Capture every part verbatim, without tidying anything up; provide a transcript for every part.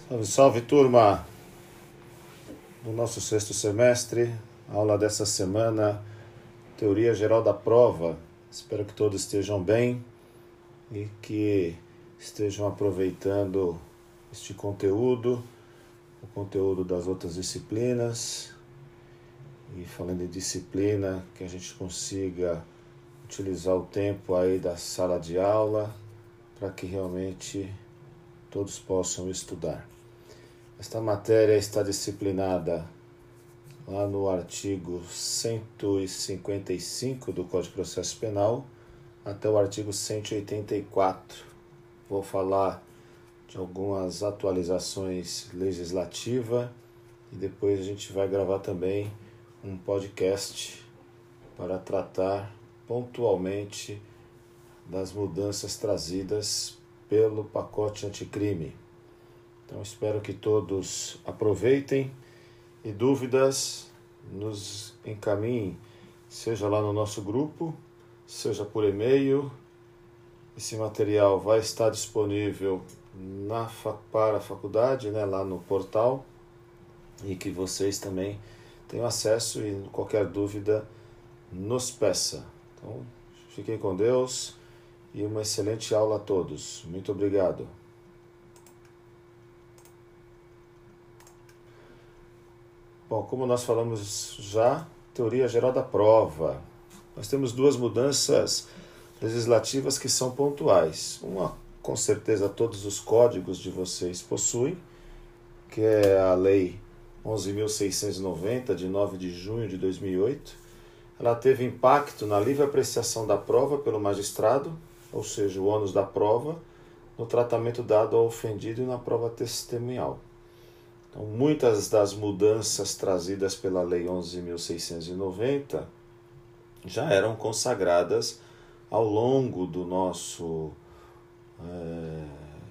Salve, salve, turma! No nosso sexto semestre, aula dessa semana, Teoria Geral da Prova. Espero que todos estejam bem e que estejam aproveitando este conteúdo, o conteúdo das outras disciplinas. E falando em disciplina, que a gente consiga utilizar o tempo aí da sala de aula para que realmente todos possam estudar. Esta matéria está disciplinada lá no artigo cento e cinquenta e cinco do Código de Processo Penal até o artigo cento e oitenta e quatro. Vou falar de algumas atualizações legislativas e depois a gente vai gravar também um podcast para tratar pontualmente das mudanças trazidas pelo pacote anticrime. Então espero que todos aproveitem e dúvidas nos encaminhem, seja lá no nosso grupo, seja por e-mail. Esse material vai estar disponível na, para a faculdade, né, lá no portal, e que vocês também tenham acesso e qualquer dúvida nos peça. Então, fiquem com Deus e uma excelente aula a todos. Muito obrigado. Bom, como nós falamos já, teoria geral da prova. Nós temos duas mudanças legislativas que são pontuais. Uma, com certeza, todos os códigos de vocês possuem, que é a Lei onze mil seiscentos e noventa, de nove de junho de dois mil e oito. Ela teve impacto na livre apreciação da prova pelo magistrado, ou seja, o ônus da prova, no tratamento dado ao ofendido e na prova testemunhal. Então, muitas das mudanças trazidas pela Lei onze mil seiscentos e noventa já eram consagradas ao longo do nosso é,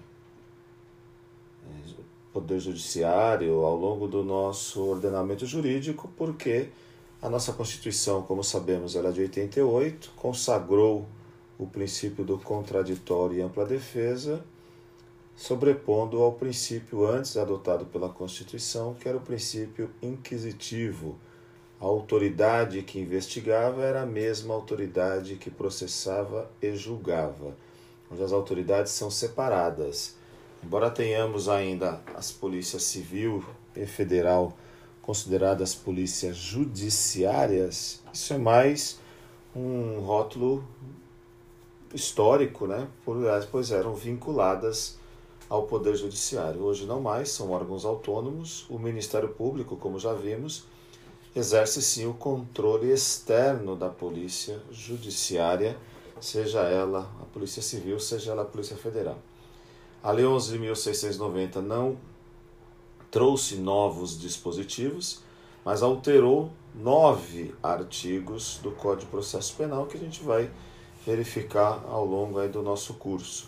Poder Judiciário, ao longo do nosso ordenamento jurídico, porque a nossa Constituição, como sabemos, ela é de oitenta e oito, consagrou o princípio do contraditório e ampla defesa, sobrepondo ao princípio antes adotado pela Constituição, que era o princípio inquisitivo. A autoridade que investigava era a mesma autoridade que processava e julgava, onde as autoridades são separadas. Embora tenhamos ainda as polícias civil e federal consideradas polícias judiciárias, isso é mais um rótulo histórico, né? Pois eram vinculadas ao Poder Judiciário. Hoje não mais, são órgãos autônomos. O Ministério Público, como já vimos, exerce sim o controle externo da Polícia Judiciária, seja ela a Polícia Civil, seja ela a Polícia Federal. A Lei onze mil seiscentos e noventa não trouxe novos dispositivos, mas alterou nove artigos do Código de Processo Penal que a gente vai verificar ao longo aí do nosso curso.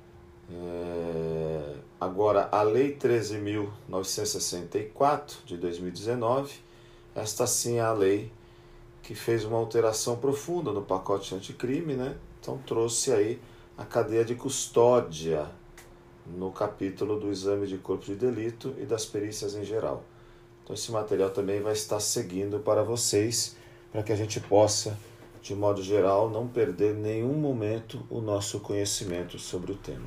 É... Agora, a Lei treze mil novecentos e sessenta e quatro, de dois mil e dezenove, esta sim é a lei que fez uma alteração profunda no pacote anticrime, né? Então trouxe aí a cadeia de custódia no capítulo do exame de corpo de delito e das perícias em geral. Então esse material também vai estar seguindo para vocês, para que a gente possa, de modo geral, não perder nenhum momento o nosso conhecimento sobre o tema.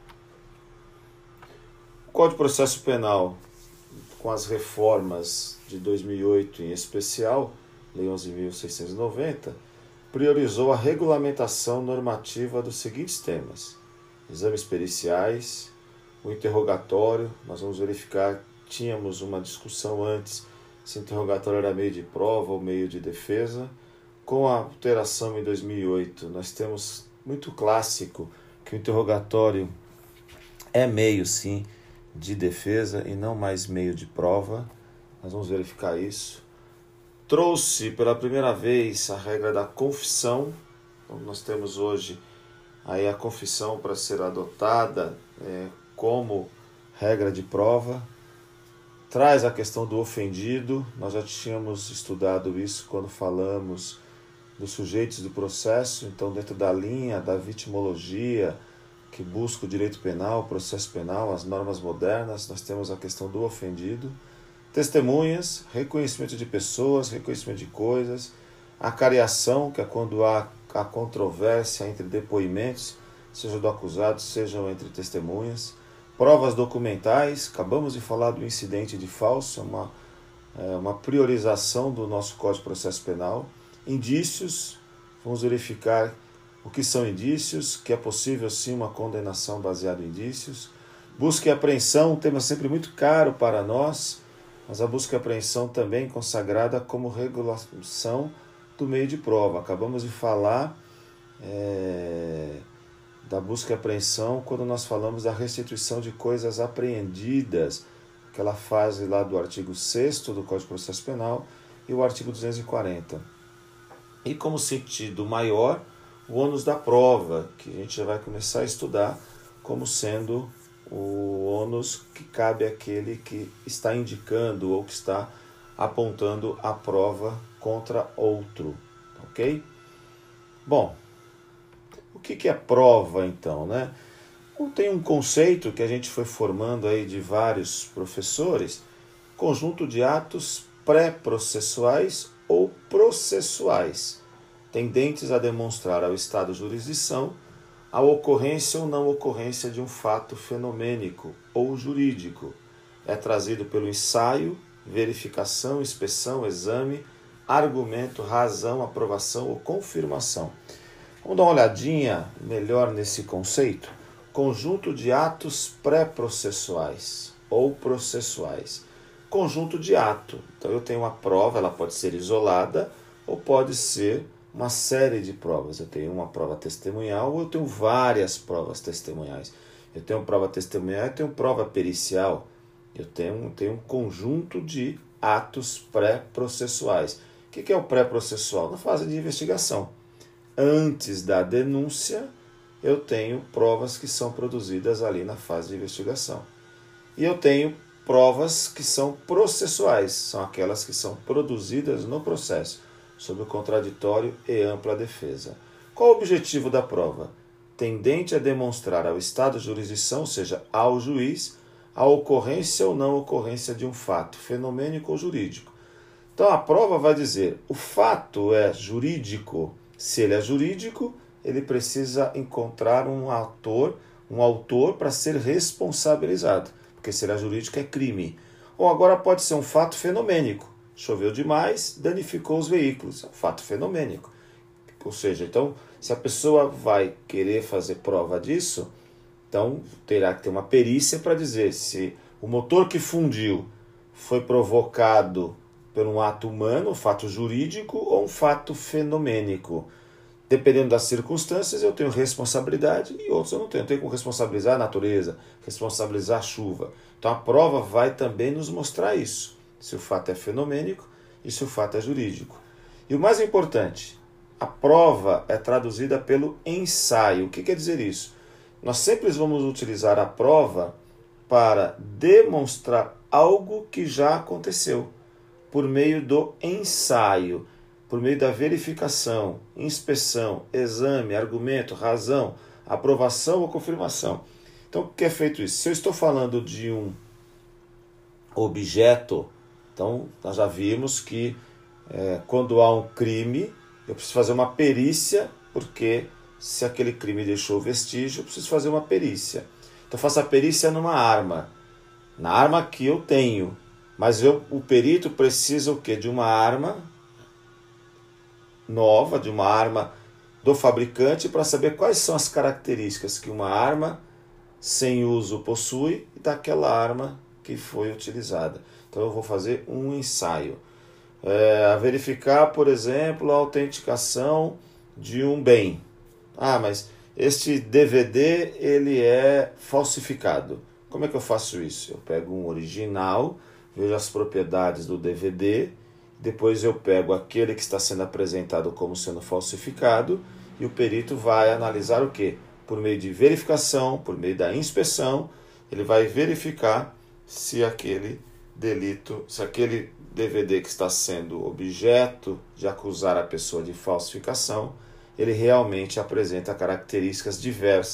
O Código de Processo Penal, com as reformas de dois mil e oito em especial, Lei onze mil seiscentos e noventa, priorizou a regulamentação normativa dos seguintes temas: exames periciais, o interrogatório. Nós vamos verificar, tínhamos uma discussão antes se interrogatório era meio de prova ou meio de defesa. Com a alteração em dois mil e oito, nós temos muito clássico que o interrogatório é meio, sim, de defesa e não mais meio de prova. Nós vamos verificar isso. Trouxe pela primeira vez a regra da confissão. Então, nós temos hoje aí a confissão para ser adotada é, como regra de prova. Traz a questão do ofendido. Nós já tínhamos estudado isso quando falamos dos sujeitos do processo. Então, dentro da linha da vitimologia, que busca o direito penal, o processo penal, as normas modernas. Nós temos a questão do ofendido, testemunhas, reconhecimento de pessoas, reconhecimento de coisas, acariação, que é quando há a controvérsia entre depoimentos, seja do acusado, sejam entre testemunhas, provas documentais. Acabamos de falar do incidente de falso, uma, é, uma priorização do nosso Código de Processo Penal. Indícios, vamos verificar o que são indícios, que é possível sim uma condenação baseada em indícios. Busca e apreensão, um tema sempre muito caro para nós, mas a busca e apreensão também consagrada como regulação do meio de prova. Acabamos de falar é, da busca e apreensão quando nós falamos da restituição de coisas apreendidas, aquela fase lá do artigo sexto do Código de Processo Penal e o artigo duzentos e quarenta. E como sentido maior, o ônus da prova, que a gente já vai começar a estudar como sendo o ônus que cabe àquele que está indicando ou que está apontando a prova contra outro, ok? Bom, o que é prova então, né? Tem um conceito que a gente foi formando aí de vários professores, conjunto de atos pré-processuais ou processuais, tendentes a demonstrar ao Estado jurisdição a ocorrência ou não ocorrência de um fato fenomênico ou jurídico. É trazido pelo ensaio, verificação, inspeção, exame, argumento, razão, aprovação ou confirmação. Vamos dar uma olhadinha melhor nesse conceito? Conjunto de atos pré-processuais ou processuais. Conjunto de ato. Então eu tenho uma prova, ela pode ser isolada ou pode ser uma série de provas. Eu tenho uma prova testemunhal ou eu tenho várias provas testemunhais. Eu tenho prova testemunhal e tenho prova pericial. Eu tenho, tenho um conjunto de atos pré-processuais. O que é o pré-processual? Na fase de investigação. Antes da denúncia, eu tenho provas que são produzidas ali na fase de investigação. E eu tenho provas que são processuais, são aquelas que são produzidas no processo, sob o contraditório e ampla defesa. Qual o objetivo da prova? Tendente a demonstrar ao Estado de jurisdição, ou seja, ao juiz, a ocorrência ou não ocorrência de um fato fenomênico ou jurídico. Então a prova vai dizer, o fato é jurídico. Se ele é jurídico, ele precisa encontrar um autor, um autor para ser responsabilizado, porque se ele é jurídico é crime. Ou agora pode ser um fato fenomênico. Choveu demais, danificou os veículos. É um fato fenomênico. Ou seja, então, se a pessoa vai querer fazer prova disso, então terá que ter uma perícia para dizer se o motor que fundiu foi provocado por um ato humano, um fato jurídico ou um fato fenomênico. Dependendo das circunstâncias, eu tenho responsabilidade e outros eu não tenho. Eu tenho que responsabilizar a natureza, responsabilizar a chuva. Então a prova vai também nos mostrar isso, se o fato é fenomênico e se o fato é jurídico. E o mais importante, a prova é traduzida pelo ensaio. O que quer dizer isso? Nós sempre vamos utilizar a prova para demonstrar algo que já aconteceu, por meio do ensaio, por meio da verificação, inspeção, exame, argumento, razão, aprovação ou confirmação. Então, o que é feito isso? Se eu estou falando de um objeto, então nós já vimos que é, quando há um crime, eu preciso fazer uma perícia, porque se aquele crime deixou vestígio, eu preciso fazer uma perícia. Então, eu faço a perícia numa arma, na arma que eu tenho, mas eu, o perito precisa o quê? De uma arma nova, de uma arma do fabricante, para saber quais são as características que uma arma sem uso possui e daquela arma que foi utilizada. Então eu vou fazer um ensaio. É, a verificar, por exemplo, a autenticação de um bem. Ah, mas este D V D ele é falsificado. Como é que eu faço isso? Eu pego um original, vejo as propriedades do D V D, depois eu pego aquele que está sendo apresentado como sendo falsificado e o perito vai analisar o quê? Por meio de verificação, por meio da inspeção, ele vai verificar se aquele delito, se aquele D V D que está sendo objeto de acusar a pessoa de falsificação, ele realmente apresenta características diversas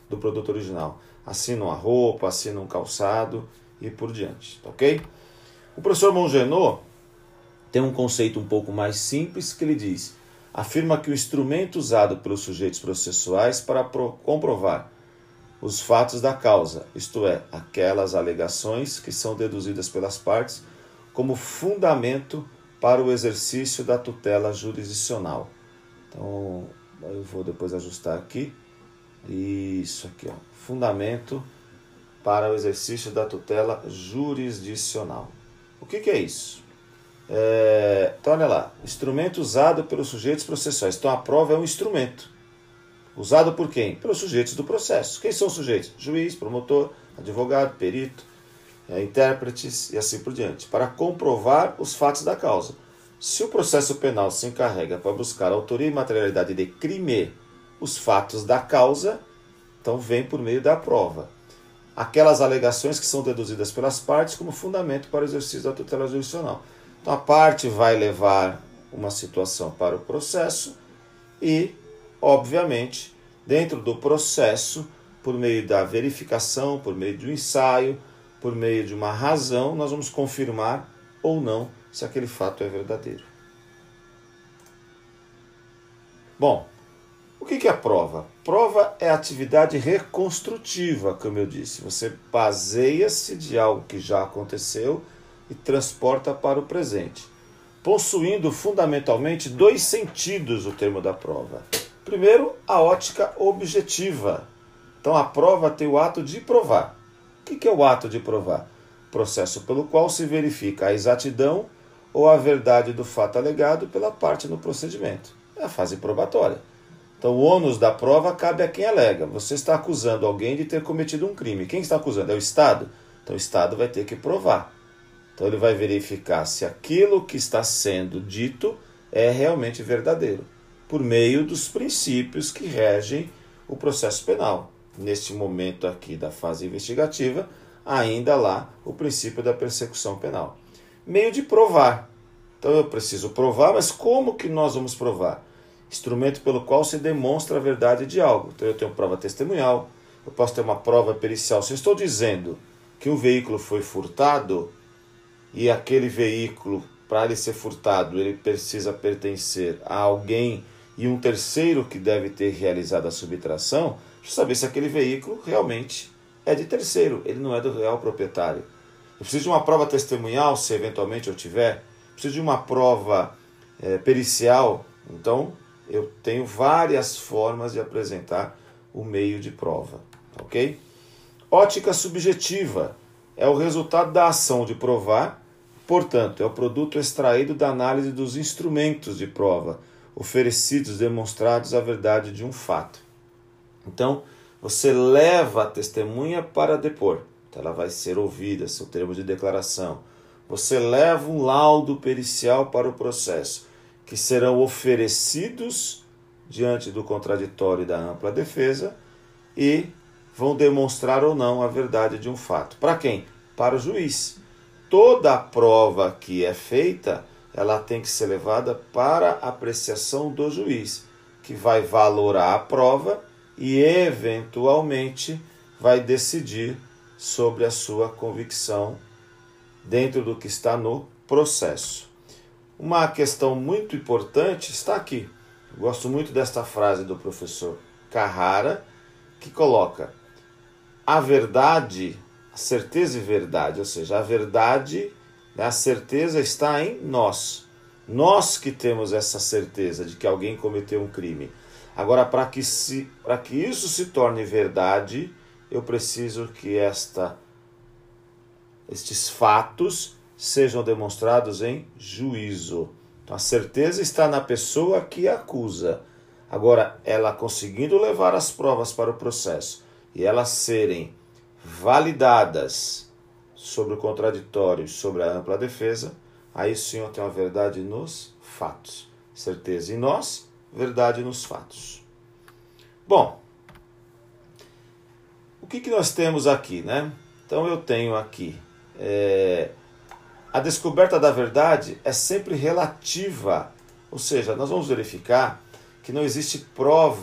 do produto original. Assinam a roupa, assinam um calçado e por diante, tá ok? O professor Mongenot tem um conceito um pouco mais simples que ele diz: afirma que o instrumento usado pelos sujeitos processuais para comprovar os fatos da causa, isto é, aquelas alegações que são deduzidas pelas partes como fundamento para o exercício da tutela jurisdicional. Então, eu vou depois ajustar aqui. Isso aqui, ó. Fundamento para o exercício da tutela jurisdicional. O que, que é isso? É, então, olha lá. Instrumento usado pelos sujeitos processuais. Então, a prova é um instrumento. Usado por quem? Pelos sujeitos do processo. Quem são os sujeitos? Juiz, promotor, advogado, perito, é, intérpretes e assim por diante. Para comprovar os fatos da causa. Se o processo penal se encarrega para buscar a autoria e materialidade de crime, os fatos da causa, então vem por meio da prova. Aquelas alegações que são deduzidas pelas partes como fundamento para o exercício da tutela jurisdicional. Então a parte vai levar uma situação para o processo e, obviamente, dentro do processo, por meio da verificação, por meio de um ensaio, por meio de uma razão, nós vamos confirmar ou não se aquele fato é verdadeiro. Bom, o que é a prova? Prova é atividade reconstrutiva, como eu disse. Você baseia-se de algo que já aconteceu e transporta para o presente, possuindo fundamentalmente dois sentidos o termo da prova. Primeiro, a ótica objetiva. Então, a prova tem o ato de provar. O que é o ato de provar? Processo pelo qual se verifica a exatidão ou a verdade do fato alegado pela parte no procedimento. É a fase probatória. Então, o ônus da prova cabe a quem alega. Você está acusando alguém de ter cometido um crime. Quem está acusando? É o Estado. Então, o Estado vai ter que provar. Então, ele vai verificar se aquilo que está sendo dito é realmente verdadeiro, por meio dos princípios que regem o processo penal. Neste momento aqui da fase investigativa, ainda lá o princípio da persecução penal. Meio de provar. Então, eu preciso provar, mas como que nós vamos provar? Instrumento pelo qual se demonstra a verdade de algo. Então eu tenho prova testemunhal, eu posso ter uma prova pericial. Se eu estou dizendo que um veículo foi furtado e aquele veículo, para ele ser furtado, ele precisa pertencer a alguém e um terceiro que deve ter realizado a subtração, deixa eu saber se aquele veículo realmente é de terceiro, ele não é do real proprietário. Eu preciso de uma prova testemunhal, se eventualmente eu tiver. Eu preciso de uma prova é, pericial. Então, eu tenho várias formas de apresentar o meio de prova, ok? Ótica subjetiva é o resultado da ação de provar, portanto, é o produto extraído da análise dos instrumentos de prova, oferecidos, demonstrados a verdade de um fato. Então, você leva a testemunha para depor, então ela vai ser ouvida, seu termo de declaração. Você leva um laudo pericial para o processo, que serão oferecidos diante do contraditório e da ampla defesa e vão demonstrar ou não a verdade de um fato. Para quem? Para o juiz. Toda a prova que é feita, ela tem que ser levada para a apreciação do juiz, que vai valorar a prova e, eventualmente, vai decidir sobre a sua convicção dentro do que está no processo. Uma questão muito importante está aqui. Eu gosto muito desta frase do professor Carrara, que coloca: a verdade, a certeza e verdade, ou seja, a verdade, a certeza está em nós. Nós que temos essa certeza de que alguém cometeu um crime. Agora, para que, se, para que isso se torne verdade, eu preciso que esta, estes fatos sejam demonstrados em juízo. Então, a certeza está na pessoa que acusa. Agora, ela conseguindo levar as provas para o processo e elas serem validadas sobre o contraditório e sobre a ampla defesa, aí sim eu tenho a verdade nos fatos. Certeza em nós, verdade nos fatos. Bom, o que, que nós temos aqui, né? Então eu tenho aqui... É, a descoberta da verdade é sempre relativa, ou seja, nós vamos verificar que não existe prova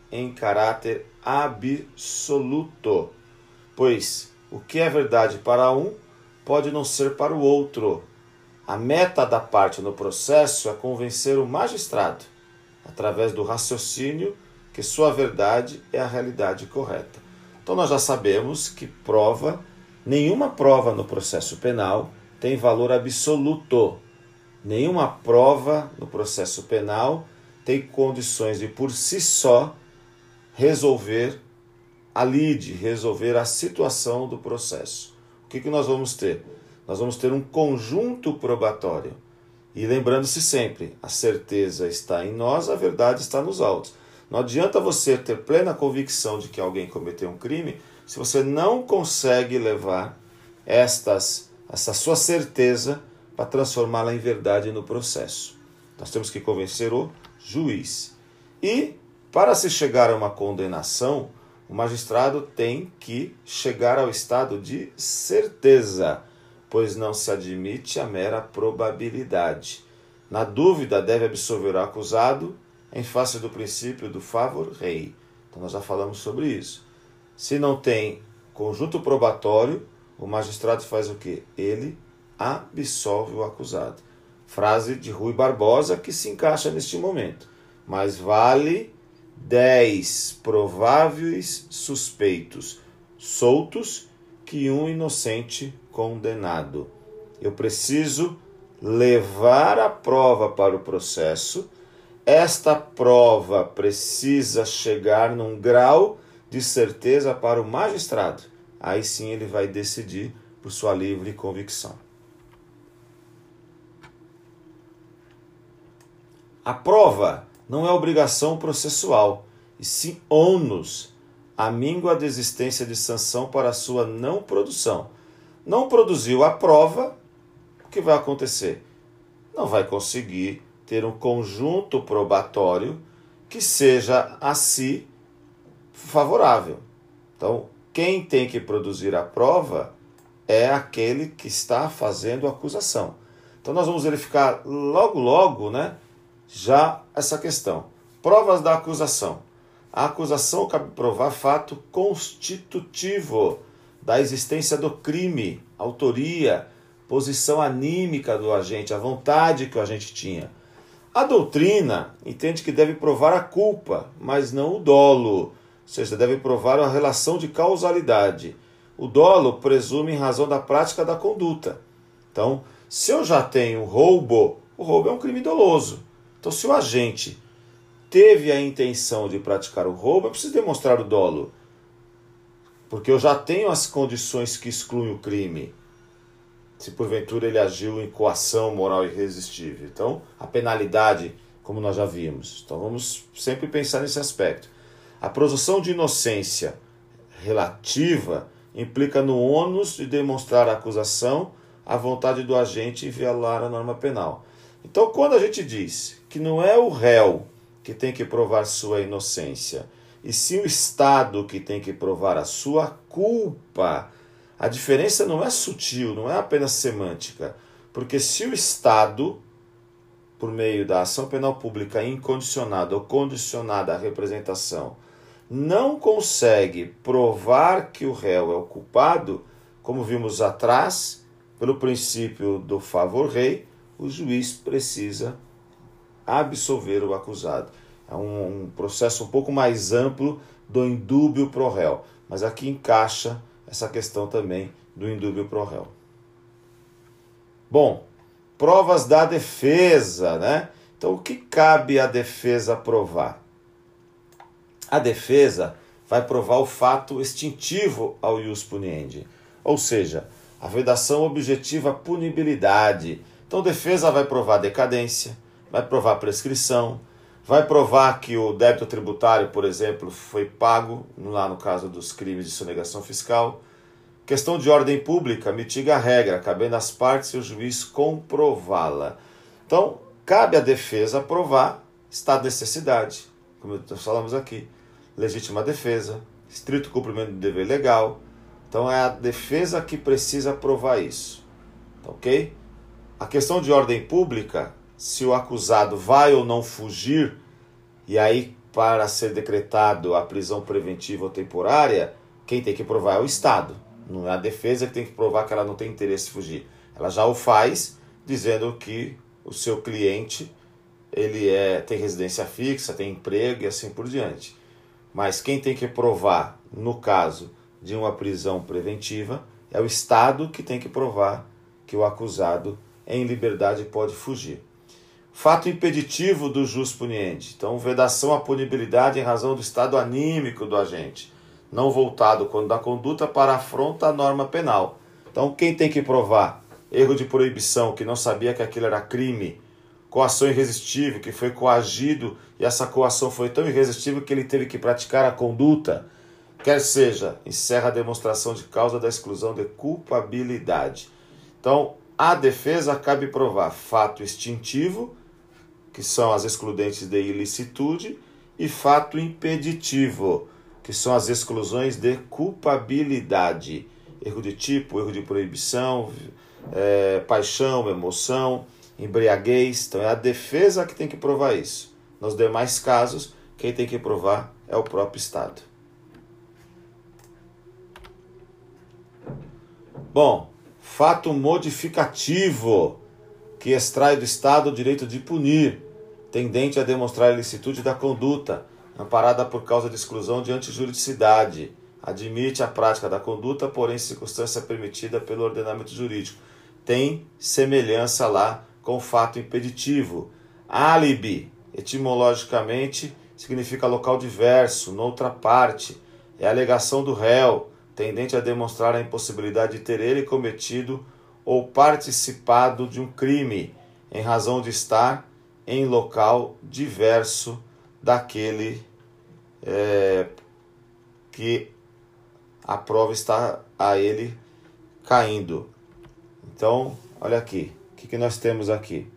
em caráter absoluto, pois o que é verdade para um pode não ser para o outro. A meta da parte no processo é convencer o magistrado, através do raciocínio, que sua verdade é a realidade correta. Então nós já sabemos que prova, nenhuma prova no processo penal tem valor absoluto. Nenhuma prova no processo penal tem condições de, por si só, resolver a lide, resolver a situação do processo. O que, que nós vamos ter? Nós vamos ter um conjunto probatório. E lembrando-se sempre, a certeza está em nós, a verdade está nos autos. Não adianta você ter plena convicção de que alguém cometeu um crime se você não consegue levar estas, essa sua certeza para transformá-la em verdade no processo. Nós temos que convencer o juiz. E, para se chegar a uma condenação, o magistrado tem que chegar ao estado de certeza, pois não se admite a mera probabilidade. Na dúvida, deve absolver o acusado em face do princípio do favor rei. Então nós já falamos sobre isso. Se não tem conjunto probatório, o magistrado faz o quê? Ele absolve o acusado. Frase de Rui Barbosa que se encaixa neste momento. Mas vale dez prováveis suspeitos soltos que um inocente condenado. Eu preciso levar a prova para o processo. Esta prova precisa chegar num grau de certeza para o magistrado. Aí sim ele vai decidir por sua livre convicção. A prova não é obrigação processual, e sim ônus, a míngua de existência de sanção para a sua não produção. Não produziu a prova, o que vai acontecer? Não vai conseguir ter um conjunto probatório que seja a si favorável. Então, quem tem que produzir a prova é aquele que está fazendo a acusação. Então, nós vamos verificar logo, logo, né, já essa questão. Provas da acusação. A acusação cabe provar fato constitutivo da existência do crime, autoria, posição anímica do agente, a vontade que o agente tinha. A doutrina entende que deve provar a culpa, mas não o dolo, ou seja, deve provar a relação de causalidade. O dolo presume em razão da prática da conduta. Então, se eu já tenho roubo, o roubo é um crime doloso. Então, se o agente teve a intenção de praticar o roubo, eu preciso demonstrar o dolo, porque eu já tenho as condições que excluem o crime. Se porventura ele agiu em coação moral irresistível. Então, a penalidade, como nós já vimos. Então, vamos sempre pensar nesse aspecto. A presunção de inocência relativa implica no ônus de demonstrar a acusação, a vontade do agente em violar a norma penal. Então, quando a gente diz que não é o réu que tem que provar sua inocência, e sim o Estado que tem que provar a sua culpa, a diferença não é sutil, não é apenas semântica, porque se o Estado, por meio da ação penal pública incondicionada ou condicionada à representação, não consegue provar que o réu é o culpado, como vimos atrás, pelo princípio do favor rei, o juiz precisa absolver o acusado. É um, um processo um pouco mais amplo do indúbio pro réu, mas aqui encaixa essa questão também do indúbio pro réu. Bom, provas da defesa, né? Então, o que cabe à defesa provar? A defesa vai provar o fato extintivo ao ius puniendi, ou seja, a vedação objetiva punibilidade. Então, a defesa vai provar decadência, vai provar prescrição, vai provar que o débito tributário, por exemplo, foi pago, lá no caso dos crimes de sonegação fiscal. Questão de ordem pública, mitiga a regra, cabendo às partes e o juiz comprová-la. Então, cabe à defesa provar estado de necessidade, como nós falamos aqui, legítima defesa, estrito cumprimento do dever legal. Então, é a defesa que precisa provar isso. Ok? A questão de ordem pública, se o acusado vai ou não fugir, e aí para ser decretado a prisão preventiva ou temporária, quem tem que provar é o Estado. Não é a defesa que tem que provar que ela não tem interesse em fugir. Ela já o faz, dizendo que o seu cliente ele é, tem residência fixa, tem emprego e assim por diante. Mas quem tem que provar, no caso de uma prisão preventiva, é o Estado que tem que provar que o acusado em liberdade pode fugir. Fato impeditivo do jus puniendi. Então, vedação à punibilidade em razão do estado anímico do agente, não voltado quando da conduta para afronta à norma penal. Então, quem tem que provar erro de proibição, que não sabia que aquilo era crime, coação irresistível, que foi coagido e essa coação foi tão irresistível que ele teve que praticar a conduta, quer seja, encerra a demonstração de causa da exclusão de culpabilidade. Então, a defesa cabe provar fato extintivo, que são as excludentes de ilicitude, e fato impeditivo, que são as exclusões de culpabilidade. Erro de tipo, erro de proibição, é, paixão, emoção, embriaguez. Então é a defesa que tem que provar isso. Nos demais casos, quem tem que provar é o próprio Estado. Bom, fato modificativo, que extrai do Estado o direito de punir, tendente a demonstrar a ilicitude da conduta, amparada por causa de exclusão de antijuridicidade. Admite a prática da conduta, porém circunstância permitida pelo ordenamento jurídico. Tem semelhança lá com o fato impeditivo. Álibi, etimologicamente, significa local diverso, noutra parte. É a alegação do réu, tendente a demonstrar a impossibilidade de ter ele cometido ou participado de um crime, em razão de estar em local diverso daquele é, que a prova está a ele caindo. Então, olha aqui, o que, que nós temos aqui?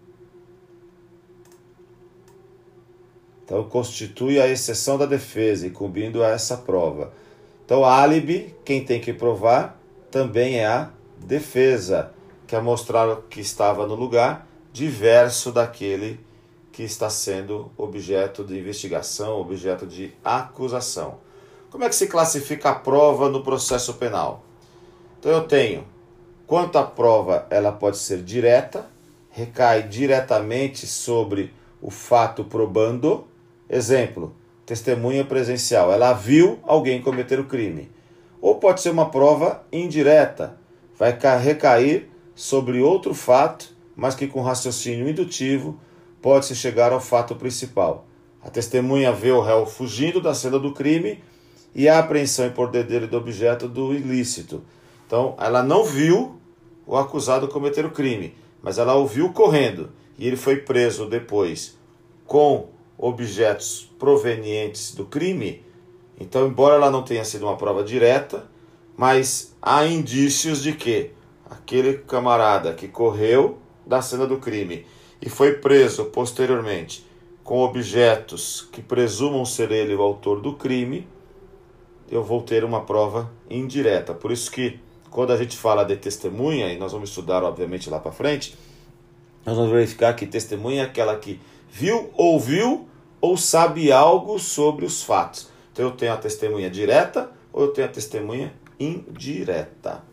Então, constitui a exceção da defesa, incumbindo a essa prova. Então, álibi, quem tem que provar, também é a defesa, que é mostrar que estava no lugar diverso daquele que está sendo objeto de investigação, objeto de acusação. Como é que se classifica a prova no processo penal? Então eu tenho, quanto à prova, ela pode ser direta, recai diretamente sobre o fato probando. Exemplo, testemunha presencial, ela viu alguém cometer o crime. Ou pode ser uma prova indireta, vai recair sobre outro fato, mas que com raciocínio indutivo pode-se chegar ao fato principal. A testemunha vê o réu fugindo da cena do crime e a apreensão em poder dele do objeto do ilícito. Então, ela não viu o acusado cometer o crime, mas ela o viu correndo e ele foi preso depois com objetos provenientes do crime. Então, embora ela não tenha sido uma prova direta, mas há indícios de que aquele camarada que correu da cena do crime e foi preso posteriormente com objetos que presumam ser ele o autor do crime, eu vou ter uma prova indireta. Por isso que, quando a gente fala de testemunha, e nós vamos estudar, obviamente, lá para frente, nós vamos verificar que testemunha é aquela que viu, ouviu ou sabe algo sobre os fatos. Então, eu tenho a testemunha direta ou eu tenho a testemunha indireta.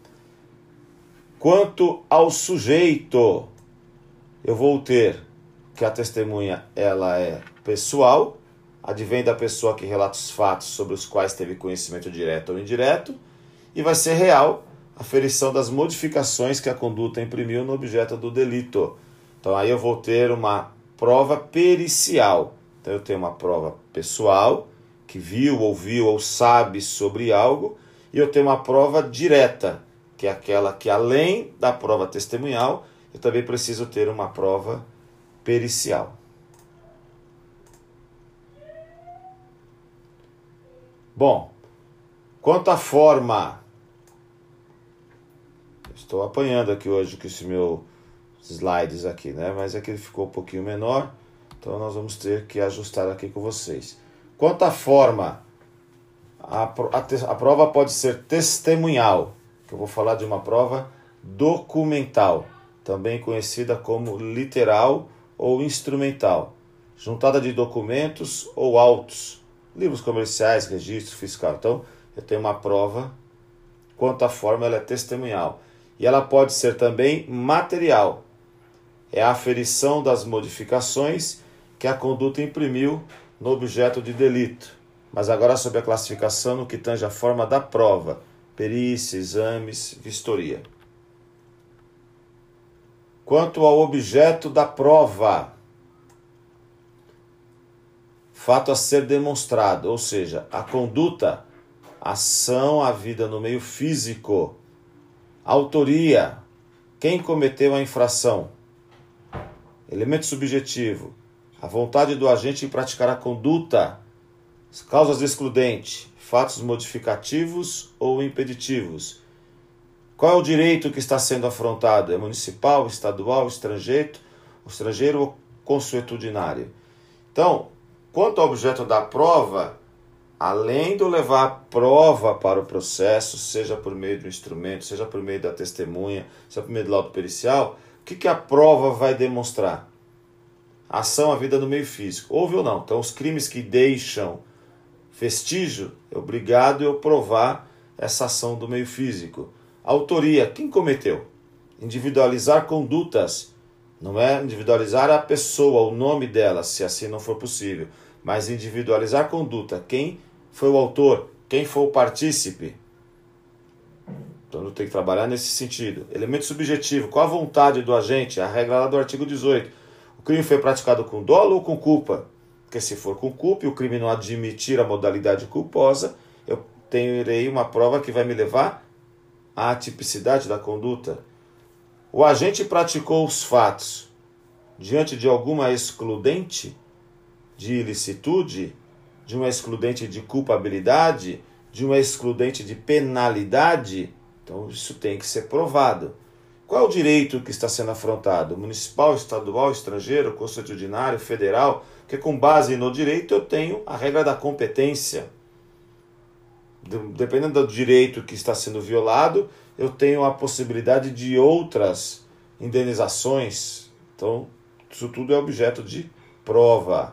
Quanto ao sujeito, eu vou ter que a testemunha ela é pessoal, advém da pessoa que relata os fatos sobre os quais teve conhecimento direto ou indireto, e vai ser real a ferição das modificações que a conduta imprimiu no objeto do delito. Então aí eu vou ter uma prova pericial. Então eu tenho uma prova pessoal, que viu, ouviu ou sabe sobre algo, e eu tenho uma prova direta, que é aquela que, além da prova testemunhal, eu também preciso ter uma prova pericial. Bom, quanto à forma, estou apanhando aqui hoje com esse meu slides aqui, né? Mas é que ele ficou um pouquinho menor, então nós vamos ter que ajustar aqui com vocês. Quanto à forma, a, a, a prova pode ser testemunhal, que eu vou falar de uma prova documental, também conhecida como literal ou instrumental. juntada de documentos ou autos, livros comerciais, registro fiscal. Então, eu tenho uma prova quanto à forma, ela é testemunhal. E ela pode ser também material. É a aferição das modificações que a conduta imprimiu no objeto de delito. Mas agora sobre a classificação no que tange a forma da prova, perícia, exames, vistoria. Quanto ao objeto da prova, fato a ser demonstrado, ou seja, a conduta, ação, a vida no meio físico, autoria, quem cometeu a infração, elemento subjetivo, a vontade do agente em praticar a conduta, causas excludentes, fatos modificativos ou impeditivos. Qual é o direito que está sendo afrontado? É municipal, estadual, estrangeiro, estrangeiro ou consuetudinário? Então, quanto ao objeto da prova, além de levar a prova para o processo, seja por meio do instrumento, seja por meio da testemunha, seja por meio do laudo pericial, o que, que a prova vai demonstrar? A ação, a vida no meio físico. Houve ou não? Então, os crimes que deixam vestígio, é obrigado eu provar essa ação do meio físico. Autoria, quem cometeu? Individualizar condutas. Não é individualizar a pessoa, o nome dela, se assim não for possível. Mas individualizar conduta. Quem foi o autor? Quem foi o partícipe? Então eu tenho que trabalhar nesse sentido. Elemento subjetivo. Qual a vontade do agente? A regra lá do artigo dezoito. O crime foi praticado com dolo ou com culpa? Porque se for com culpa e o crime não admitir a modalidade culposa, eu terei uma prova que vai me levar à tipicidade da conduta. O agente praticou os fatos diante de alguma excludente de ilicitude, de uma excludente de culpabilidade, de uma excludente de penalidade. Então isso tem que ser provado. Qual é o direito que está sendo afrontado? Municipal, estadual, estrangeiro, consuetudinário, federal? Porque com base no direito eu tenho a regra da competência. Dependendo do direito que está sendo violado, eu tenho a possibilidade de outras indenizações. Então, isso tudo é objeto de prova.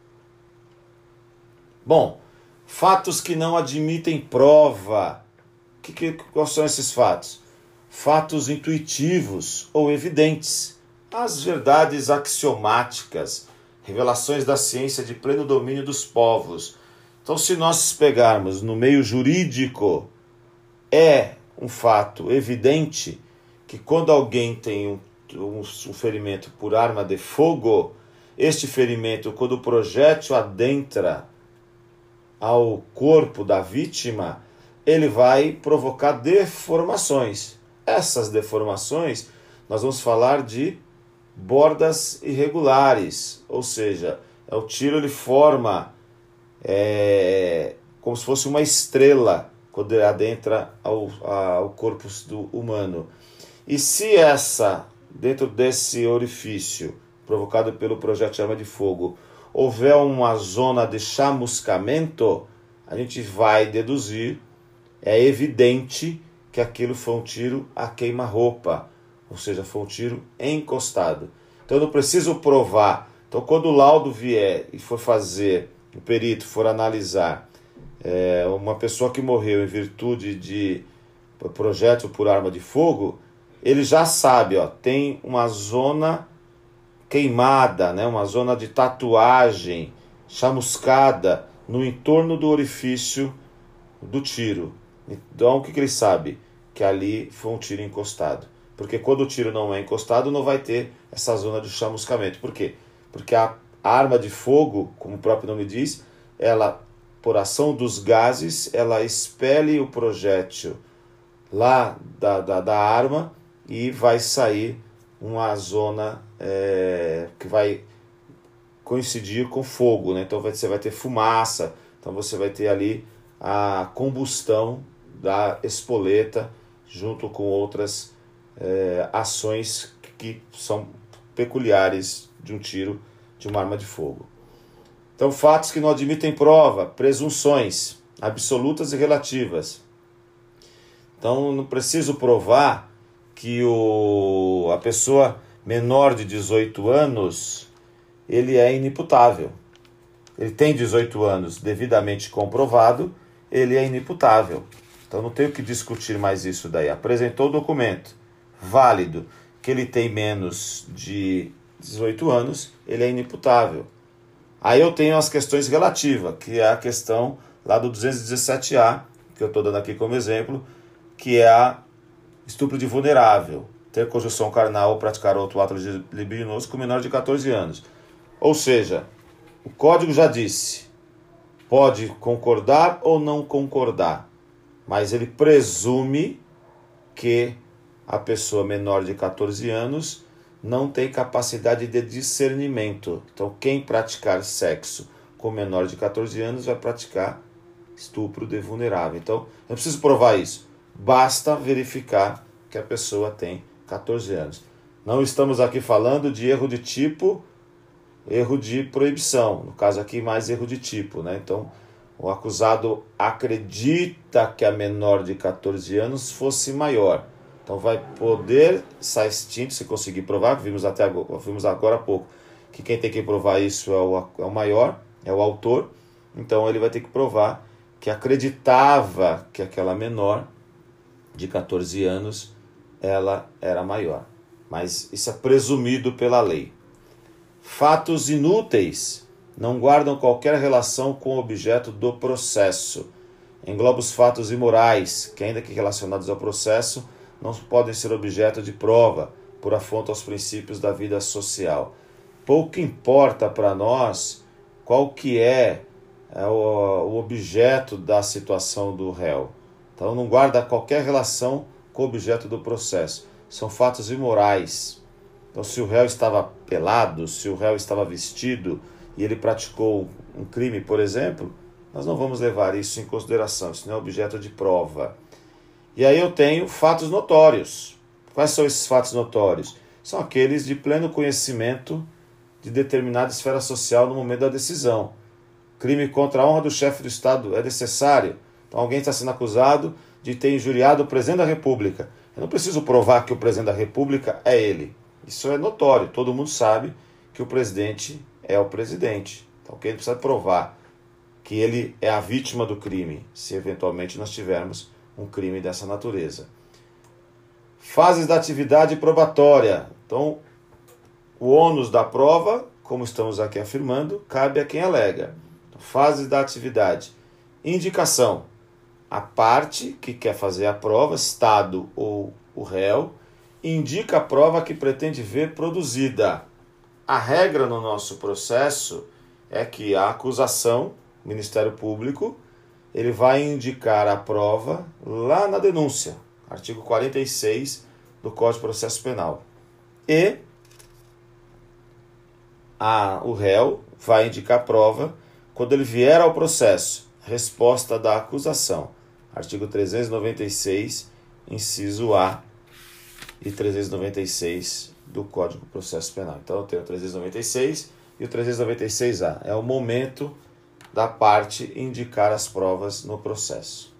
Bom, fatos que não admitem prova. Que, que, quais são esses fatos? Fatos intuitivos ou evidentes. As verdades axiomáticas, revelações da ciência de pleno domínio dos povos. Então, se nós pegarmos no meio jurídico, é um fato evidente que quando alguém tem um, um, um ferimento por arma de fogo, este ferimento, quando o projétil adentra ao corpo da vítima, ele vai provocar deformações. Essas deformações, nós vamos falar de bordas irregulares, ou seja, o tiro ele forma é, como se fosse uma estrela quando ele adentra ao, ao corpo do humano. E se essa, dentro desse orifício provocado pelo projétil de arma de fogo, houver uma zona de chamuscamento, a gente vai deduzir, é evidente que aquilo foi um tiro a queima-roupa, ou seja, foi um tiro encostado. Então eu não preciso provar. Então quando o laudo vier e for fazer, o perito for analisar é, uma pessoa que morreu em virtude de projétil por arma de fogo, ele já sabe, ó, tem uma zona queimada, né, uma zona de tatuagem chamuscada no entorno do orifício do tiro. Então o que, que ele sabe? Que ali foi um tiro encostado. Porque quando o tiro não é encostado, não vai ter essa zona de chamuscamento. Por quê? Porque a arma de fogo, como o próprio nome diz, ela, por ação dos gases, ela expele o projétil lá da, da, da arma e vai sair uma zona é, que vai coincidir com fogo, né? Então você vai ter fumaça, então você vai ter ali a combustão da espoleta junto com outras é, ações que são peculiares de um tiro de uma arma de fogo. Então, fatos que não admitem prova, presunções absolutas e relativas. Então, não preciso provar que o, a pessoa menor de dezoito anos ele é inimputável. Ele tem dezoito anos devidamente comprovado, ele é inimputável. Então não tenho que discutir mais isso daí. Apresentou o documento válido, que ele tem menos de dezoito anos, ele é inimputável. Aí eu tenho as questões relativas, que é a questão lá do duzentos e dezessete A, que eu estou dando aqui como exemplo, que é a estupro de vulnerável, ter conjunção carnal ou praticar outro ato libidinoso com menor de catorze anos. Ou seja, o código já disse, pode concordar ou não concordar, mas ele presume que a pessoa menor de catorze anos não tem capacidade de discernimento. Então, quem praticar sexo com menor de catorze anos vai praticar estupro de vulnerável. Então, eu não preciso provar isso. Basta verificar que a pessoa tem catorze anos. Não estamos aqui falando de erro de tipo, erro de proibição. No caso aqui, mais erro de tipo, né? Então, o acusado acredita que a menor de catorze anos fosse maior. Então vai poder sair extinto se conseguir provar, vimos até agora, vimos agora há pouco, que quem tem que provar isso é o, é o maior, é o autor. Então ele vai ter que provar que acreditava que aquela menor de catorze anos ela era maior. Mas isso é presumido pela lei. Fatos inúteis não guardam qualquer relação com o objeto do processo. Engloba os fatos imorais, que ainda que relacionados ao processo, não podem ser objeto de prova, por afronta aos princípios da vida social. Pouco importa para nós qual que é, é o, o objeto da situação do réu. Então não guarda qualquer relação com o objeto do processo. São fatos imorais. Então se o réu estava pelado, se o réu estava vestido e ele praticou um crime, por exemplo, nós não vamos levar isso em consideração. Isso não é objeto de prova. E aí eu tenho fatos notórios. Quais são esses fatos notórios? São aqueles de pleno conhecimento de determinada esfera social no momento da decisão. Crime contra a honra do chefe do Estado é necessário. Então alguém está sendo acusado de ter injuriado o presidente da República. Eu não preciso provar que o presidente da República é ele. Isso é notório. Todo mundo sabe que o presidente é o presidente. Então quem precisa provar que ele é a vítima do crime, se eventualmente nós tivermos um crime dessa natureza. Fases da atividade probatória. Então, o ônus da prova, como estamos aqui afirmando, cabe a quem alega. Então, fases da atividade. Indicação. A parte que quer fazer a prova, Estado ou o réu, indica a prova que pretende ver produzida. A regra no nosso processo é que a acusação, Ministério Público, ele vai indicar a prova lá na denúncia, artigo quarenta e seis do Código de Processo Penal. E a, o réu vai indicar a prova quando ele vier ao processo, resposta da acusação, artigo trezentos e noventa e seis, inciso A e trezentos e noventa e seis do Código de Processo Penal. Então eu tenho o trezentos e noventa e seis e o trezentos e noventa e seis A. É o momento da parte indicar as provas no processo.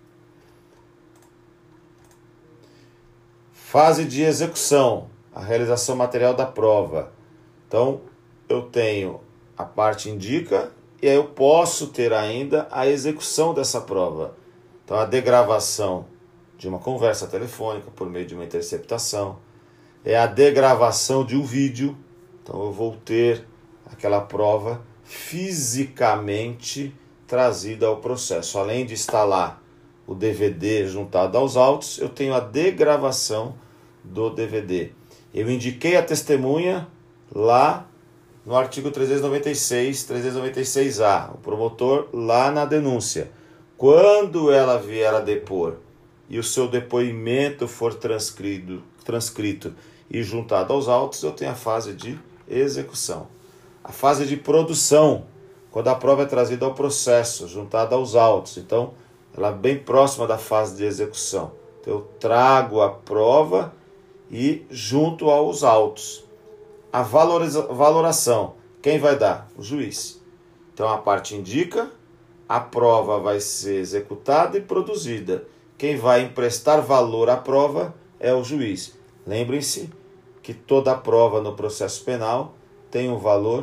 Fase de execução, a realização material da prova. Então, eu tenho a parte indica e aí eu posso ter ainda a execução dessa prova. Então, a degravação de uma conversa telefônica por meio de uma interceptação, é a degravação de um vídeo. Então, eu vou ter aquela prova fisicamente trazida ao processo. Além de instalar o D V D juntado aos autos, eu tenho a degravação do D V D. Eu indiquei a testemunha lá no artigo trezentos e noventa e seis, trezentos e noventa e seis A, o promotor lá na denúncia. Quando ela vier a depor e o seu depoimento for transcrito, transcrito e juntado aos autos, eu tenho a fase de execução. A fase de produção, quando a prova é trazida ao processo, juntada aos autos. Então, ela é bem próxima da fase de execução. Então, eu trago a prova e junto aos autos. A valoriza- valoração, quem vai dar? O juiz. Então, a parte indica, a prova vai ser executada e produzida. Quem vai emprestar valor à prova é o juiz. Lembrem-se que toda prova no processo penal tem um valor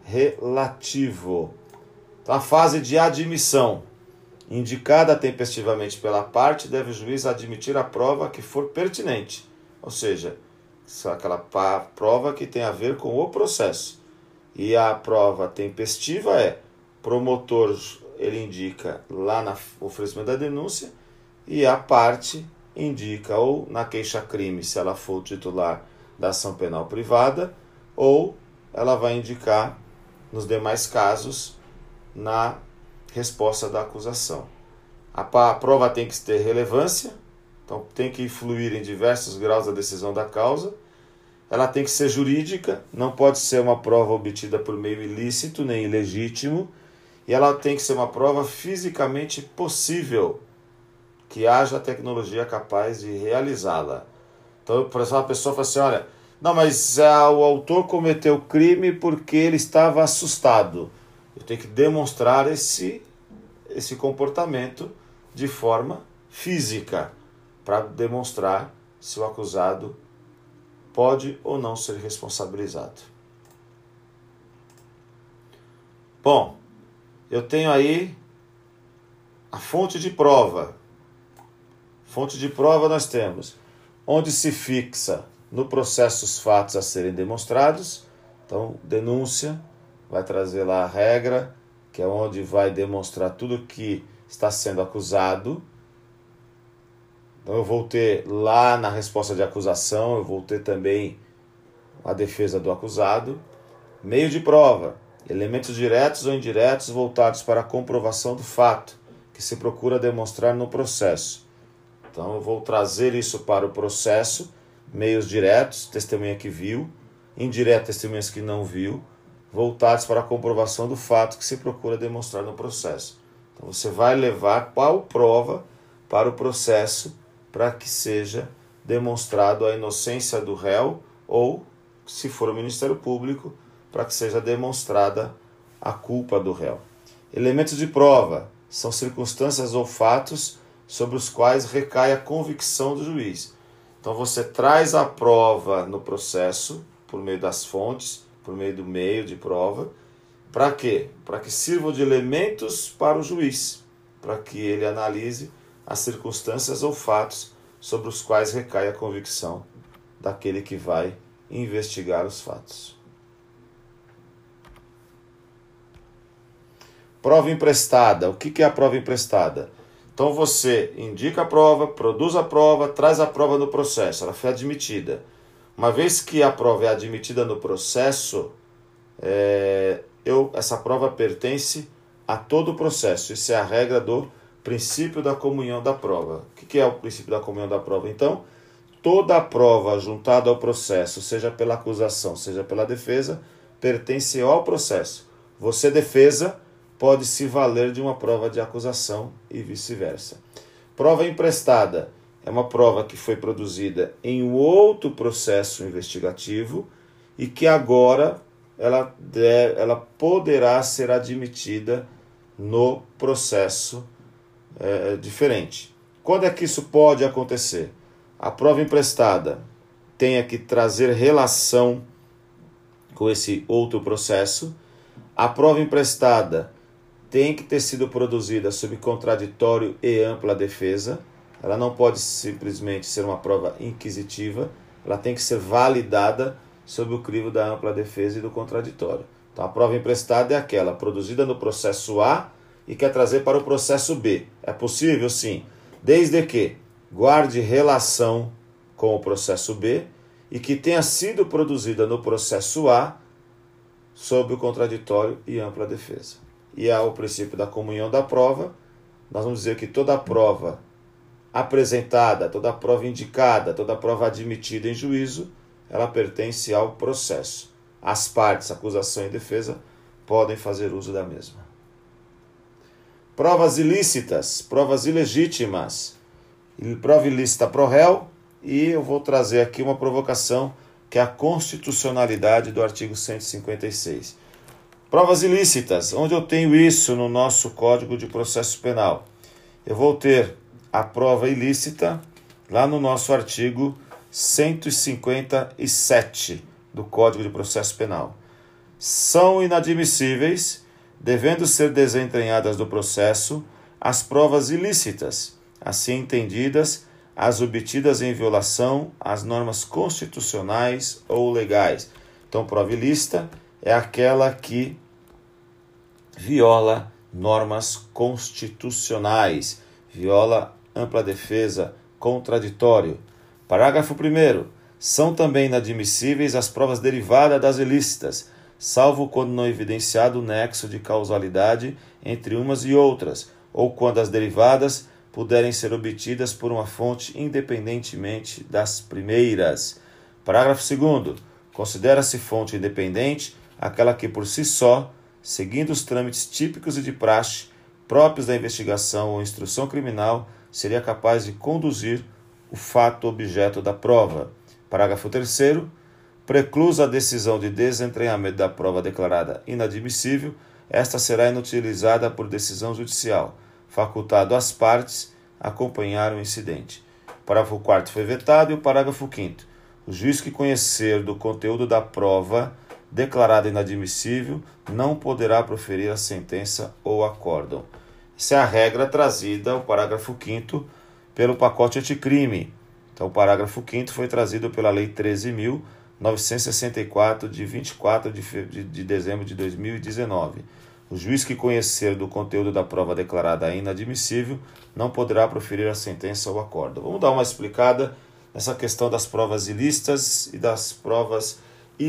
relativo. Então, a fase de admissão. Indicada tempestivamente pela parte, deve o juiz admitir a prova que for pertinente. Ou seja, aquela prova que tem a ver com o processo. E a prova tempestiva é, promotor, ele indica lá no oferecimento da denúncia, e a parte indica ou na queixa-crime, se ela for o titular da ação penal privada, ou ela vai indicar, nos demais casos, na resposta da acusação. A prova tem que ter relevância, então tem que influir em diversos graus da decisão da causa. Ela tem que ser jurídica, não pode ser uma prova obtida por meio ilícito nem ilegítimo, e ela tem que ser uma prova fisicamente possível, que haja tecnologia capaz de realizá-la. Então, por exemplo, a pessoa fala assim, olha, não, mas ah, o autor cometeu o crime porque ele estava assustado. Eu tenho que demonstrar esse, esse comportamento de forma física, para demonstrar se o acusado pode ou não ser responsabilizado. Bom, eu tenho aí a fonte de prova. Fonte de prova nós temos onde se fixa no processo os fatos a serem demonstrados. Então, denúncia vai trazer lá a regra, que é onde vai demonstrar tudo que está sendo acusado. Então, eu vou ter lá na resposta de acusação, eu vou ter também a defesa do acusado. Meio de prova, elementos diretos ou indiretos voltados para a comprovação do fato, que se procura demonstrar no processo. Então, eu vou trazer isso para o processo, meios diretos, testemunha que viu, indiretos, testemunhas que não viu, voltados para a comprovação do fato que se procura demonstrar no processo. Então, você vai levar qual prova para o processo para que seja demonstrado a inocência do réu ou, se for o Ministério Público, para que seja demonstrada a culpa do réu. Elementos de prova são circunstâncias ou fatos sobre os quais recai a convicção do juiz. Então você traz a prova no processo, por meio das fontes, por meio do meio de prova, para quê? Para que sirvam de elementos para o juiz, para que ele analise as circunstâncias ou fatos sobre os quais recai a convicção daquele que vai investigar os fatos. Prova emprestada. O que é a prova emprestada? Então você indica a prova, produz a prova, traz a prova no processo, ela foi admitida. Uma vez que a prova é admitida no processo, é, eu, essa prova pertence a todo o processo. Isso é a regra do princípio da comunhão da prova. O que é o princípio da comunhão da prova? Então, toda a prova juntada ao processo, seja pela acusação, seja pela defesa, pertence ao processo. Você, defesa, pode se valer de uma prova de acusação e vice-versa. Prova emprestada é uma prova que foi produzida em um outro processo investigativo e que agora ela, deve, ela poderá ser admitida no processo é, diferente. Quando é que isso pode acontecer? A prova emprestada tenha que trazer relação com esse outro processo. A prova emprestada tem que ter sido produzida sob contraditório e ampla defesa. Ela não pode simplesmente ser uma prova inquisitiva, ela tem que ser validada sob o crivo da ampla defesa e do contraditório. Então, a prova emprestada é aquela produzida no processo A e quer trazer para o processo B. É possível? Sim, desde que guarde relação com o processo B e que tenha sido produzida no processo A sob o contraditório e ampla defesa. E ao princípio da comunhão da prova, nós vamos dizer que toda a prova apresentada, toda a prova indicada, toda a prova admitida em juízo, ela pertence ao processo. As partes, acusação e defesa, podem fazer uso da mesma. Provas ilícitas, provas ilegítimas. Prova ilícita pro réu, e eu vou trazer aqui uma provocação, que é a constitucionalidade do artigo cento e cinquenta e seis. Provas ilícitas, onde eu tenho isso no nosso Código de Processo Penal? Eu vou ter a prova ilícita lá no nosso artigo cento e cinquenta e sete do Código de Processo Penal. são inadmissíveis, devendo ser desentranhadas do processo as provas ilícitas, assim entendidas as obtidas em violação às normas constitucionais ou legais. Então, prova ilícita é aquela que viola normas constitucionais, viola ampla defesa, contraditório. Parágrafo primeiro. São também inadmissíveis as provas derivadas das ilícitas, salvo quando não evidenciado o nexo de causalidade entre umas e outras, ou quando as derivadas puderem ser obtidas por uma fonte independentemente das primeiras. Parágrafo segundo. Considera-se fonte independente aquela que por si só, seguindo os trâmites típicos e de praxe próprios da investigação ou instrução criminal, seria capaz de conduzir o fato objeto da prova. Parágrafo terceiro. Preclusa a decisão de desentranhamento da prova declarada inadmissível, esta será inutilizada por decisão judicial, facultado às partes acompanhar o incidente. O parágrafo quarto foi vetado e o parágrafo quinto. O juiz que conhecer do conteúdo da prova declarada inadmissível não poderá proferir a sentença ou acórdão. Essa é a regra trazida, o parágrafo quinto, pelo pacote anticrime. Então, o parágrafo quinto foi trazido pela Lei treze mil novecentos e sessenta e quatro, de vinte e quatro de dezembro de dois mil e dezenove. O juiz que conhecer do conteúdo da prova declarada inadmissível não poderá proferir a sentença ou acórdão. Vamos dar uma explicada nessa questão das provas ilícitas e das provas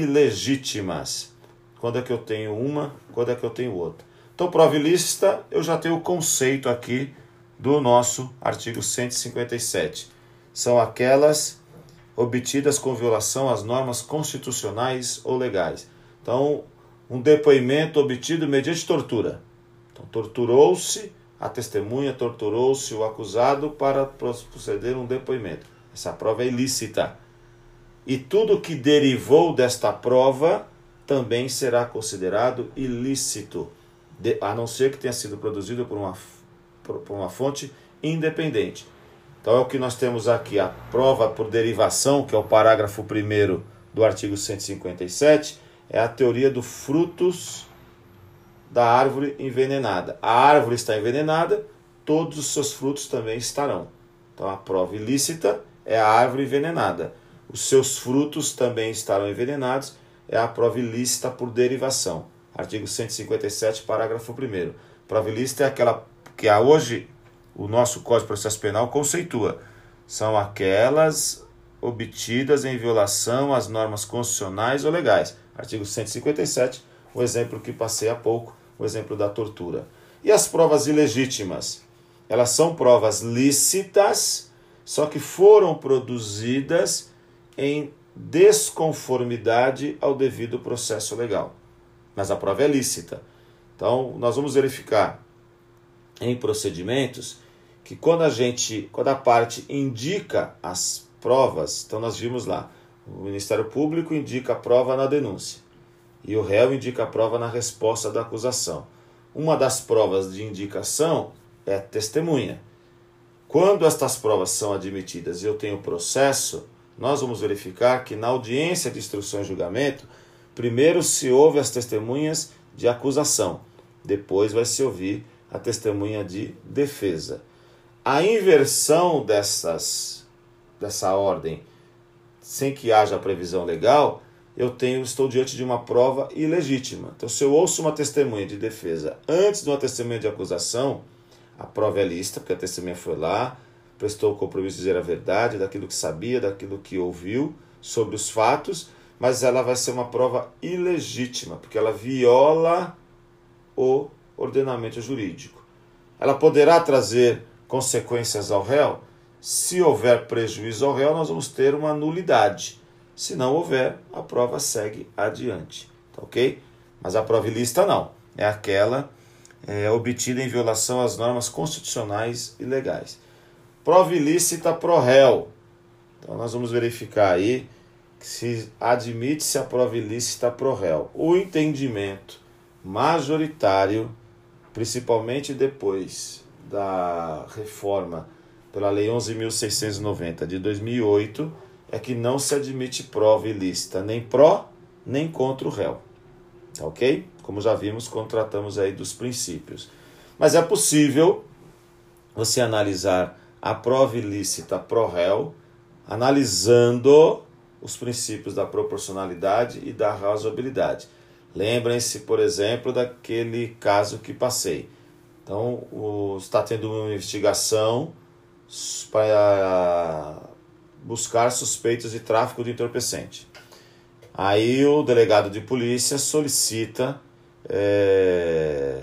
ilegítimas. Quando é que eu tenho uma, quando é que eu tenho outra. Então, prova ilícita, eu já tenho o conceito aqui do nosso artigo cento e cinquenta e sete. São aquelas obtidas com violação às normas constitucionais ou legais. Então, um depoimento obtido mediante tortura. Então, torturou-se a testemunha, torturou-se o acusado para proceder um depoimento. Essa prova é ilícita. E tudo que derivou desta prova também será considerado ilícito, a não ser que tenha sido produzido por uma, por uma fonte independente. Então é o que nós temos aqui, a prova por derivação, que é o parágrafo primeiro do artigo cento e cinquenta e sete, é a teoria dos frutos da árvore envenenada. A árvore está envenenada, todos os seus frutos também estarão. Então a prova ilícita é a árvore envenenada. Os seus frutos também estarão envenenados, é a prova ilícita por derivação. Artigo cento e cinquenta e sete, parágrafo primeiro. Prova ilícita é aquela que hoje o nosso Código de Processo Penal conceitua. São aquelas obtidas em violação às normas constitucionais ou legais. Artigo cento e cinquenta e sete, o exemplo que passei há pouco, o exemplo da tortura. E as provas ilegítimas? Elas são provas lícitas, só que foram produzidas em desconformidade ao devido processo legal. Mas a prova é lícita. Então, nós vamos verificar em procedimentos que quando a gente, quando a parte indica as provas, então nós vimos lá, o Ministério Público indica a prova na denúncia e o réu indica a prova na resposta da acusação. Uma das provas de indicação é a testemunha. Quando estas provas são admitidas e eu tenho processo, nós vamos verificar que na audiência de instrução e julgamento, primeiro se ouve as testemunhas de acusação, depois vai se ouvir a testemunha de defesa. A inversão dessas, dessa ordem, sem que haja previsão legal, eu tenho, estou diante de uma prova ilegítima. Então, se eu ouço uma testemunha de defesa antes de uma testemunha de acusação, a prova é lícita, porque a testemunha foi lá, prestou o compromisso de dizer a verdade, daquilo que sabia, daquilo que ouviu sobre os fatos, mas ela vai ser uma prova ilegítima, porque ela viola o ordenamento jurídico. Ela poderá trazer consequências ao réu? Se houver prejuízo ao réu, nós vamos ter uma nulidade. Se não houver, a prova segue adiante. Tá ok? Mas a prova ilícita não. É aquela é, obtida em violação às normas constitucionais e legais. Prova ilícita pro réu. Então nós vamos verificar aí se admite-se a prova ilícita pro réu. O entendimento majoritário, principalmente depois da reforma pela Lei onze mil seiscentos e noventa de dois mil e oito, é que não se admite prova ilícita nem pró nem contra o réu. tá ok? Como já vimos quando tratamos aí dos princípios. Mas é possível você analisar a prova ilícita pro réu, analisando os princípios da proporcionalidade e da razoabilidade. Lembrem-se, por exemplo, daquele caso que passei. Então, o, está tendo uma investigação para buscar suspeitos de tráfico de entorpecente. Aí o delegado de polícia solicita é,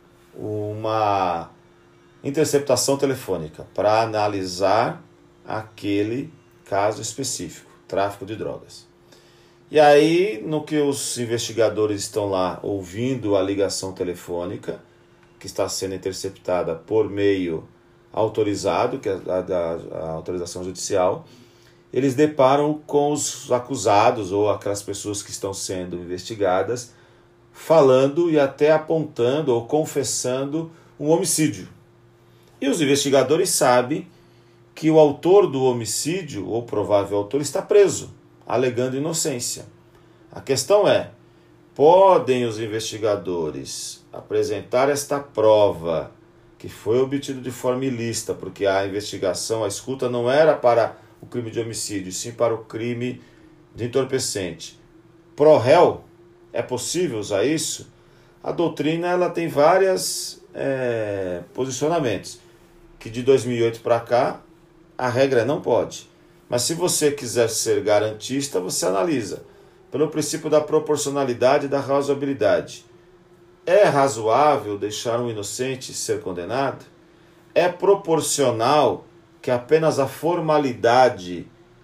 uma interceptação telefônica para analisar aquele caso específico, tráfico de drogas. E aí, no que os investigadores estão lá ouvindo a ligação telefônica, que está sendo interceptada por meio autorizado, que é a, a, a autorização judicial, eles deparam com os acusados ou aquelas pessoas que estão sendo investigadas falando e até apontando ou confessando um homicídio. E os investigadores sabem que o autor do homicídio, ou provável autor, está preso, alegando inocência. A questão é, podem os investigadores apresentar esta prova que foi obtida de forma ilícita, porque a investigação, a escuta não era para o crime de homicídio, sim para o crime de entorpecente. Pro réu, é possível usar isso? A doutrina ela tem vários é, posicionamentos, que de dois mil e oito para cá, a regra é não pode. Mas se você quiser ser garantista, você analisa pelo princípio da proporcionalidade e da razoabilidade. É razoável deixar um inocente ser condenado? É proporcional que apenas a formalidade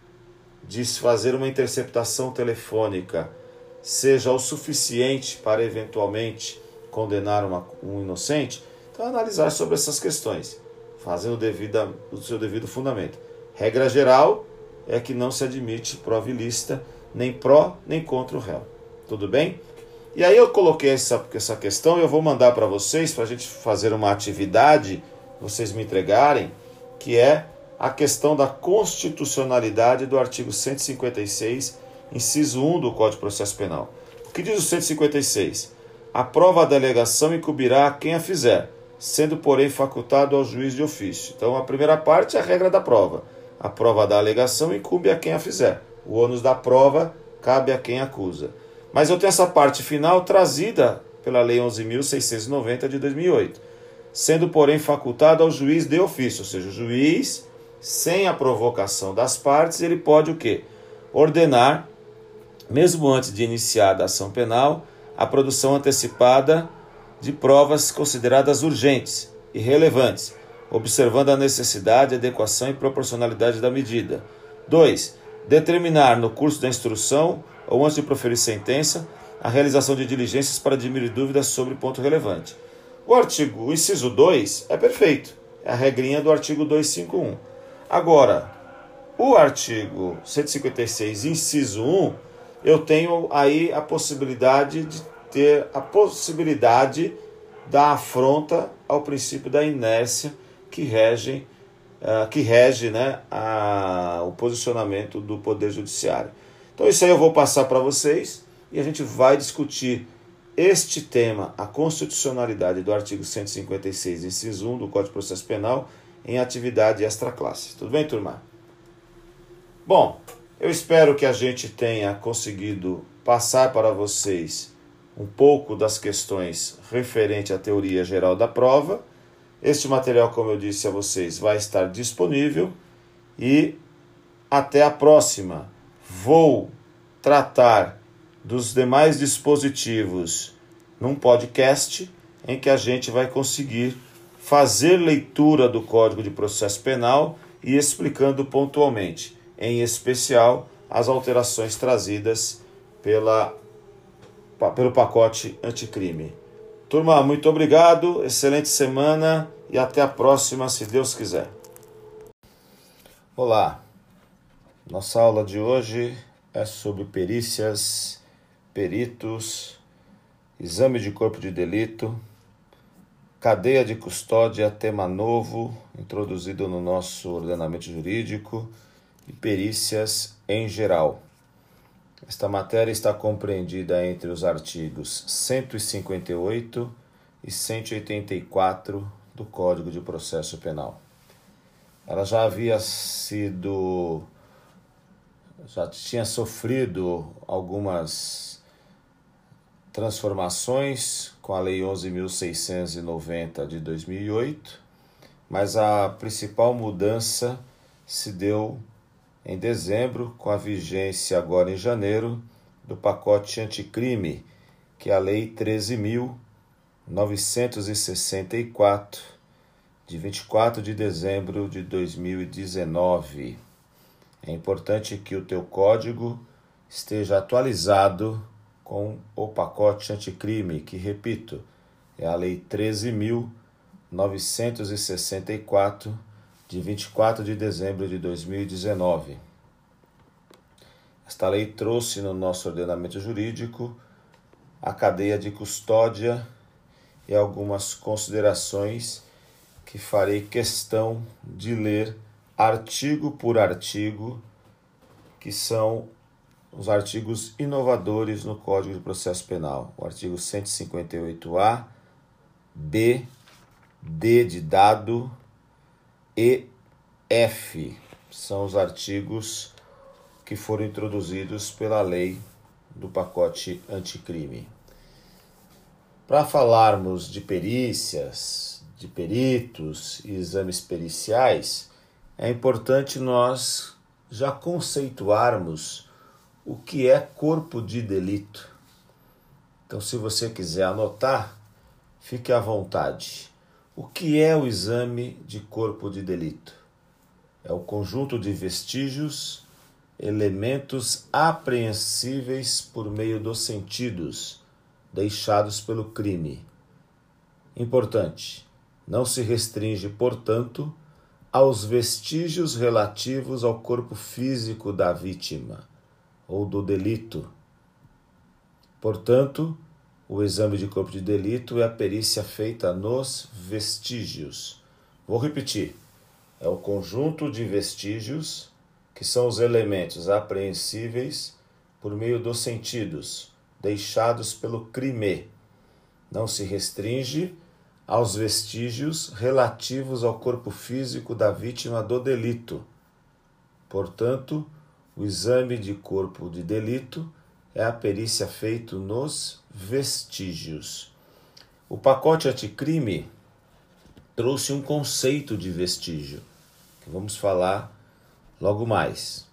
de fazer uma interceptação telefônica seja o suficiente para eventualmente condenar uma, um inocente? Então, analisar sobre essas questões, fazendo o, devido, o seu devido fundamento. Regra geral é que não se admite prova ilícita, nem pró, nem contra o réu. Tudo bem? E aí eu coloquei essa, essa questão e eu vou mandar para vocês, para a gente fazer uma atividade, vocês me entregarem, que é a questão da constitucionalidade do artigo cento e cinquenta e seis, inciso um do Código de Processo Penal. O que diz o cento e cinquenta e seis? A prova da alegação incumbirá a quem a fizer, sendo, porém, facultado ao juiz de ofício. Então, a primeira parte é a regra da prova. A prova da alegação incumbe a quem a fizer. O ônus da prova cabe a quem acusa. Mas eu tenho essa parte final trazida pela Lei onze mil seiscentos e noventa de dois mil e oito, sendo, porém, facultado ao juiz de ofício, ou seja, o juiz, sem a provocação das partes, ele pode o quê? Ordenar, mesmo antes de iniciar a ação penal, a produção antecipada de provas consideradas urgentes e relevantes, observando a necessidade, adequação e proporcionalidade da medida. dois. Determinar no curso da instrução ou antes de proferir sentença a realização de diligências para diminuir dúvidas sobre ponto relevante. O artigo, o inciso dois é perfeito, é a regrinha do artigo duzentos e cinquenta e um. Agora, o artigo cento e cinquenta e seis, inciso um, eu tenho aí a possibilidade de ter a possibilidade da afronta ao princípio da inércia que rege, uh, que rege né, a, o posicionamento do Poder Judiciário. Então isso aí eu vou passar para vocês e a gente vai discutir este tema, a constitucionalidade do artigo cento e cinquenta e seis, inciso um do Código de Processo Penal, em atividade extra-classe. Tudo bem, turma? Bom, eu espero que a gente tenha conseguido passar para vocês um pouco das questões referente à teoria geral da prova. Este material, como eu disse a vocês, vai estar disponível e até a próxima. Vou tratar dos demais dispositivos num podcast em que a gente vai conseguir fazer leitura do Código de Processo Penal e explicando pontualmente, em especial, as alterações trazidas pela, pelo pacote anticrime. Turma, muito obrigado, excelente semana e até a próxima, se Deus quiser. Olá, nossa aula de hoje é sobre perícias, peritos, exame de corpo de delito, cadeia de custódia, tema novo, introduzido no nosso ordenamento jurídico, e perícias em geral. Esta matéria está compreendida entre os artigos cento e cinquenta e oito e cento e oitenta e quatro do Código de Processo Penal. Ela já havia sido, já tinha sofrido algumas transformações com a Lei onze mil seiscentos e noventa de dois mil e oito, mas a principal mudança se deu em dezembro, com a vigência agora em janeiro do pacote anticrime, que é a Lei treze mil novecentos e sessenta e quatro, de vinte e quatro de dezembro de dois mil e dezenove. É importante que o teu código esteja atualizado com o pacote anticrime, que, repito, é a Lei treze mil novecentos e sessenta e quatro, de vinte e quatro de dezembro de dois mil e dezenove. Esta lei trouxe no nosso ordenamento jurídico a cadeia de custódia e algumas considerações que farei questão de ler artigo por artigo, que são os artigos inovadores no Código de Processo Penal. O artigo cento e cinquenta e oito A, B, D de dado e F são os artigos que foram introduzidos pela lei do pacote anticrime. Para falarmos de perícias, de peritos e exames periciais, é importante nós já conceituarmos o que é corpo de delito. Então, se você quiser anotar, fique à vontade. O que é o exame de corpo de delito? É o conjunto de vestígios, elementos apreensíveis por meio dos sentidos, deixados pelo crime. Importante, não se restringe, portanto, aos vestígios relativos ao corpo físico da vítima ou do delito. Portanto, o exame de corpo de delito é a perícia feita nos vestígios. Vou repetir. É o conjunto de vestígios, que são os elementos apreensíveis por meio dos sentidos, deixados pelo crime. Não se restringe aos vestígios relativos ao corpo físico da vítima do delito. Portanto, o exame de corpo de delito é a perícia feita nos vestígios. O pacote anticrime trouxe um conceito de vestígio, que vamos falar logo mais.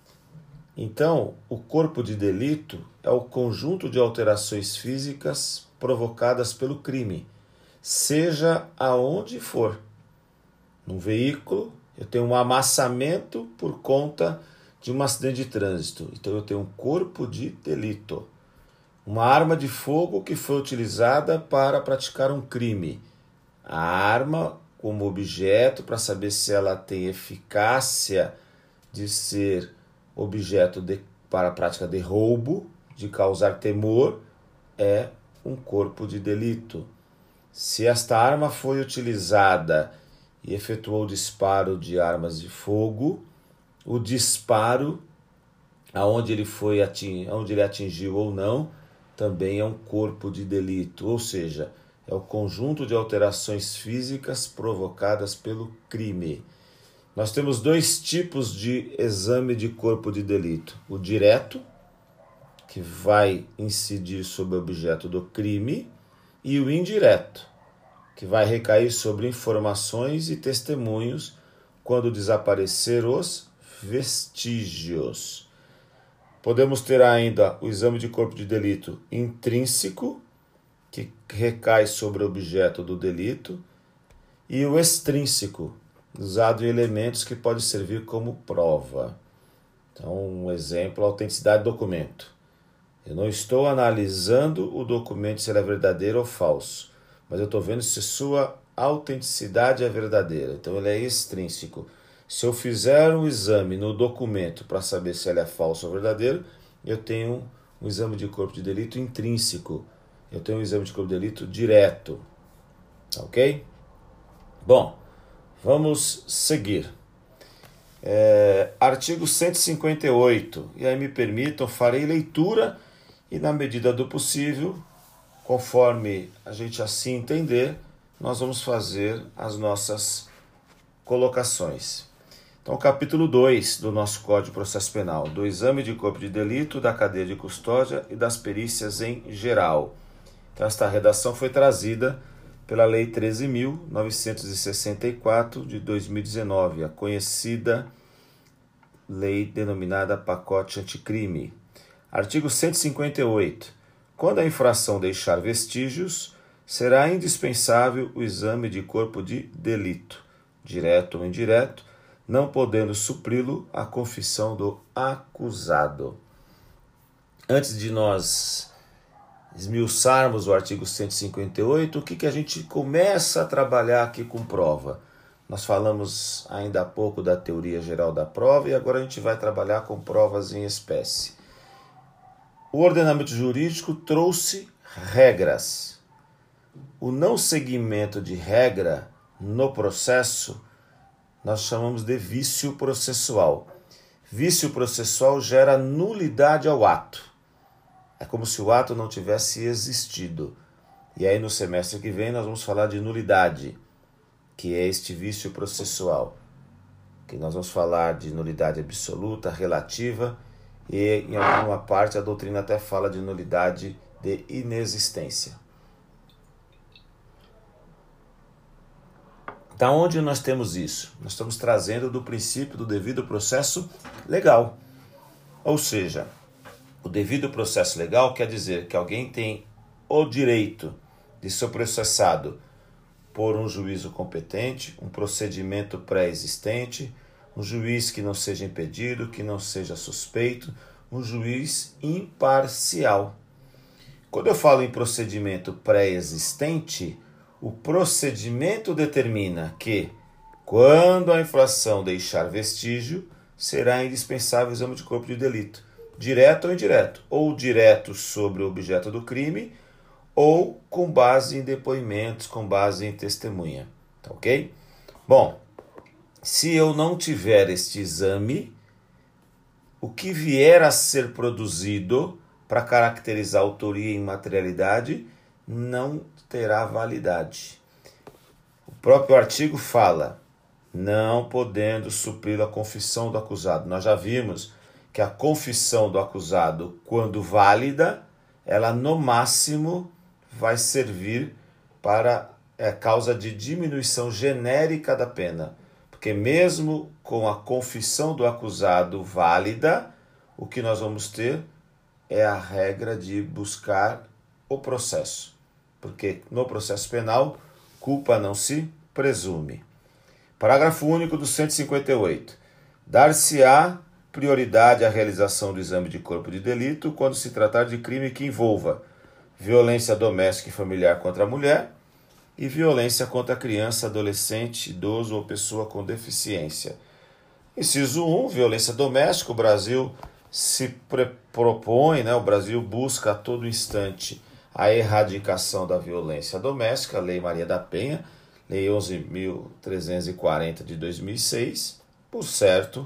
Então, o corpo de delito é o conjunto de alterações físicas provocadas pelo crime, seja aonde for. Num veículo, eu tenho um amassamento por conta de um acidente de trânsito. Então, eu tenho um corpo de delito. Uma arma de fogo que foi utilizada para praticar um crime. A arma como objeto para saber se ela tem eficácia de ser objeto de, para a prática de roubo, de causar temor, é um corpo de delito. Se esta arma foi utilizada e efetuou o disparo de armas de fogo, o disparo, aonde ele foi ating, aonde ele atingiu ou não, também é um corpo de delito, ou seja, é o conjunto de alterações físicas provocadas pelo crime. Nós temos dois tipos de exame de corpo de delito. O direto, que vai incidir sobre o objeto do crime, e o indireto, que vai recair sobre informações e testemunhos quando desaparecer os vestígios. Podemos ter ainda o exame de corpo de delito intrínseco, que recai sobre o objeto do delito, e o extrínseco, usado em elementos que podem servir como prova. Então, um exemplo, a autenticidade do documento. Eu não estou analisando o documento se ele é verdadeiro ou falso, mas eu estou vendo se sua autenticidade é verdadeira. Então, ele é extrínseco. Se eu fizer um exame no documento para saber se ele é falso ou verdadeiro, eu tenho um exame de corpo de delito intrínseco. Eu tenho um exame de corpo de delito direto. Ok? Bom, vamos seguir. É, artigo cento e cinquenta e oito, e aí me permitam, farei leitura e, na medida do possível, conforme a gente assim entender, nós vamos fazer as nossas colocações. Então, capítulo dois do nosso Código de Processo Penal, do exame de corpo de delito, da cadeia de custódia e das perícias em geral. Então, esta redação foi trazida pela Lei treze mil novecentos e sessenta e quatro de dois mil e dezenove, a conhecida lei denominada pacote anticrime. Artigo cento e cinquenta e oito. Quando a infração deixar vestígios, será indispensável o exame de corpo de delito, direto ou indireto, não podendo supri-lo a confissão do acusado. Antes de nós esmiuçarmos o artigo cento e cinquenta e oito, o que, que a gente começa a trabalhar aqui com prova? Nós falamos ainda há pouco da teoria geral da prova e agora a gente vai trabalhar com provas em espécie. O ordenamento jurídico trouxe regras. O não seguimento de regra no processo nós chamamos de vício processual. Vício processual gera nulidade ao ato. É como se o ato não tivesse existido. E aí no semestre que vem nós vamos falar de nulidade, que é este vício processual. Que nós vamos falar de nulidade absoluta, relativa, e em alguma parte a doutrina até fala de nulidade de inexistência. Da onde nós temos isso? Nós estamos trazendo do princípio do devido processo legal. Ou seja, o devido processo legal quer dizer que alguém tem o direito de ser processado por um juízo competente, um procedimento pré-existente, um juiz que não seja impedido, que não seja suspeito, um juiz imparcial. Quando eu falo em procedimento pré-existente, o procedimento determina que, quando a infração deixar vestígio, será indispensável o exame de corpo de delito, direto ou indireto, ou direto sobre o objeto do crime, ou com base em depoimentos, com base em testemunha. Tá ok? Bom, se eu não tiver este exame, o que vier a ser produzido para caracterizar autoria e imaterialidade não terá validade. O próprio artigo fala, não podendo suprir a confissão do acusado. Nós já vimos que a confissão do acusado, quando válida, ela no máximo vai servir para é, causa de diminuição genérica da pena. Porque mesmo com a confissão do acusado válida, o que nós vamos ter é a regra de buscar o processo. Porque no processo penal, culpa não se presume. Parágrafo único do cento e cinquenta e oito. Dar-se-á prioridade à realização do exame de corpo de delito quando se tratar de crime que envolva violência doméstica e familiar contra a mulher e violência contra a criança, adolescente, idoso ou pessoa com deficiência. Inciso um, violência doméstica. O Brasil se propõe, né, o Brasil busca a todo instante a erradicação da violência doméstica, a Lei Maria da Penha, Lei onze mil trezentos e quarenta de dois mil e seis, por certo,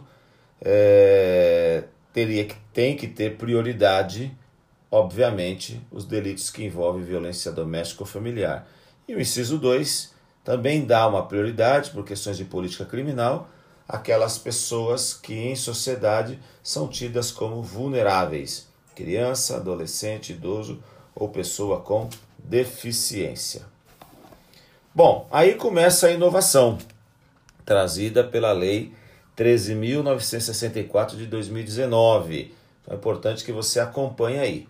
é, teria que, tem que ter prioridade, obviamente, os delitos que envolvem violência doméstica ou familiar. E o inciso dois também dá uma prioridade, por questões de política criminal, aquelas pessoas que em sociedade são tidas como vulneráveis, criança, adolescente, idoso ou pessoa com deficiência. Bom, aí começa a inovação, trazida pela Lei treze mil novecentos e sessenta e quatro de dois mil e dezenove. Então é importante que você acompanhe aí.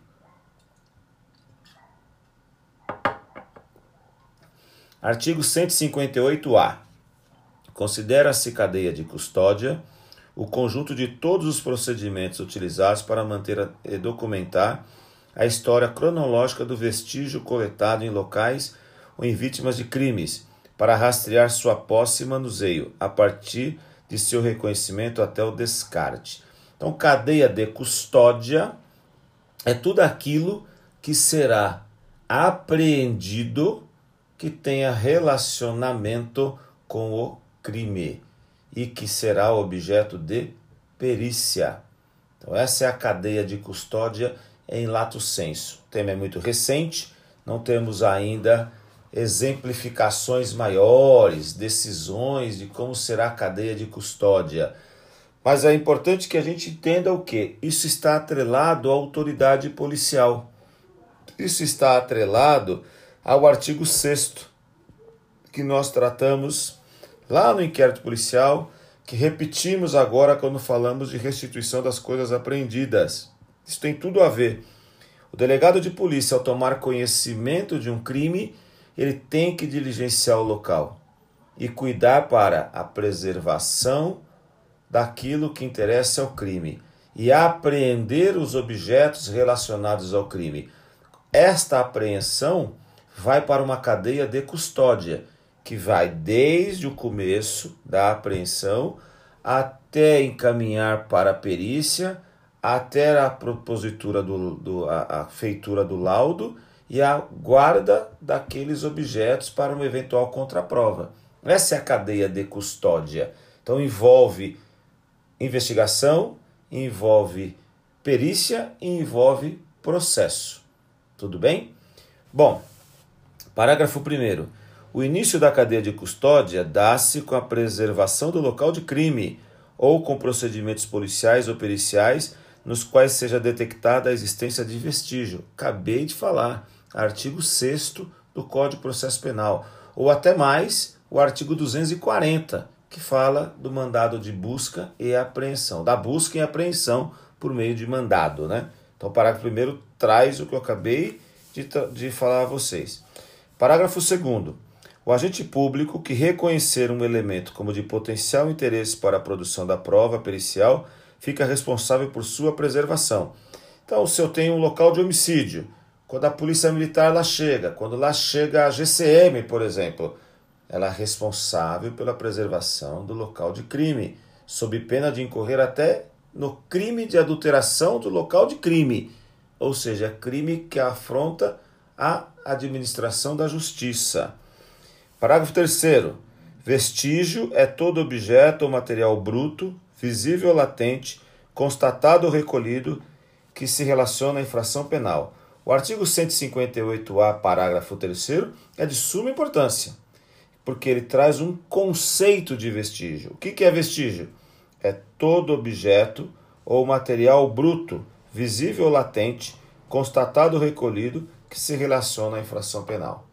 Artigo cento e cinquenta e oito A. Considera-se cadeia de custódia o conjunto de todos os procedimentos utilizados para manter e documentar a história cronológica do vestígio coletado em locais ou em vítimas de crimes, para rastrear sua posse e manuseio, a partir de seu reconhecimento até o descarte. Então, cadeia de custódia é tudo aquilo que será apreendido que tenha relacionamento com o crime. e que será objeto de perícia. Então essa é a cadeia de custódia em lato sensu. O tema é muito recente, não temos ainda exemplificações maiores, decisões de como será a cadeia de custódia. Mas é importante que a gente entenda o quê? Isso está atrelado à autoridade policial. Isso está atrelado ao artigo sexto, que nós tratamos lá no inquérito policial, que repetimos agora quando falamos de restituição das coisas apreendidas. Isso tem tudo a ver. O delegado de polícia, ao tomar conhecimento de um crime, ele tem que diligenciar o local e cuidar para a preservação daquilo que interessa ao crime e apreender os objetos relacionados ao crime. Esta apreensão vai para uma cadeia de custódia, que vai desde o começo da apreensão até encaminhar para a perícia, até a propositura, do, do, a, a feitura do laudo e a guarda daqueles objetos para uma eventual contraprova. Essa é a cadeia de custódia. Então envolve investigação, envolve perícia e envolve processo. Tudo bem? Bom, parágrafo primeiro. O início da cadeia de custódia dá-se com a preservação do local de crime ou com procedimentos policiais ou periciais nos quais seja detectada a existência de vestígio. Acabei de falar, artigo sexto do Código de Processo Penal, ou até mais o artigo duzentos e quarenta, que fala do mandado de busca e apreensão, da busca e apreensão por meio de mandado, né? Então o parágrafo primeiro traz o que eu acabei de, de falar a vocês. Parágrafo segundo. O agente público que reconhecer um elemento como de potencial interesse para a produção da prova pericial fica responsável por sua preservação. Então, se eu tenho um local de homicídio, quando a polícia militar lá chega, quando lá chega a G C M, por exemplo, ela é responsável pela preservação do local de crime, sob pena de incorrer até no crime de adulteração do local de crime, ou seja, crime que afronta a administração da justiça. Parágrafo terceiro. Vestígio é todo objeto ou material bruto, visível ou latente, constatado ou recolhido, que se relaciona à infração penal. O artigo cento e cinquenta e oito A, parágrafo terceiro, é de suma importância, porque ele traz um conceito de vestígio. O que é vestígio? É todo objeto ou material bruto, visível ou latente, constatado ou recolhido, que se relaciona à infração penal.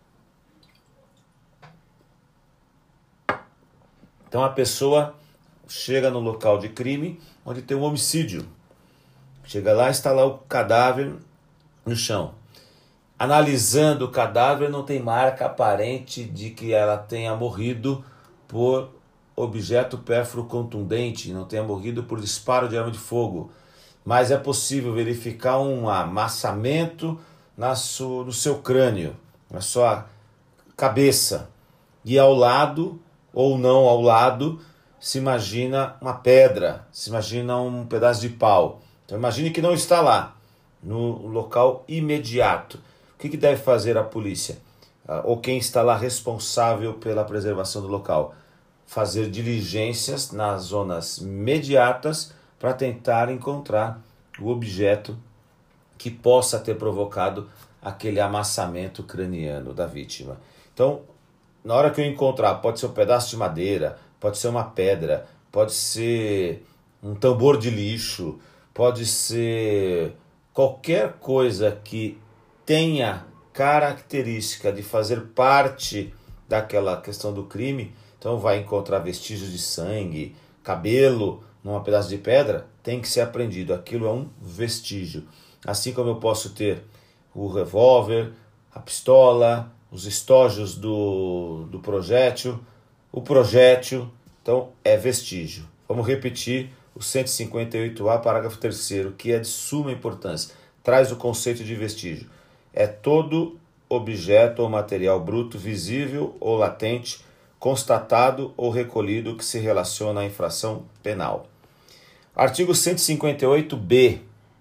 Então a pessoa chega no local de crime onde tem um homicídio. Chega lá e está lá o cadáver no chão. Analisando o cadáver, não tem marca aparente de que ela tenha morrido por objeto pérfuro contundente, não tenha morrido por disparo de arma de fogo. Mas é possível verificar um amassamento na sua, no seu crânio, na sua cabeça. E ao lado, ou não ao lado, se imagina uma pedra, se imagina um pedaço de pau. Então imagine que não está lá, no local imediato. O que, que deve fazer a polícia? Ou quem está lá responsável pela preservação do local? Fazer diligências nas zonas imediatas para tentar encontrar o objeto que possa ter provocado aquele amassamento craniano da vítima. Então, na hora que eu encontrar, pode ser um pedaço de madeira, pode ser uma pedra, pode ser um tambor de lixo, pode ser qualquer coisa que tenha característica de fazer parte daquela questão do crime. Então vai encontrar vestígios de sangue, cabelo num pedaço de pedra, tem que ser apreendido. Aquilo é um vestígio. Assim como eu posso ter o revólver, a pistola, os estojos do, do projétil, o projétil, então é vestígio. Vamos repetir o cento e cinquenta e oito A, parágrafo terceiro, que é de suma importância. Traz o conceito de vestígio. É todo objeto ou material bruto, visível ou latente, constatado ou recolhido que se relaciona à infração penal. Artigo cento e cinquenta e oito B.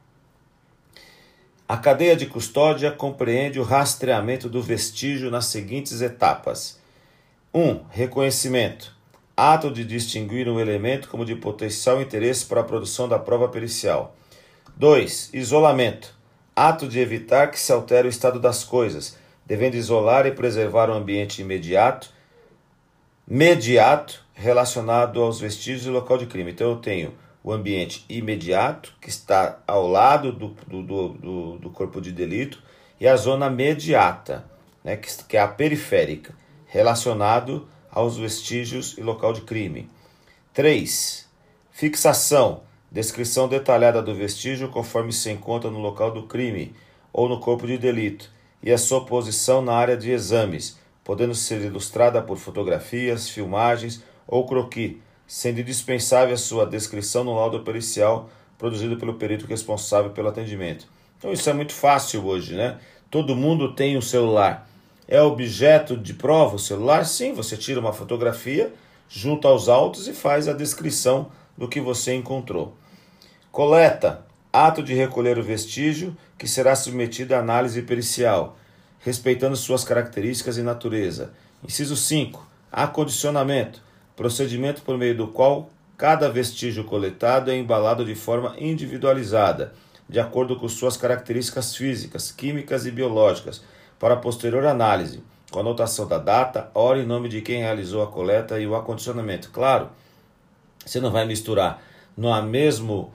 A cadeia de custódia compreende o rastreamento do vestígio nas seguintes etapas. um. Reconhecimento. Ato de distinguir um elemento como de potencial interesse para a produção da prova pericial. dois. Isolamento. Ato de evitar que se altere o estado das coisas, devendo isolar e preservar o ambiente imediato, mediato, relacionado aos vestígios e local de crime. Então eu tenho o ambiente imediato, que está ao lado do, do, do, do corpo de delito, e a zona mediata, né, que, que é a periférica, relacionado aos vestígios e local de crime. três. Fixação. Descrição detalhada do vestígio conforme se encontra no local do crime ou no corpo de delito e a sua posição na área de exames, podendo ser ilustrada por fotografias, filmagens ou croquis, sendo indispensável a sua descrição no laudo pericial produzido pelo perito responsável pelo atendimento. Então isso é muito fácil hoje, né? Todo mundo tem um celular. É objeto de prova o celular? Sim, você tira uma fotografia, junta aos autos e faz a descrição do que você encontrou. Coleta. Ato de recolher o vestígio que será submetido à análise pericial, respeitando suas características e natureza. Inciso cinco. Acondicionamento. Procedimento por meio do qual cada vestígio coletado é embalado de forma individualizada, de acordo com suas características físicas, químicas e biológicas, para posterior análise, com anotação da data, hora e nome de quem realizou a coleta e o acondicionamento. Claro, você não vai misturar no mesmo,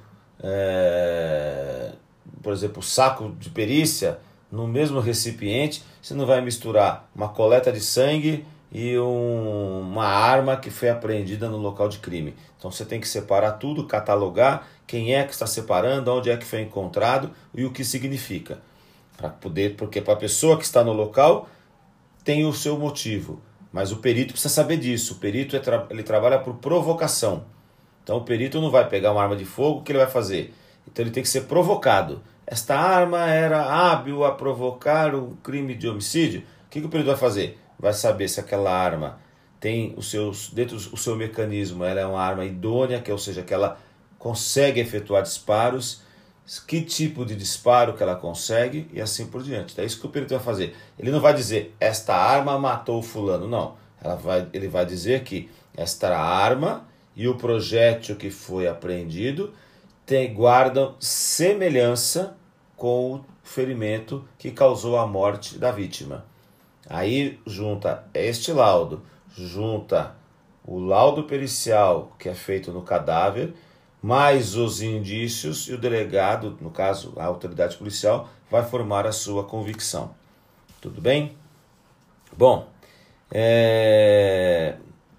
é, por exemplo, saco de perícia, no mesmo recipiente, você não vai misturar uma coleta de sangue e um, uma arma que foi apreendida no local de crime. Então você tem que separar tudo, catalogar quem é que está separando, onde é que foi encontrado e o que significa. Para poder, porque para a pessoa que está no local tem o seu motivo, mas o perito precisa saber disso. O perito é tra- ele trabalha por provocação. Então o perito não vai pegar uma arma de fogo, o que ele vai fazer? Então ele tem que ser provocado. Esta arma era hábil a provocar um crime de homicídio. O que, que o perito vai fazer? Vai saber se aquela arma tem os seus, dentro do seu mecanismo, ela é uma arma idônea, que, ou seja, que ela consegue efetuar disparos, que tipo de disparo que ela consegue e assim por diante. É isso que o perito vai fazer. Ele não vai dizer, esta arma matou o fulano, não. Ela vai, ele vai dizer que esta arma e o projétil que foi apreendido tem, guardam semelhança com o ferimento que causou a morte da vítima. Aí junta este laudo, junta o laudo pericial que é feito no cadáver, mais os indícios, e o delegado, no caso a autoridade policial, vai formar a sua convicção. Tudo bem? Bom, é...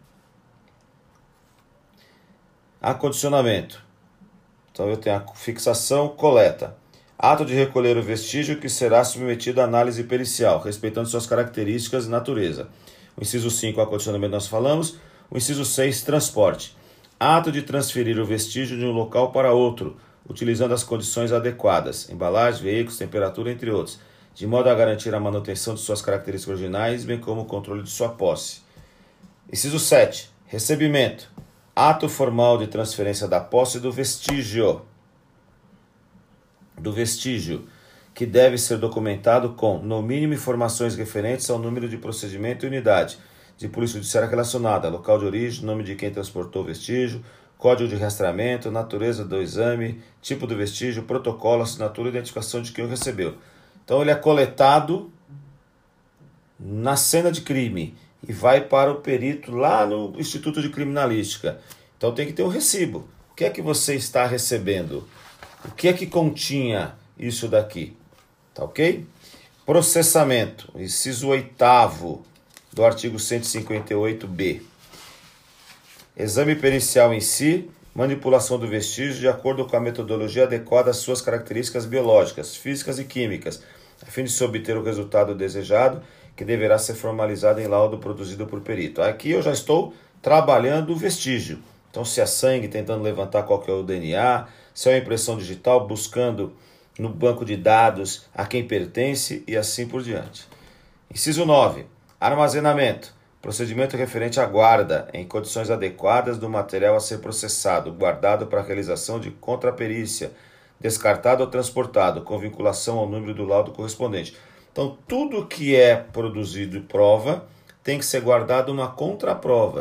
acondicionamento. Então eu tenho a fixação, coleta. Ato de recolher o vestígio que será submetido à análise pericial, respeitando suas características e natureza. O inciso cinco, acondicionamento, nós falamos. O inciso seis, transporte. Ato de transferir o vestígio de um local para outro, utilizando as condições adequadas, embalagem, veículos, temperatura, entre outros, de modo a garantir a manutenção de suas características originais, bem como o controle de sua posse. Inciso sete. Recebimento. Ato formal de transferência da posse do vestígio. Do vestígio, que deve ser documentado com, no mínimo, informações referentes ao número de procedimento e unidade de polícia judiciária relacionada, local de origem, nome de quem transportou o vestígio, código de rastreamento, natureza do exame, tipo do vestígio, protocolo, assinatura e identificação de quem o recebeu. Então ele é coletado na cena de crime e vai para o perito lá no Instituto de Criminalística. Então tem que ter um recibo. O que é que você está recebendo? O que é que continha isso daqui? Tá ok? Processamento, inciso oitavo do artigo cento e cinquenta e oito B. Exame pericial em si, manipulação do vestígio de acordo com a metodologia adequada às suas características biológicas, físicas e químicas, a fim de se obter o resultado desejado, que deverá ser formalizado em laudo produzido por perito. Aqui eu já estou trabalhando o vestígio. Então, se é sangue, tentando levantar qual que é o D N A, se é uma impressão digital, buscando no banco de dados a quem pertence e assim por diante. Inciso nove. Armazenamento. Procedimento referente à guarda, em condições adequadas, do material a ser processado, guardado para a realização de contraperícia, descartado ou transportado, com vinculação ao número do laudo correspondente. Então, tudo que é produzido em prova tem que ser guardado uma contraprova.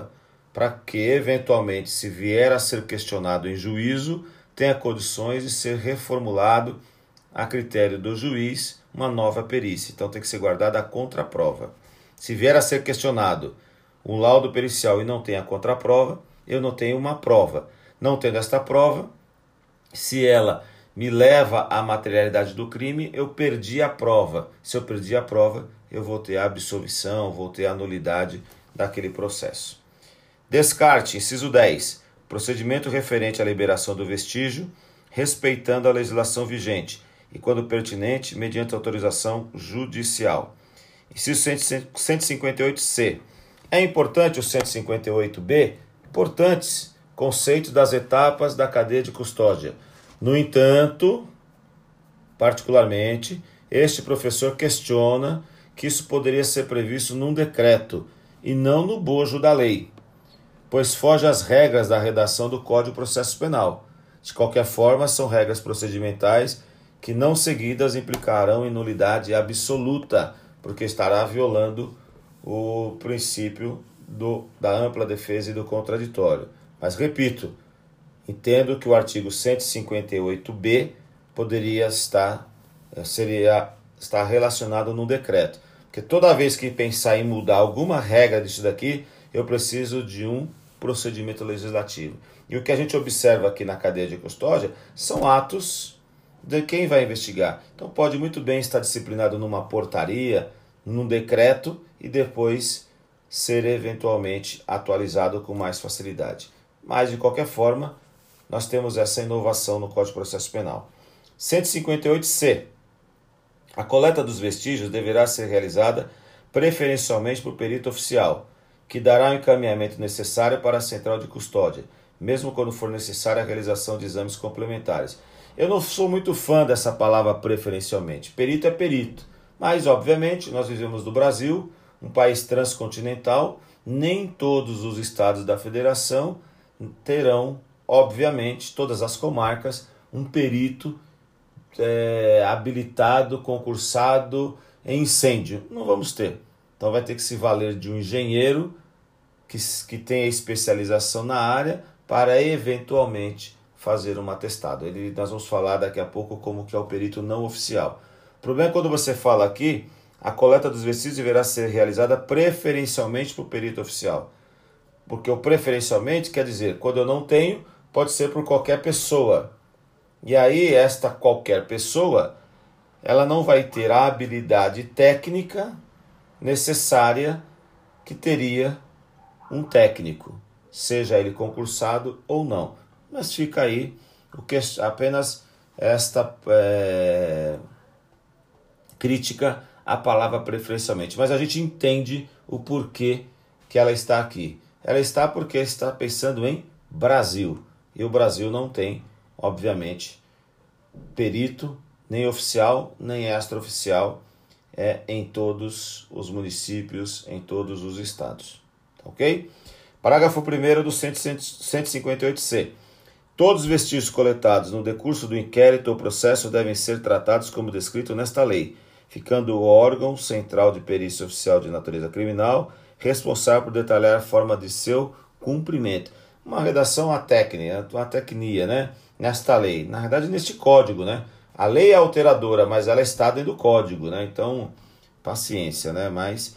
para que, eventualmente, se vier a ser questionado em juízo, tenha condições de ser reformulado a critério do juiz uma nova perícia. Então tem que ser guardada a contraprova. Se vier a ser questionado um laudo pericial e não tem a contraprova, eu não tenho uma prova. Não tendo esta prova, se ela me leva à materialidade do crime, eu perdi a prova. Se eu perdi a prova, eu vou ter a absolvição, vou ter a nulidade daquele processo. Descarte, inciso dez. Procedimento referente à liberação do vestígio, respeitando a legislação vigente e, quando pertinente, mediante autorização judicial. Inciso cento e cinquenta e oito C. É importante o cento e cinquenta e oito B, importantes conceitos das etapas da cadeia de custódia. No entanto, particularmente, este professor questiona que isso poderia ser previsto num decreto e não no bojo da lei, pois foge às regras da redação do Código de Processo Penal. De qualquer forma, são regras procedimentais que, não seguidas, implicarão em nulidade absoluta, porque estará violando o princípio do, da ampla defesa e do contraditório. Mas, repito, entendo que o artigo cento e cinquenta e oito B poderia estar, seria, estar relacionado no decreto. Porque toda vez que pensar em mudar alguma regra disso daqui, eu preciso de um procedimento legislativo. E o que a gente observa aqui na cadeia de custódia são atos de quem vai investigar. Então pode muito bem estar disciplinado numa portaria, num decreto e depois ser eventualmente atualizado com mais facilidade. Mas, de qualquer forma, nós temos essa inovação no Código de Processo Penal. cento e cinquenta e oito C. A coleta dos vestígios deverá ser realizada preferencialmente por perito oficial, que dará o encaminhamento necessário para a central de custódia, mesmo quando for necessária a realização de exames complementares. Eu não sou muito fã dessa palavra preferencialmente. Perito é perito. Mas, obviamente, nós vivemos no Brasil, um país transcontinental, nem todos os estados da federação terão, obviamente, todas as comarcas, um perito é, habilitado, concursado em incêndio. Não vamos ter. Então vai ter que se valer de um engenheiro que, que tenha especialização na área para eventualmente fazer um atestado. Ele, nós vamos falar daqui a pouco como que é o perito não oficial. O problema é quando você fala aqui, a coleta dos vestígios deverá ser realizada preferencialmente por perito oficial. Porque o preferencialmente quer dizer, quando eu não tenho, pode ser por qualquer pessoa. E aí, esta qualquer pessoa, ela não vai ter a habilidade técnica necessária que teria um técnico, seja ele concursado ou não. Mas fica aí o que, apenas esta é, crítica à palavra preferencialmente. Mas a gente entende o porquê que ela está aqui. Ela está porque está pensando em Brasil. E o Brasil não tem, obviamente, perito, nem oficial, nem extraoficial, é, em todos os municípios, em todos os estados. Ok? Parágrafo primeiro do cento e cinquenta e oito C. Todos os vestígios coletados no decurso do inquérito ou processo devem ser tratados como descrito nesta lei, ficando o órgão central de perícia oficial de natureza criminal responsável por detalhar a forma de seu cumprimento. Uma redação à técnica, uma tecnia, né? Nesta lei. Na verdade, neste código, né? A lei é alteradora, mas ela está dentro do código, né? Então, paciência, né? Mas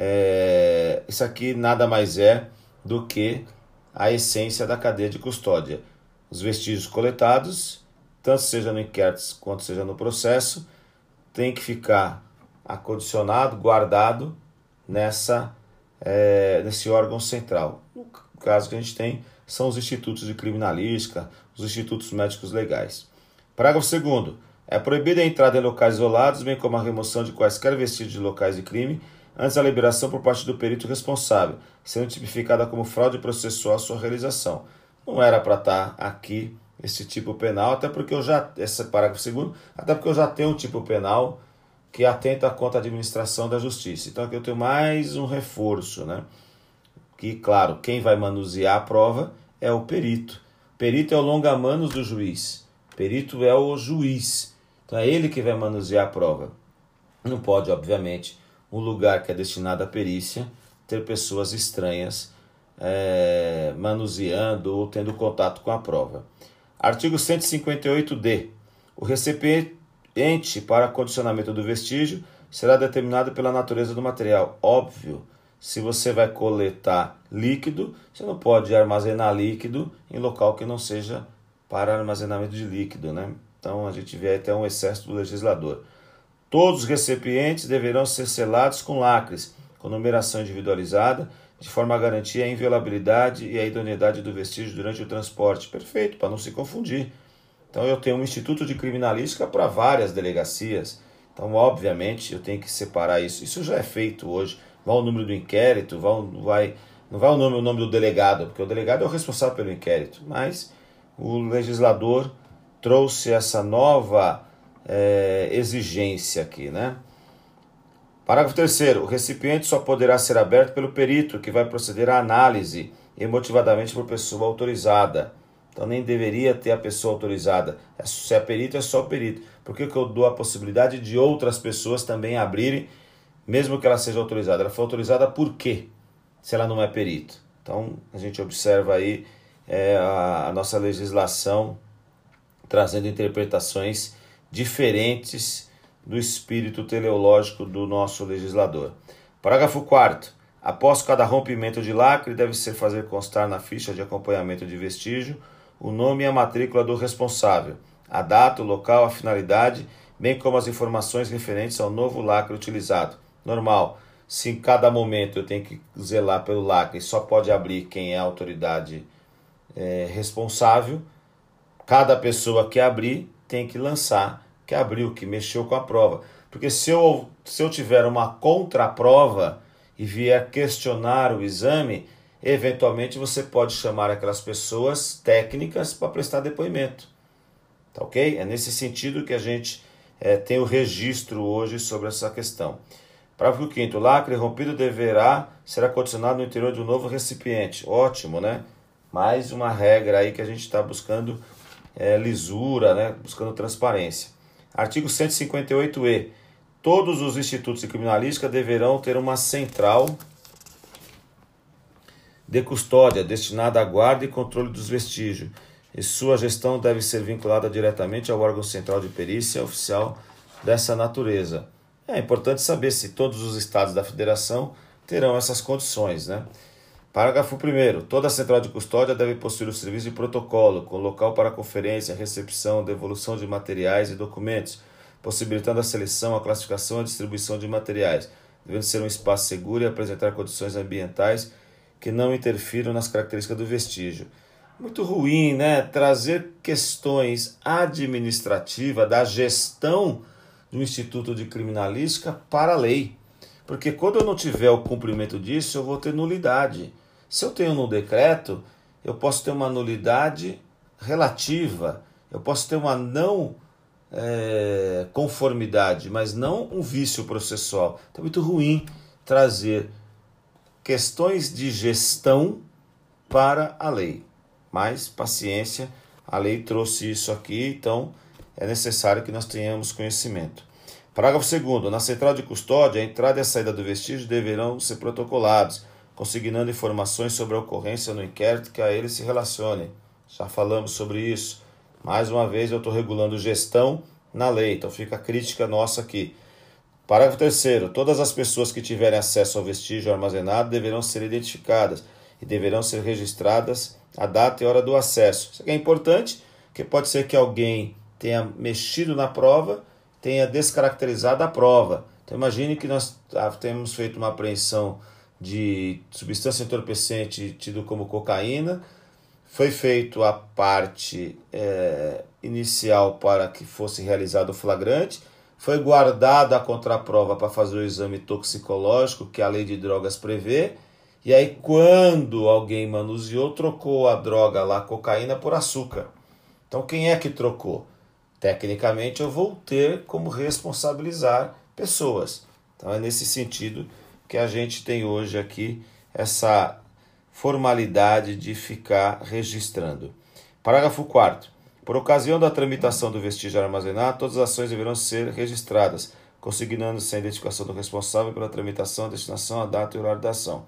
é, isso aqui nada mais é do que a essência da cadeia de custódia. Os vestígios coletados, tanto seja no inquérito quanto seja no processo, tem que ficar acondicionado, guardado nessa, é, nesse órgão central. No caso que a gente tem são os institutos de criminalística, os institutos médicos legais. Parágrafo segundo. É proibida a entrada em locais isolados, bem como a remoção de quaisquer vestígios de locais de crime, antes da liberação por parte do perito responsável, sendo tipificada como fraude processual a sua realização. Não era para estar aqui esse tipo penal, até porque eu já, esse parágrafo segundo, até porque eu já tenho um tipo penal que atenta contra a administração da justiça. Então aqui eu tenho mais um reforço, né? Que, claro, quem vai manusear a prova é o perito. Perito é o longa-manos do juiz. Perito é o juiz. Então é ele que vai manusear a prova. Não pode, obviamente, um lugar que é destinado à perícia ter pessoas estranhas é, manuseando ou tendo contato com a prova. Artigo cento e cinquenta e oito D. O recipiente para condicionamento do vestígio será determinado pela natureza do material. Óbvio, se você vai coletar líquido, você não pode armazenar líquido em local que não seja para armazenamento de líquido, né? Então a gente vê até um excesso do legislador. Todos os recipientes deverão ser selados com lacres, com numeração individualizada, de forma a garantir a inviolabilidade e a idoneidade do vestígio durante o transporte. Perfeito, para não se confundir. Então eu tenho um instituto de criminalística para várias delegacias. Então, obviamente, eu tenho que separar isso. Isso já é feito hoje. Vai o número do inquérito, vai, vai, não vai o nome, o nome do delegado, porque o delegado é o responsável pelo inquérito. Mas o legislador trouxe essa nova é, exigência aqui, né? Parágrafo terceiro. O recipiente só poderá ser aberto pelo perito, que vai proceder à análise emotivadamente por pessoa autorizada. Então nem deveria ter a pessoa autorizada. Se é perito, é só o perito. Por que que eu dou a possibilidade de outras pessoas também abrirem, mesmo que ela seja autorizada? Ela foi autorizada por quê? Se ela não é perito. Então a gente observa aí é, a, a nossa legislação trazendo interpretações diferentes do espírito teleológico do nosso legislador. Parágrafo quarto. Após cada rompimento de lacre, deve ser fazer constar na ficha de acompanhamento de vestígio o nome e a matrícula do responsável, a data, o local, a finalidade, bem como as informações referentes ao novo lacre utilizado. Normal, se em cada momento eu tenho que zelar pelo lacre, só pode abrir quem é a autoridade é, responsável, cada pessoa que abrir tem que lançar que abriu, que mexeu com a prova. Porque se eu, se eu tiver uma contraprova e vier questionar o exame, eventualmente você pode chamar aquelas pessoas técnicas para prestar depoimento. Tá ok? É nesse sentido que a gente é, tem o registro hoje sobre essa questão. Parágrafo quinto. O lacre rompido deverá ser acondicionado no interior de um novo recipiente. Ótimo, né? Mais uma regra aí que a gente está buscando é, lisura, né? Buscando transparência. Artigo cento e cinquenta e oito E. Todos os institutos de criminalística deverão ter uma central de custódia destinada à guarda e controle dos vestígios, e sua gestão deve ser vinculada diretamente ao órgão central de perícia oficial dessa natureza. É importante saber se todos os estados da federação terão essas condições, né? Parágrafo primeiro. Toda central de custódia deve possuir o serviço de protocolo, com local para conferência, recepção, devolução de materiais e documentos, possibilitando a seleção, a classificação e a distribuição de materiais, devendo ser um espaço seguro e apresentar condições ambientais que não interfiram nas características do vestígio. Muito ruim, né? Trazer questões administrativas da gestão do Instituto de Criminalística para a lei. Porque quando eu não tiver o cumprimento disso, eu vou ter nulidade. Se eu tenho no decreto, eu posso ter uma nulidade relativa, eu posso ter uma não é, conformidade, mas não um vício processual. Então é muito ruim trazer questões de gestão para a lei. Mas, paciência, a lei trouxe isso aqui, então é necessário que nós tenhamos conhecimento. Parágrafo segundo. Na central de custódia, a entrada e a saída do vestígio deverão ser protocolados, consignando informações sobre a ocorrência no inquérito que a ele se relacione. Já falamos sobre isso. Mais uma vez, eu estou regulando gestão na lei, então fica a crítica nossa aqui. Parágrafo terceiro. Todas as pessoas que tiverem acesso ao vestígio armazenado deverão ser identificadas e deverão ser registradas a data e hora do acesso. Isso aqui é importante, porque pode ser que alguém tenha mexido na prova, tenha descaracterizado a prova. Então imagine que nós temos feito uma apreensão de substância entorpecente tido como cocaína, foi feito a parte é, inicial para que fosse realizado o flagrante, foi guardada a contraprova para fazer o exame toxicológico que a lei de drogas prevê, e aí quando alguém manuseou, trocou a droga lá, a cocaína, por açúcar. Então quem é que trocou? Tecnicamente eu vou ter como responsabilizar pessoas. Então é nesse sentido que a gente tem hoje aqui essa formalidade de ficar registrando. Parágrafo quarto. Por ocasião da tramitação do vestígio armazenado, todas as ações deverão ser registradas, consignando-se a identificação do responsável pela tramitação, a destinação, a data e o horário da ação.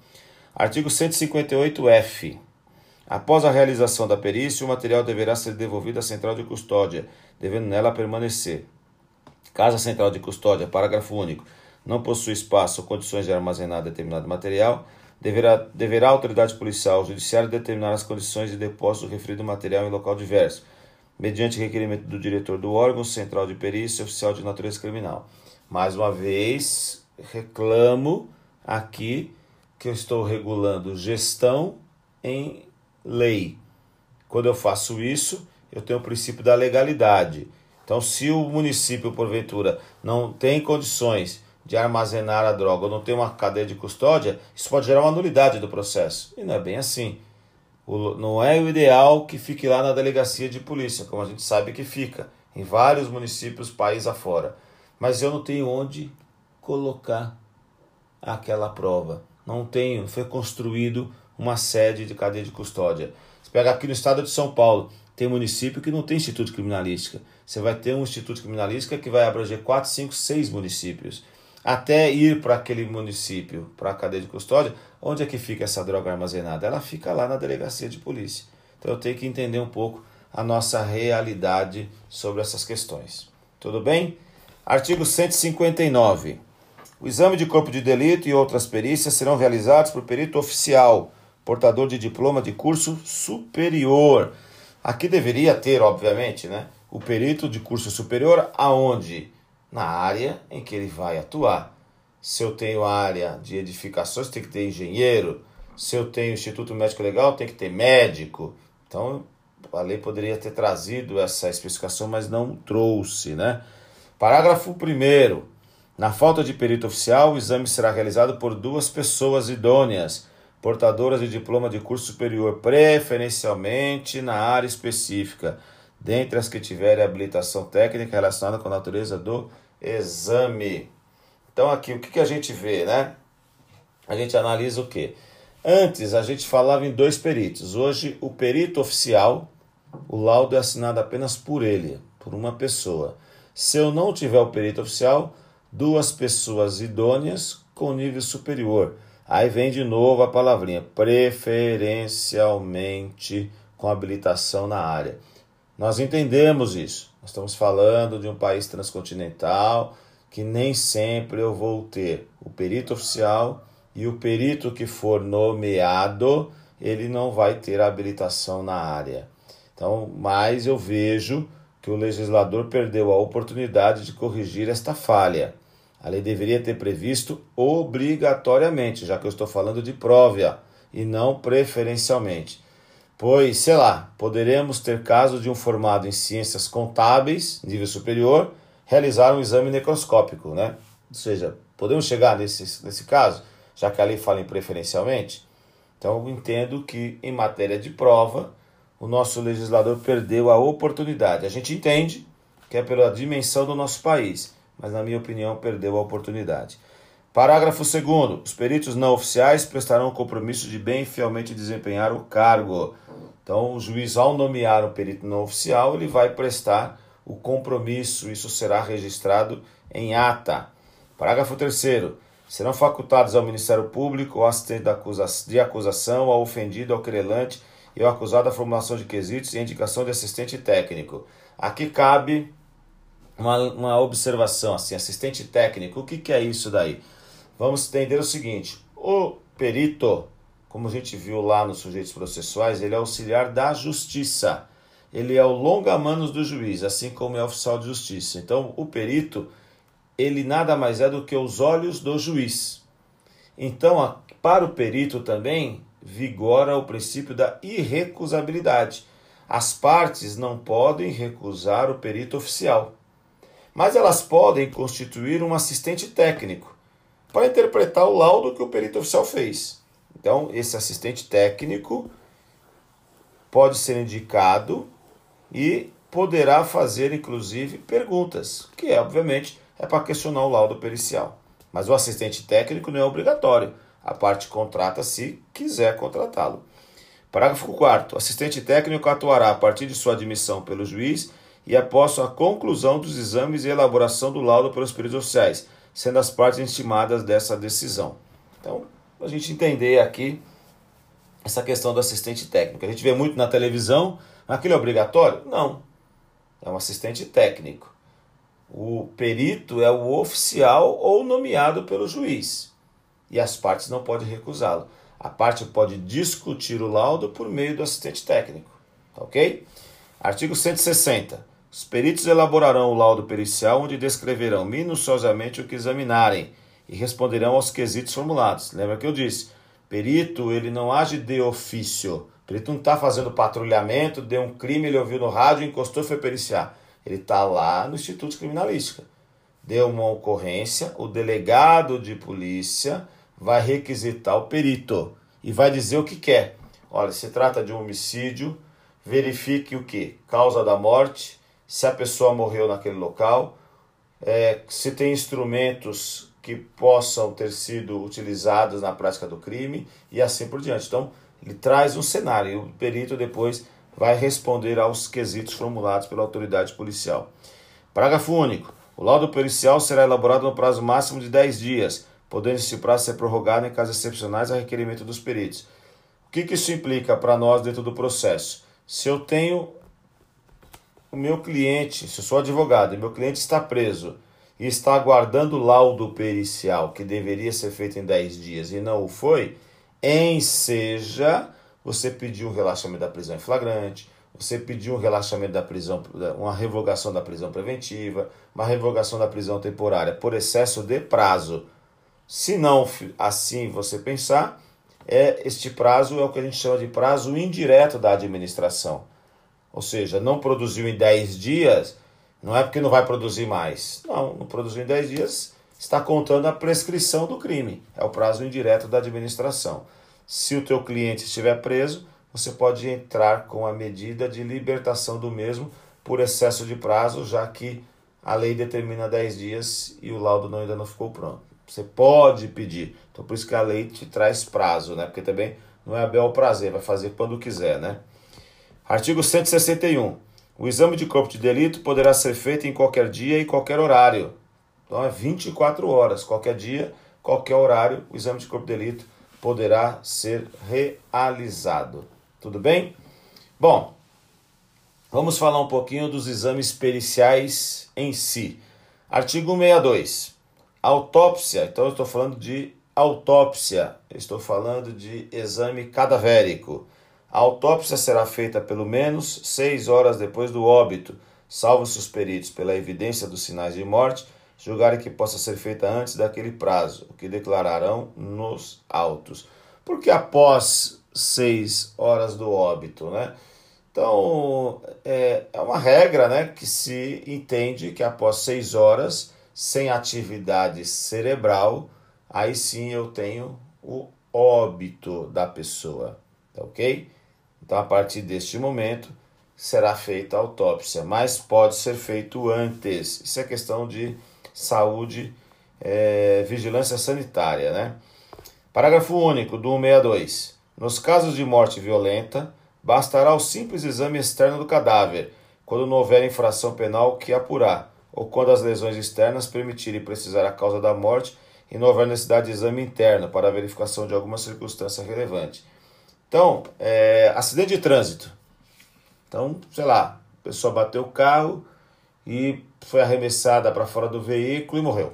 Artigo cento e cinquenta e oito F. Após a realização da perícia, o material deverá ser devolvido à central de custódia, devendo nela permanecer. Caso a central de custódia, parágrafo único, não possua espaço ou condições de armazenar determinado material, deverá, deverá a autoridade policial ou judiciária determinar as condições de depósito do referido material em local diverso, mediante requerimento do diretor do órgão central de perícia oficial de natureza criminal. Mais uma vez, reclamo aqui que eu estou regulando gestão em lei. Quando eu faço isso, eu tenho o princípio da legalidade. Então, se o município, porventura, não tem condições de armazenar a droga ou não tem uma cadeia de custódia, isso pode gerar uma nulidade do processo. E não é bem assim. O, não é o ideal que fique lá na delegacia de polícia, como a gente sabe que fica, em vários municípios, país afora. Mas eu não tenho onde colocar aquela prova. Não tenho, foi construído uma sede de cadeia de custódia. Você pega aqui no estado de São Paulo, tem município que não tem instituto de criminalística. Você vai ter um instituto de criminalística que vai abranger quatro, cinco, seis municípios. Até ir para aquele município, para a cadeia de custódia, onde é que fica essa droga armazenada? Ela fica lá na delegacia de polícia. Então eu tenho que entender um pouco a nossa realidade sobre essas questões. Tudo bem? Artigo cento e cinquenta e nove. O exame de corpo de delito e outras perícias serão realizados por perito oficial, portador de diploma de curso superior. Aqui deveria ter, obviamente, né, o perito de curso superior aonde? Na área em que ele vai atuar. Se eu tenho área de edificações, tem que ter engenheiro. Se eu tenho Instituto Médico Legal, tem que ter médico. Então, a lei poderia ter trazido essa especificação, mas não trouxe, né? Parágrafo primeiro. Na falta de perito oficial, o exame será realizado por duas pessoas idôneas, portadoras de diploma de curso superior, preferencialmente na área específica, dentre as que tiverem habilitação técnica relacionada com a natureza do exame. Então aqui, o que, que a gente vê, né? A gente analisa o quê? Antes a gente falava em dois peritos. Hoje o perito oficial, o laudo é assinado apenas por ele, por uma pessoa. Se eu não tiver o perito oficial, duas pessoas idôneas com nível superior. Aí vem de novo a palavrinha, preferencialmente com habilitação na área. Nós entendemos isso. Nós estamos falando de um país transcontinental que nem sempre eu vou ter o perito oficial e o perito que for nomeado, ele não vai ter habilitação na área. Então, mas eu vejo que o legislador perdeu a oportunidade de corrigir esta falha. A lei deveria ter previsto obrigatoriamente, já que eu estou falando de prova e não preferencialmente. Pois, sei lá, poderemos ter casos de um formado em ciências contábeis, nível superior, realizar um exame necroscópico, né? Ou seja, podemos chegar nesse, nesse caso, já que a lei fala em preferencialmente? Então, eu entendo que, em matéria de prova, o nosso legislador perdeu a oportunidade. A gente entende que é pela dimensão do nosso país, mas, na minha opinião, perdeu a oportunidade. Parágrafo segundo. Os peritos não oficiais prestarão o compromisso de bem e fielmente desempenhar o cargo. Então, o juiz, ao nomear um perito não oficial, ele vai prestar o compromisso. Isso será registrado em ata. Parágrafo terceiro. Serão facultados ao Ministério Público ou assistente de acusação, ao ofendido, ao querelante e ao acusado a formulação de quesitos e a indicação de assistente técnico. Aqui cabe uma, uma observação, assim, assistente técnico, o que, que é isso daí? Vamos entender o seguinte, o perito, como a gente viu lá nos sujeitos processuais, ele é auxiliar da justiça, ele é o longa-manos do juiz, assim como é oficial de justiça. Então, o perito, ele nada mais é do que os olhos do juiz. Então, para o perito também, vigora o princípio da irrecusabilidade. As partes não podem recusar o perito oficial, mas elas podem constituir um assistente técnico para interpretar o laudo que o perito oficial fez. Então, esse assistente técnico pode ser indicado e poderá fazer, inclusive, perguntas, que, é, obviamente, é para questionar o laudo pericial. Mas o assistente técnico não é obrigatório. A parte contrata se quiser contratá-lo. Parágrafo quarto. O assistente técnico atuará a partir de sua admissão pelo juiz e após a conclusão dos exames e elaboração do laudo pelos peritos oficiais, sendo as partes intimadas dessa decisão. Então, para a gente entender aqui essa questão do assistente técnico. A gente vê muito na televisão, aquilo é obrigatório? Não, é um assistente técnico. O perito é o oficial ou nomeado pelo juiz, e as partes não podem recusá-lo. A parte pode discutir o laudo por meio do assistente técnico, tá ok? Artigo cento e sessenta. Os peritos elaborarão o laudo pericial, onde descreverão minuciosamente o que examinarem e responderão aos quesitos formulados. Lembra que eu disse, perito ele não age de ofício. O perito não está fazendo patrulhamento, deu um crime, ele ouviu no rádio, encostou e foi periciar. Ele está lá no Instituto de Criminalística. Deu uma ocorrência, o delegado de polícia vai requisitar o perito e vai dizer o que quer. Olha, se trata de um homicídio, verifique o quê? Causa da morte, se a pessoa morreu naquele local, é, se tem instrumentos que possam ter sido utilizados na prática do crime e assim por diante. Então, ele traz um cenário e o perito depois vai responder aos quesitos formulados pela autoridade policial. Parágrafo único. O laudo pericial será elaborado no prazo máximo de dez dias, podendo esse prazo ser prorrogado em casos excepcionais a requerimento dos peritos. O que, que isso implica para nós dentro do processo? Se eu tenho o meu cliente, se eu sou advogado e meu cliente está preso e está aguardando o laudo pericial, que deveria ser feito em dez dias e não o foi, enseja você pedir um relaxamento da prisão em flagrante, você pedir um relaxamento da prisão, uma revogação da prisão preventiva, uma revogação da prisão temporária por excesso de prazo. Se não assim você pensar, é, este prazo é o que a gente chama de prazo indireto da administração. Ou seja, não produziu em dez dias, não é porque não vai produzir mais. Não, não produziu em dez dias, está contando a prescrição do crime. É o prazo indireto da administração. Se o teu cliente estiver preso, você pode entrar com a medida de libertação do mesmo por excesso de prazo, já que a lei determina dez dias e o laudo não, ainda não ficou pronto. Você pode pedir. Então, por isso que a lei te traz prazo, né? Porque também não é bel prazer, vai fazer quando quiser, né? Artigo cento e sessenta e um. O exame de corpo de delito poderá ser feito em qualquer dia e qualquer horário. Então, é vinte e quatro horas. Qualquer dia, qualquer horário, o exame de corpo de delito poderá ser realizado. Tudo bem? Bom, vamos falar um pouquinho dos exames periciais em si. Artigo cento e sessenta e dois. Autópsia. Então, eu estou falando de autópsia. Eu estou falando de exame cadavérico. A autópsia será feita pelo menos seis horas depois do óbito, salvo se os peritos, pela evidência dos sinais de morte, julgarem que possa ser feita antes daquele prazo, o que declararão nos autos. Porque após seis horas do óbito, né? Então, é, é uma regra, né, que se entende que após seis horas, sem atividade cerebral, aí sim eu tenho o óbito da pessoa, tá ok? Então, a partir deste momento, será feita a autópsia, mas pode ser feito antes. Isso é questão de saúde, é, vigilância sanitária, né? Parágrafo único do cento e sessenta e dois. Nos casos de morte violenta, bastará o simples exame externo do cadáver, quando não houver infração penal que apurar, ou quando as lesões externas permitirem precisar a causa da morte e não houver necessidade de exame interno para a verificação de alguma circunstância relevante. Então, é, acidente de trânsito. Então, sei lá, a pessoa bateu o carro e foi arremessada para fora do veículo e morreu.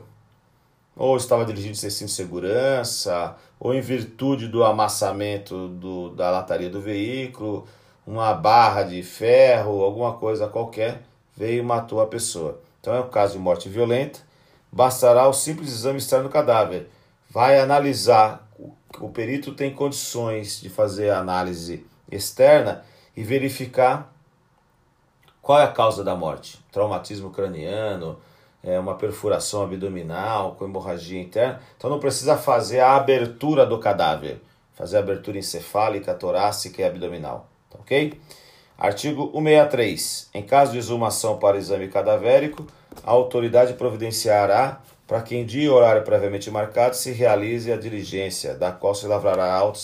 Ou estava dirigindo sem cinto de segurança, ou em virtude do amassamento do, da lataria do veículo, uma barra de ferro, alguma coisa qualquer, veio e matou a pessoa. Então é um caso de morte violenta, bastará o simples exame externo do cadáver. Vai analisar, o perito tem condições de fazer a análise externa e verificar qual é a causa da morte. Traumatismo craniano, é uma perfuração abdominal com hemorragia interna. Então não precisa fazer a abertura do cadáver, fazer a abertura encefálica, torácica e abdominal. Tá ok? Artigo cento e sessenta e três. Em caso de exumação para exame cadavérico, a autoridade providenciará para que em dia e horário previamente marcado se realize a diligência, da qual se lavrará auto,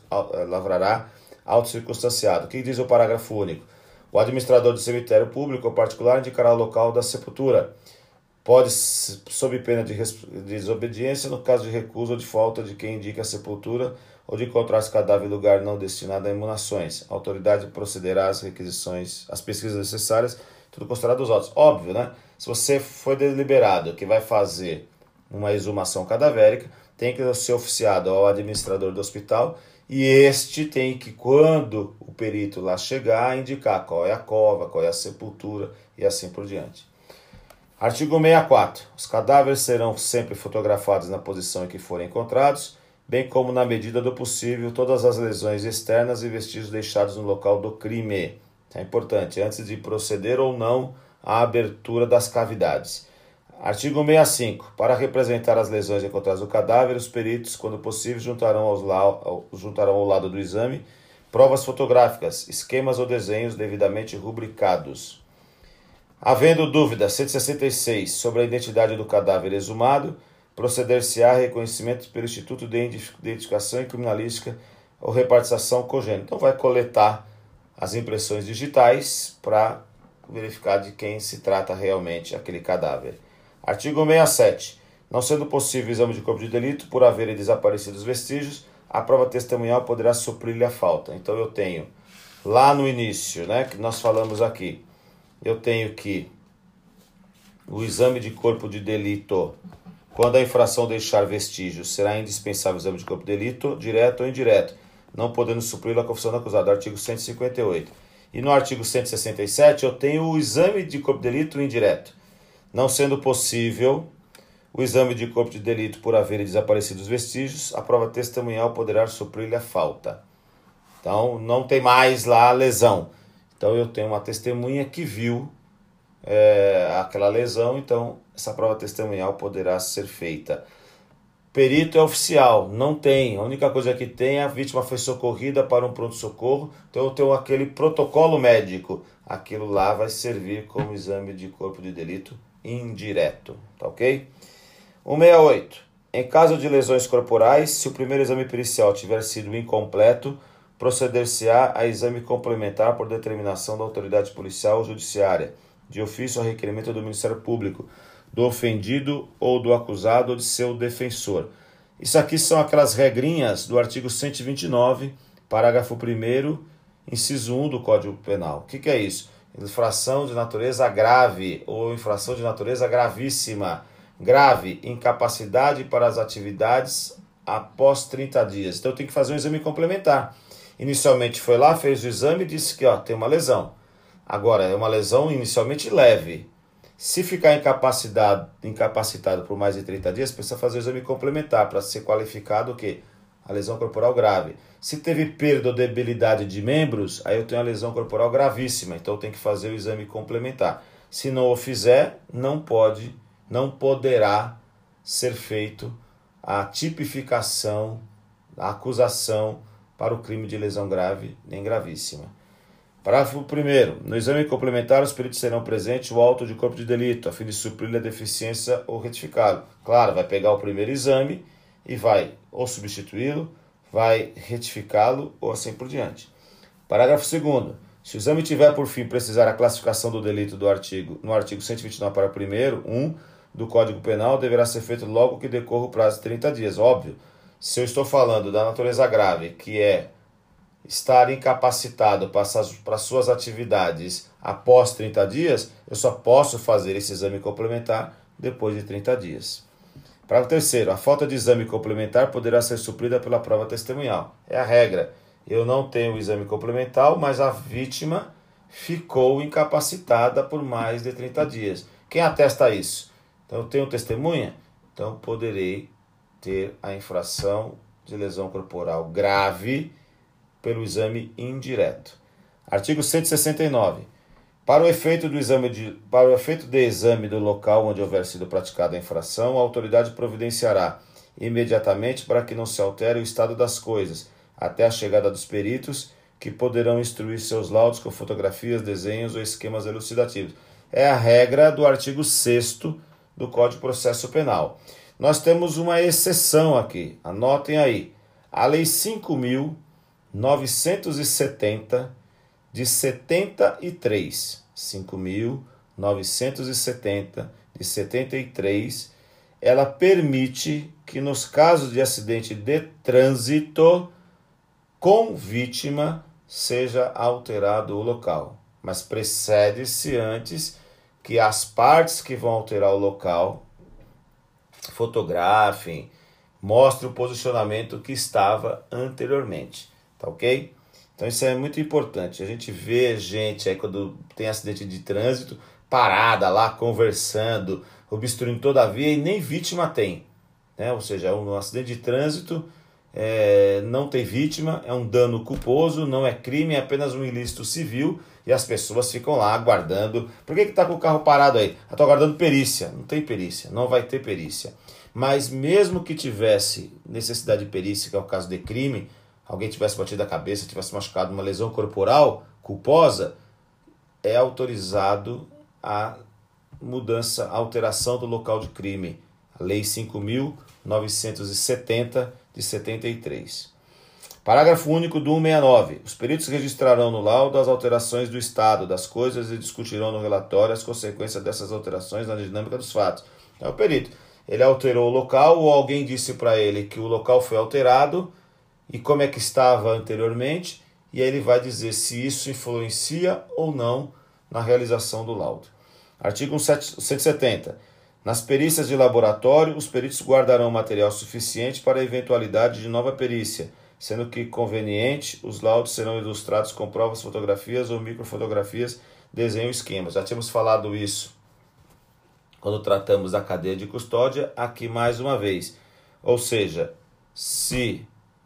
lavrará auto circunstanciado. O que diz o parágrafo único? O administrador do cemitério público ou particular indicará o local da sepultura pode, sob pena de desobediência, no caso de recusa ou de falta de quem indica a sepultura ou de encontrar-se cadáver em lugar não destinado a imunações. A autoridade procederá às requisições, às pesquisas necessárias, tudo considerado os autos. Óbvio, né? Se você foi deliberado que vai fazer uma exumação cadavérica, tem que ser oficiado ao administrador do hospital e este tem que, quando o perito lá chegar, indicar qual é a cova, qual é a sepultura e assim por diante. Artigo sessenta e quatro. Os cadáveres serão sempre fotografados na posição em que forem encontrados, bem como, na medida do possível, todas as lesões externas e vestígios deixados no local do crime. Isso é importante, antes de proceder ou não à abertura das cavidades. Artigo sessenta e cinco. Para representar as lesões encontradas no cadáver, os peritos, quando possível, juntarão, aos la... juntarão ao lado do exame provas fotográficas, esquemas ou desenhos devidamente rubricados. Havendo dúvida, cento e sessenta e seis, sobre a identidade do cadáver exumado, proceder-se-á a reconhecimento pelo Instituto de Identificação e Criminalística ou repartição congênita. Então vai coletar as impressões digitais para verificar de quem se trata realmente aquele cadáver. Artigo sessenta e sete. Não sendo possível o exame de corpo de delito por haverem desaparecido os vestígios, a prova testemunhal poderá suprir-lhe a falta. Então eu tenho, lá no início, né, que nós falamos aqui, eu tenho que o exame de corpo de delito, quando a infração deixar vestígios, será indispensável o exame de corpo de delito, direto ou indireto, não podendo suprir a confissão do acusado. Artigo cento e cinquenta e oito. E no artigo cento e sessenta e sete eu tenho o exame de corpo de delito indireto. Não sendo possível o exame de corpo de delito por haverem desaparecido os vestígios, a prova testemunhal poderá suprir-lhe a falta. Então, não tem mais lá a lesão. Então, eu tenho uma testemunha que viu é, aquela lesão, então essa prova testemunhal poderá ser feita. Perito é oficial, não tem. A única coisa que tem é a vítima foi socorrida para um pronto-socorro, então eu tenho aquele protocolo médico. Aquilo lá vai servir como exame de corpo de delito indireto, tá ok? cento e sessenta e oito. Em caso de lesões corporais, se o primeiro exame pericial tiver sido incompleto, proceder-se-á a exame complementar por determinação da autoridade policial ou judiciária, de ofício a requerimento do Ministério Público, do ofendido ou do acusado ou de seu defensor. Isso aqui são aquelas regrinhas do artigo cento e vinte e nove, parágrafo primeiro, inciso um do Código Penal. O que, que é isso? Infração de natureza grave ou infração de natureza gravíssima. Grave, incapacidade para as atividades após trinta dias. Então tem que fazer um exame complementar. Inicialmente foi lá, fez o exame e disse que ó, tem uma lesão. Agora, é uma lesão inicialmente leve. Se ficar incapacitado, incapacitado por mais de trinta dias, precisa fazer o exame complementar para ser qualificado o quê? A lesão corporal grave. Se teve perda ou debilidade de membros, aí eu tenho a lesão corporal gravíssima, então tem que fazer o exame complementar. Se não o fizer, não pode, não poderá ser feito a tipificação, a acusação para o crime de lesão grave nem gravíssima. Parágrafo primeiro. No exame complementar, os peritos serão presentes o auto de corpo de delito, a fim de suprir a deficiência ou retificá-lo. Claro, vai pegar o primeiro exame e vai ou substituí-lo, vai retificá-lo ou assim por diante. Parágrafo segundo. Se o exame tiver por fim precisar a classificação do delito do artigo, no artigo cento e vinte e nove, parágrafo primeiro, um do Código Penal, deverá ser feito logo que decorra o prazo de trinta dias. Óbvio, se eu estou falando da natureza grave, que é estar incapacitado para suas atividades após trinta dias, eu só posso fazer esse exame complementar depois de trinta dias. Parágrafo terceiro. A falta de exame complementar poderá ser suprida pela prova testemunhal. É a regra. Eu não tenho o exame complementar, mas a vítima ficou incapacitada por mais de trinta dias. Quem atesta isso? Então, eu tenho testemunha? Então, poderei ter a infração de lesão corporal grave pelo exame indireto. Artigo cento e sessenta e nove. Para o efeito do exame de, para o efeito de exame do local onde houver sido praticada a infração, a autoridade providenciará imediatamente para que não se altere o estado das coisas, até a chegada dos peritos, que poderão instruir seus laudos com fotografias, desenhos ou esquemas elucidativos. É a regra do artigo sexto do Código de Processo Penal. Nós temos uma exceção aqui, anotem aí. A Lei cinco mil novecentos e setenta, de setenta e três. cinco mil novecentos e setenta, de setenta e três, ela permite que nos casos de acidente de trânsito com vítima seja alterado o local. Mas precede-se antes que as partes que vão alterar o local fotografem, mostrem o posicionamento que estava anteriormente, tá ok? Então isso é muito importante. A gente vê gente aí quando tem acidente de trânsito parada lá conversando, obstruindo toda a via e nem vítima tem, né? Ou seja, um acidente de trânsito é, não tem vítima, é um dano culposo, não é crime, é apenas um ilícito civil e as pessoas ficam lá aguardando. Por que que tá com o carro parado aí? Eu tô aguardando perícia. Não tem perícia, não vai ter perícia. Mas mesmo que tivesse necessidade de perícia, que é o caso de crime, alguém tivesse batido a cabeça, tivesse machucado, uma lesão corporal culposa, é autorizado a mudança, a alteração do local de crime. A Lei cinco mil novecentos e setenta de setenta e três. Parágrafo único do cento e sessenta e nove. Os peritos registrarão no laudo as alterações do estado das coisas e discutirão no relatório as consequências dessas alterações na dinâmica dos fatos. É o perito. Ele alterou o local ou alguém disse para ele que o local foi alterado e como é que estava anteriormente, e aí ele vai dizer se isso influencia ou não na realização do laudo. Artigo cento e setenta. Nas perícias de laboratório, os peritos guardarão material suficiente para a eventualidade de nova perícia, sendo que conveniente, os laudos serão ilustrados com provas, fotografias ou microfotografias, desenho e esquemas. Já tínhamos falado isso quando tratamos da cadeia de custódia, aqui mais uma vez. Ou seja, se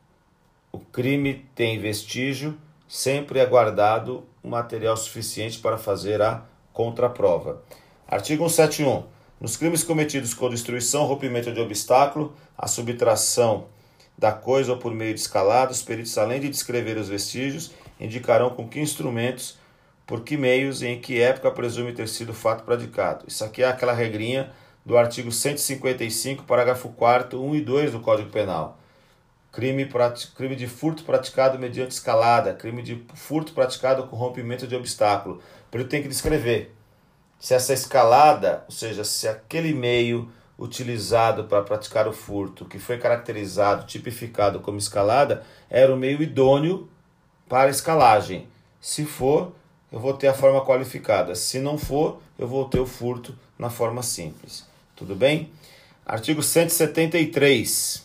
o crime tem vestígio, sempre é guardado o material suficiente para fazer a contraprova. Artigo cento e setenta e um. Nos crimes cometidos com destruição, rompimento de obstáculo, a subtração da coisa ou por meio de escalada, os peritos, além de descrever os vestígios, indicarão com que instrumentos, por que meios e em que época presume ter sido o fato praticado. Isso aqui é aquela regrinha do artigo cento e cinquenta e cinco, parágrafo quarto, um e dois do Código Penal. Crime, crime de furto praticado mediante escalada, crime de furto praticado com rompimento de obstáculo. O perito tem que descrever se essa escalada, ou seja, se aquele meio utilizado para praticar o furto, que foi caracterizado, tipificado como escalada, era o meio idôneo para escalagem. Se for, eu vou ter a forma qualificada. Se não for, eu vou ter o furto na forma simples. Tudo bem? Artigo cento e setenta e três.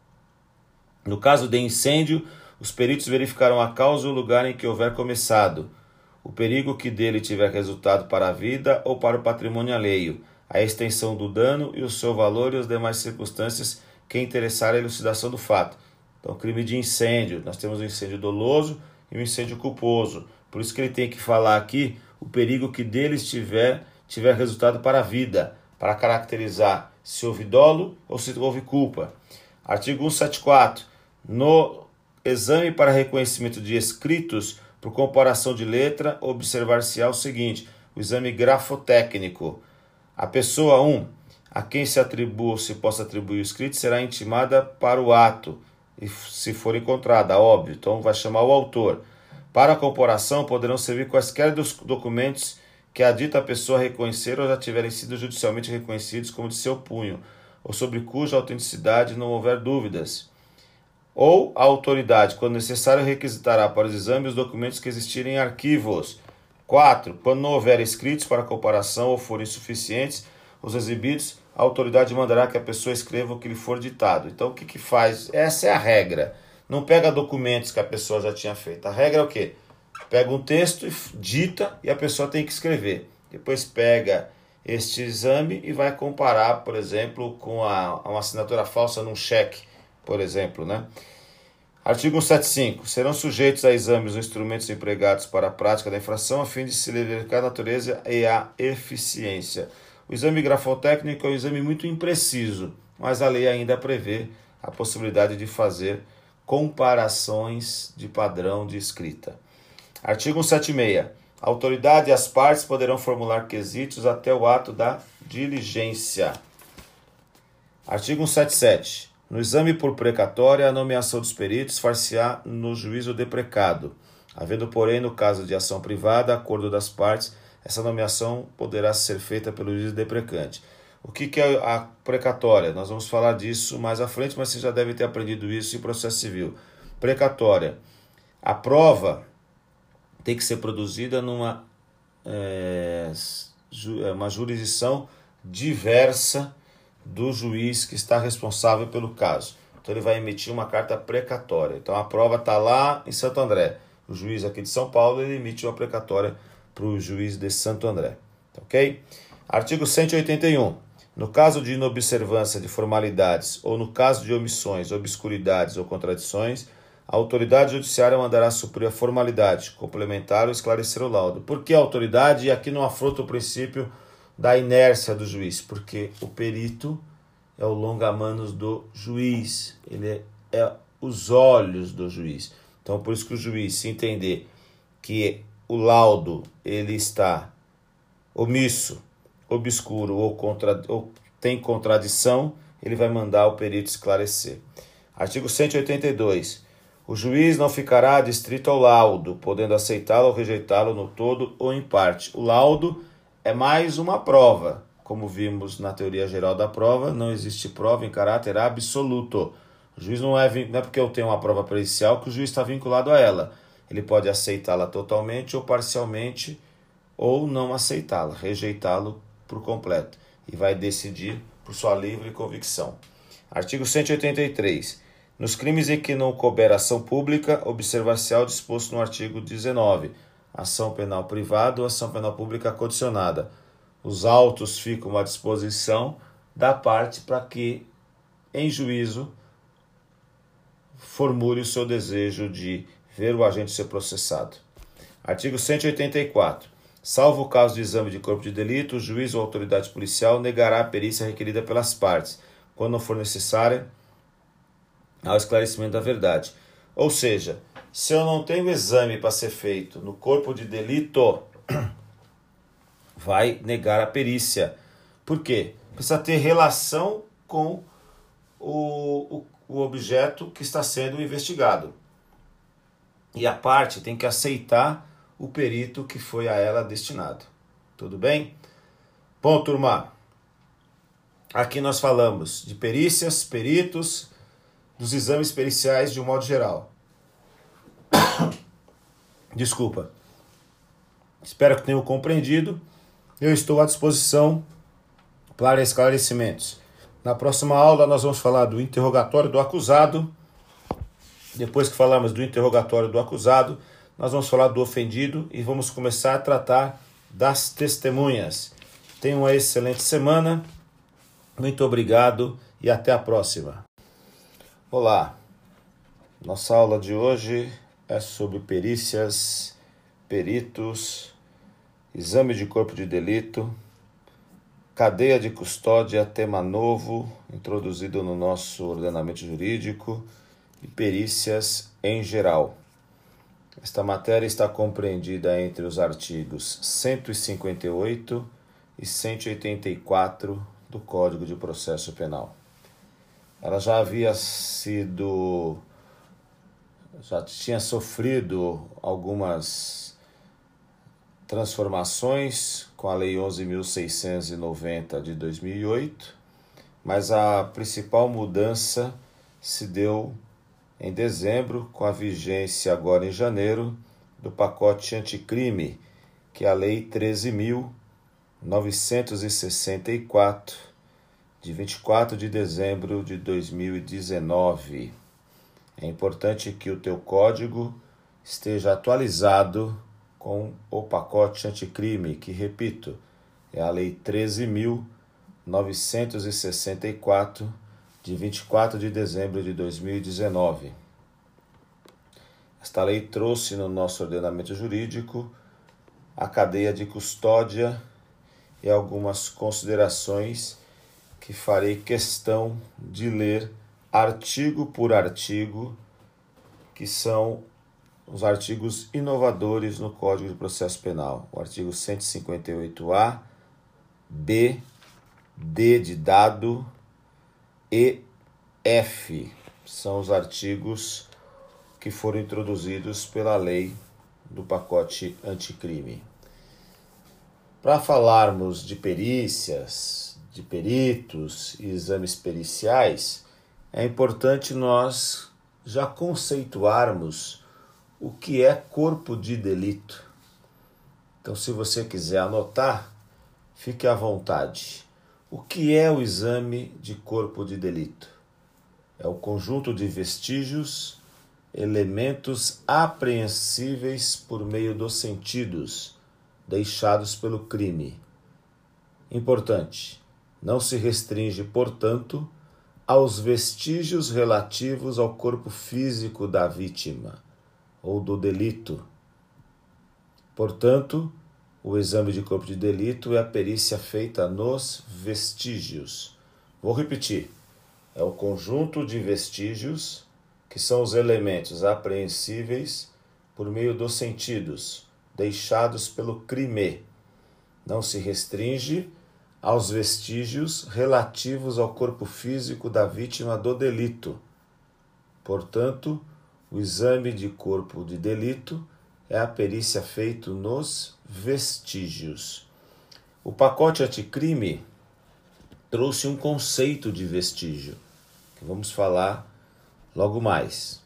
No caso de incêndio, os peritos verificarão a causa e o lugar em que houver começado, o perigo que dele tiver resultado para a vida ou para o patrimônio alheio, a extensão do dano e o seu valor e as demais circunstâncias que interessarem a elucidação do fato. Então, crime de incêndio, nós temos o incêndio doloso e o incêndio culposo. Por isso que ele tem que falar aqui o perigo que dele tiver, tiver resultado para a vida, para caracterizar se houve dolo ou se houve culpa. Artigo cento e setenta e quatro. No exame para reconhecimento de escritos, por comparação de letra, observar-se-á o seguinte: o exame grafotécnico. A pessoa um, a quem se atribua ou se possa atribuir o escrito, será intimada para o ato, e se for encontrada, óbvio, então vai chamar o autor. Para a comparação, poderão servir quaisquer dos documentos que a dita pessoa reconhecer ou já tiverem sido judicialmente reconhecidos como de seu punho, ou sobre cuja autenticidade não houver dúvidas. Ou a autoridade, quando necessário, requisitará para os exames os documentos que existirem em arquivos. quatro. Quando não houver escritos para comparação ou forem insuficientes os exibidos, a autoridade mandará que a pessoa escreva o que lhe for ditado. Então, o que que faz? Essa é a regra. Não pega documentos que a pessoa já tinha feito. A regra é o quê? Pega um texto, e dita e a pessoa tem que escrever. Depois pega este exame e vai comparar, por exemplo, com a, uma assinatura falsa num cheque, por exemplo, né? Artigo cento e setenta e cinco. Serão sujeitos a exames os instrumentos empregados para a prática da infração a fim de se verificar a natureza e a eficiência. O exame grafotécnico é um exame muito impreciso, mas a lei ainda prevê a possibilidade de fazer comparações de padrão de escrita. Artigo cento e setenta e seis. A autoridade e as partes poderão formular quesitos até o ato da diligência. Artigo cento e setenta e sete. No exame por precatória, a nomeação dos peritos far-se-á no juízo de precado, havendo, porém, no caso de ação privada, acordo das partes, essa nomeação poderá ser feita pelo juiz deprecante. O que, que é a precatória? Nós vamos falar disso mais à frente, mas você já deve ter aprendido isso em processo civil. Precatória. A prova tem que ser produzida numa é, uma jurisdição diversa do juiz que está responsável pelo caso. Então ele vai emitir uma carta precatória. Então a prova está lá em Santo André. O juiz aqui de São Paulo ele emite uma precatória para o juiz de Santo André. Ok? Artigo cento e oitenta e um. No caso de inobservância de formalidades ou no caso de omissões, obscuridades ou contradições, a autoridade judiciária mandará suprir a formalidade, complementar ou esclarecer o laudo. Por que a autoridade? E aqui não afronta o princípio da inércia do juiz, porque o perito é o longa-manos do juiz, ele é, é os olhos do juiz. Então, por isso que o juiz, se entender que o laudo ele está omisso, obscuro ou, contra, ou tem contradição, ele vai mandar o perito esclarecer. Artigo cento e oitenta e dois. O juiz não ficará adstrito ao laudo, podendo aceitá-lo ou rejeitá-lo no todo ou em parte. O laudo é mais uma prova. Como vimos na teoria geral da prova, não existe prova em caráter absoluto. O juiz não é, não é porque eu tenho uma prova pericial que o juiz está vinculado a ela. Ele pode aceitá-la totalmente ou parcialmente, ou não aceitá-la, rejeitá-lo por completo. E vai decidir por sua livre convicção. Artigo cento e oitenta e três. Nos crimes em que não couber ação pública, observar-se-á o disposto no artigo dezenove. Ação penal privada ou ação penal pública condicionada. Os autos ficam à disposição da parte para que, em juízo, formule o seu desejo de ver o agente ser processado. Artigo cento e oitenta e quatro. Salvo o caso de exame de corpo de delito, o juiz ou autoridade policial negará a perícia requerida pelas partes, quando não for necessária, ao esclarecimento da verdade. Ou seja, se eu não tenho exame para ser feito no corpo de delito, vai negar a perícia. Por quê? Precisa ter relação com o, o, o objeto que está sendo investigado. E a parte tem que aceitar o perito que foi a ela destinado. Tudo bem? Bom, turma, aqui nós falamos de perícias, peritos, dos exames periciais de um modo geral. Desculpa. Espero que tenham compreendido. Eu estou à disposição para esclarecimentos. Na próxima aula nós vamos falar do interrogatório do acusado. Depois que falarmos do interrogatório do acusado, nós vamos falar do ofendido e vamos começar a tratar das testemunhas. Tenham uma excelente semana. Muito obrigado e até a próxima. Olá. Nossa aula de hoje é sobre perícias, peritos, exame de corpo de delito, cadeia de custódia, tema novo, introduzido no nosso ordenamento jurídico, e perícias em geral. Esta matéria está compreendida entre os artigos cento e cinquenta e oito e cento e oitenta e quatro do Código de Processo Penal. Ela já havia sido, já tinha sofrido algumas transformações com a Lei onze mil seiscentos e noventa de dois mil e oito, mas a principal mudança se deu em dezembro, com a vigência agora em janeiro do pacote anticrime, que é a Lei treze mil novecentos e sessenta e quatro, de vinte e quatro de dezembro de dois mil e dezenove. É importante que o teu código esteja atualizado com o pacote anticrime, que, repito, é a Lei treze mil novecentos e sessenta e quatro, de vinte e quatro de dezembro de dois mil e dezenove. Esta lei trouxe no nosso ordenamento jurídico a cadeia de custódia e algumas considerações que farei questão de ler artigo por artigo, que são os artigos inovadores no Código de Processo Penal. O artigo cento e cinquenta e oito A, B, D de dado e F. São os artigos que foram introduzidos pela lei do pacote anticrime. Para falarmos de perícias, de peritos e exames periciais, é importante nós já conceituarmos o que é corpo de delito. Então, se você quiser anotar, fique à vontade. O que é o exame de corpo de delito? É o conjunto de vestígios, elementos apreensíveis por meio dos sentidos, deixados pelo crime. Importante, não se restringe, portanto, aos vestígios relativos ao corpo físico da vítima ou do delito. Portanto, o exame de corpo de delito é a perícia feita nos vestígios. Vou repetir. É o conjunto de vestígios, que são os elementos apreensíveis por meio dos sentidos, deixados pelo crime. Não se restringe aos vestígios relativos ao corpo físico da vítima do delito. Portanto, o exame de corpo de delito é a perícia feita nos vestígios. O pacote anticrime trouxe um conceito de vestígio, que vamos falar logo mais.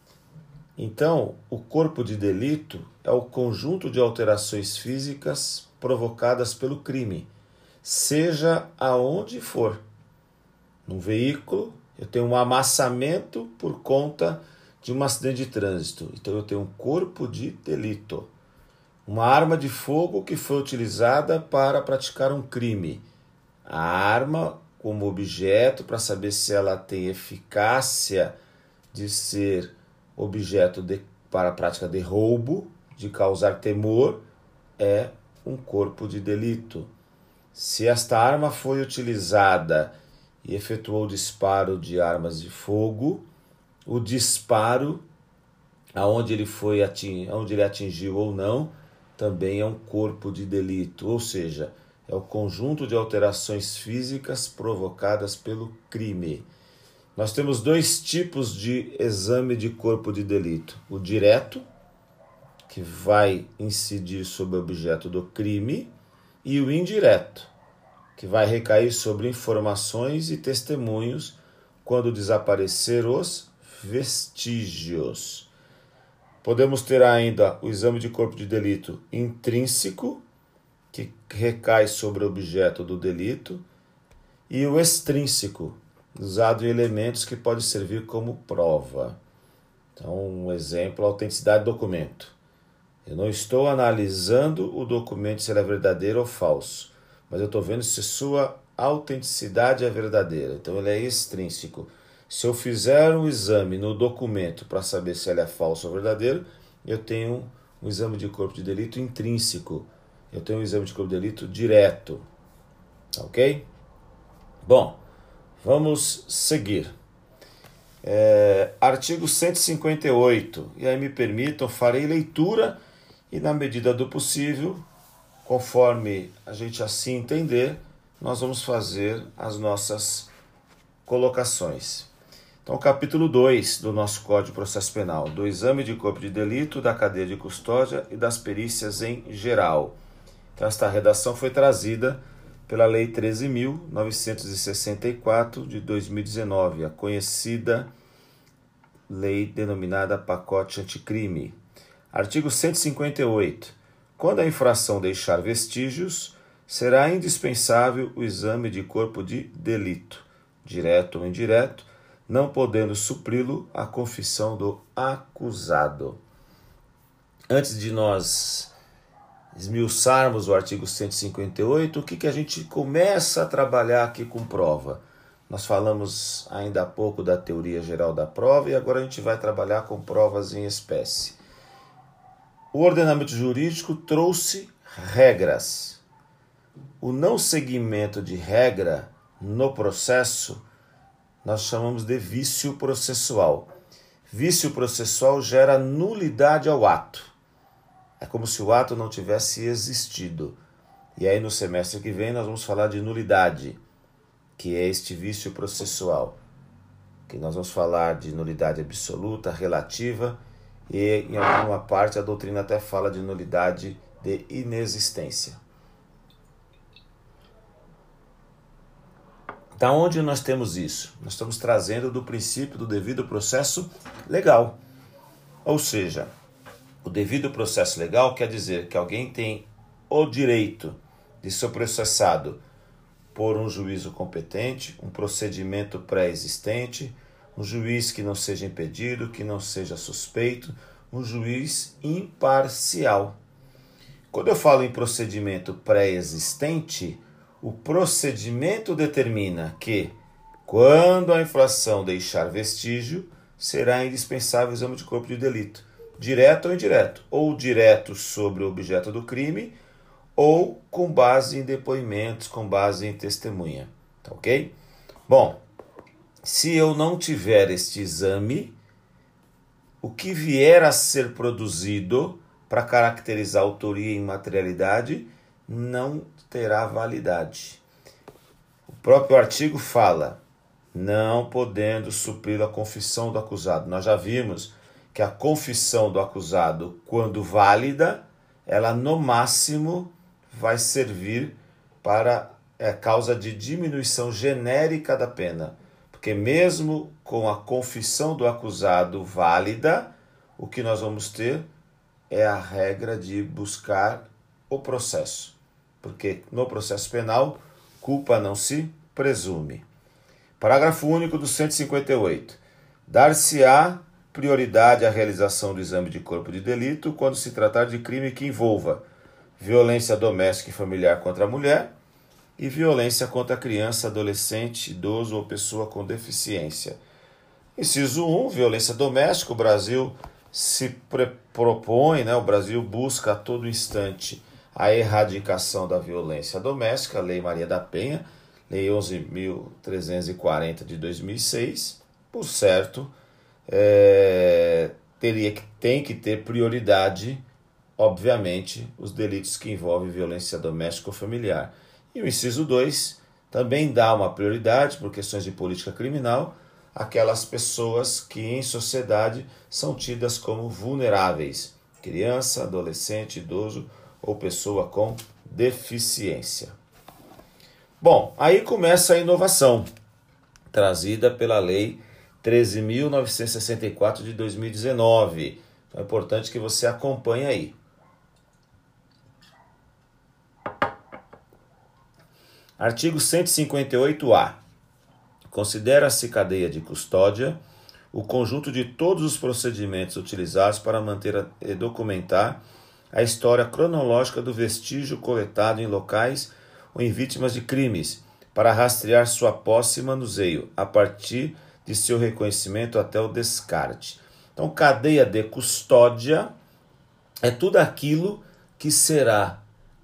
Então, o corpo de delito é o conjunto de alterações físicas provocadas pelo crime, seja aonde for. Num veículo, eu tenho um amassamento por conta de um acidente de trânsito. Então, eu tenho um corpo de delito. Uma arma de fogo que foi utilizada para praticar um crime. A arma como objeto para saber se ela tem eficácia de ser objeto de, para a prática de roubo, de causar temor, é um corpo de delito. Se esta arma foi utilizada e efetuou o disparo de armas de fogo, o disparo, aonde ele foi ating, aonde ele atingiu ou não, também é um corpo de delito, ou seja, é o conjunto de alterações físicas provocadas pelo crime. Nós temos dois tipos de exame de corpo de delito. O direto, que vai incidir sobre o objeto do crime, e o indireto, que vai recair sobre informações e testemunhos quando desaparecer os vestígios. Podemos ter ainda o exame de corpo de delito intrínseco, que recai sobre o objeto do delito, e o extrínseco, usado em elementos que pode servir como prova. Então, um exemplo, a autenticidade do documento. Eu não estou analisando o documento se ele é verdadeiro ou falso, mas eu estou vendo se sua autenticidade é verdadeira. Então, ele é extrínseco. Se eu fizer um exame no documento para saber se ele é falso ou verdadeiro, eu tenho um exame de corpo de delito intrínseco. Eu tenho um exame de corpo de delito direto. Ok? Bom, vamos seguir. É, artigo cento e cinquenta e oito. E aí me permitam, farei leitura e, na medida do possível, conforme a gente assim entender, nós vamos fazer as nossas colocações. Então, capítulo dois do nosso Código de Processo Penal, do exame de corpo de delito, da cadeia de custódia e das perícias em geral. Então, esta redação foi trazida pela Lei treze mil novecentos e sessenta e quatro de dois mil e dezenove, a conhecida lei denominada pacote anticrime. Artigo cento e cinquenta e oito. Quando a infração deixar vestígios, será indispensável o exame de corpo de delito, direto ou indireto, não podendo supri-lo a confissão do acusado. Antes de nós esmiuçarmos o artigo cento e cinquenta e oito, o que, que a gente começa a trabalhar aqui com prova? Nós falamos ainda há pouco da teoria geral da prova e agora a gente vai trabalhar com provas em espécie. O ordenamento jurídico trouxe regras. O não seguimento de regra no processo nós chamamos de vício processual. Vício processual gera nulidade ao ato. É como se o ato não tivesse existido. E aí no semestre que vem nós vamos falar de nulidade, que é este vício processual. Que nós vamos falar de nulidade absoluta, relativa, e em alguma parte a doutrina até fala de nulidade de inexistência. Da onde nós temos isso? Nós estamos trazendo do princípio do devido processo legal. Ou seja, o devido processo legal quer dizer que alguém tem o direito de ser processado por um juízo competente, um procedimento pré-existente, um juiz que não seja impedido, que não seja suspeito, um juiz imparcial. Quando eu falo em procedimento pré-existente, o procedimento determina que, quando a infração deixar vestígio, será indispensável o exame de corpo de delito, direto ou indireto, ou direto sobre o objeto do crime, ou com base em depoimentos, com base em testemunha. Tá ok? Bom, se eu não tiver este exame, o que vier a ser produzido para caracterizar autoria e imaterialidade não terá validade. O próprio artigo fala, não podendo suprir a confissão do acusado. Nós já vimos que a confissão do acusado, quando válida, ela no máximo vai servir para é, causa de diminuição genérica da pena. Porque mesmo com a confissão do acusado válida, o que nós vamos ter é a regra de buscar o processo. Porque no processo penal, culpa não se presume. Parágrafo único do cento e cinquenta e oito. Dar-se-á prioridade à realização do exame de corpo de delito quando se tratar de crime que envolva violência doméstica e familiar contra a mulher e violência contra a criança, adolescente, idoso ou pessoa com deficiência. Inciso um, violência doméstica. O Brasil se propõe, né, o Brasil busca a todo instante a erradicação da violência doméstica, a Lei Maria da Penha, Lei onze mil trezentos e quarenta de dois mil e seis, por certo, é, teria que, tem que ter prioridade, obviamente, os delitos que envolvem violência doméstica ou familiar. E o inciso dois também dá uma prioridade, por questões de política criminal, aquelas pessoas que em sociedade são tidas como vulneráveis, criança, adolescente, idoso ou pessoa com deficiência. Bom, aí começa a inovação, trazida pela Lei treze mil novecentos e sessenta e quatro de dois mil e dezenove. Então é importante que você acompanhe aí. Artigo cento e cinquenta e oito A. Considera-se cadeia de custódia o conjunto de todos os procedimentos utilizados para manter e documentar a história cronológica do vestígio coletado em locais ou em vítimas de crimes, para rastrear sua posse e manuseio, a partir de seu reconhecimento até o descarte. Então, cadeia de custódia é tudo aquilo que será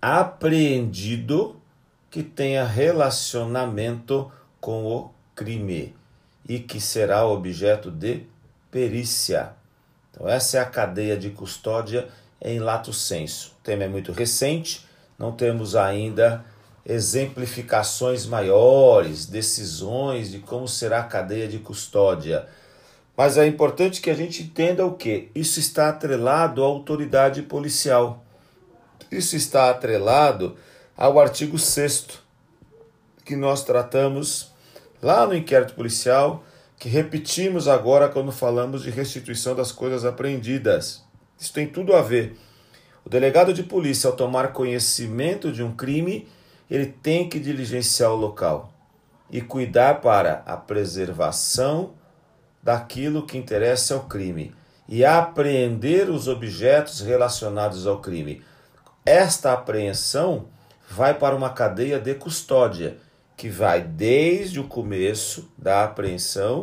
apreendido que tenha relacionamento com o crime e que será objeto de perícia. Então, essa é a cadeia de custódia em lato sensu. O tema é muito recente, não temos ainda exemplificações maiores, decisões de como será a cadeia de custódia. Mas é importante que a gente entenda o quê? Isso está atrelado à autoridade policial. Isso está atrelado ao artigo sexto, que nós tratamos lá no inquérito policial, que repetimos agora quando falamos de restituição das coisas apreendidas. Isso tem tudo a ver. O delegado de polícia, ao tomar conhecimento de um crime, ele tem que diligenciar o local e cuidar para a preservação daquilo que interessa ao crime e apreender os objetos relacionados ao crime. Esta apreensão vai para uma cadeia de custódia, que vai desde o começo da apreensão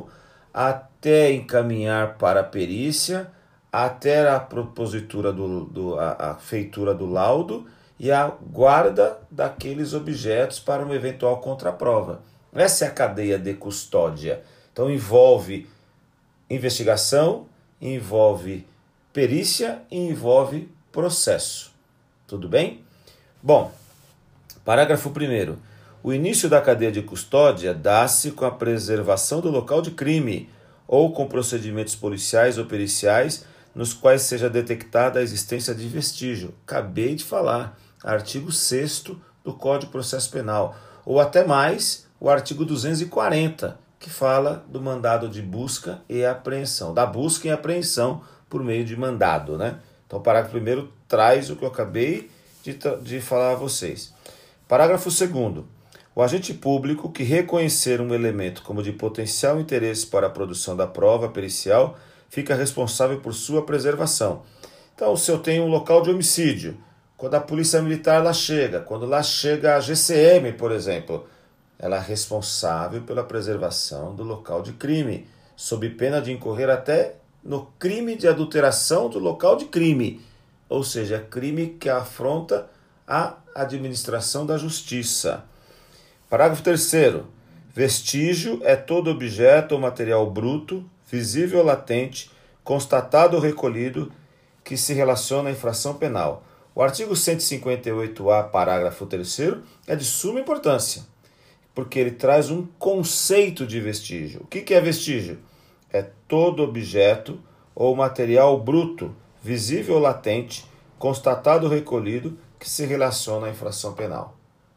até encaminhar para a perícia, até a propositura do, do a, a feitura do laudo e a guarda daqueles objetos para uma eventual contraprova. Essa é a cadeia de custódia. Então envolve investigação, envolve perícia e envolve processo. Tudo bem? Bom, parágrafo primeiro. O início da cadeia de custódia dá-se com a preservação do local de crime ou com procedimentos policiais ou periciais nos quais seja detectada a existência de vestígio. Acabei de falar, artigo sexto do Código de Processo Penal. Ou até mais, o artigo duzentos e quarenta, que fala do mandado de busca e apreensão, da busca e apreensão por meio de mandado, né? Então o parágrafo primeiro traz o que eu acabei de, de falar a vocês. Parágrafo segundo. O agente público que reconhecer um elemento como de potencial interesse para a produção da prova pericial fica responsável por sua preservação. Então, se eu tenho um local de homicídio, quando a polícia militar lá chega, quando lá chega a G C M, por exemplo, ela é responsável pela preservação do local de crime, sob pena de incorrer até no crime de adulteração do local de crime, ou seja, crime que afronta a administração da justiça. Parágrafo terceiro. Vestígio é todo objeto ou material bruto, visível ou latente, constatado ou recolhido, que se relaciona à infração penal. O artigo cento e cinquenta e oito A, parágrafo terceiro, é de suma importância, porque ele traz um conceito de vestígio. O que é vestígio? É todo objeto ou material bruto, visível ou latente, constatado ou recolhido, que se relaciona à infração penal.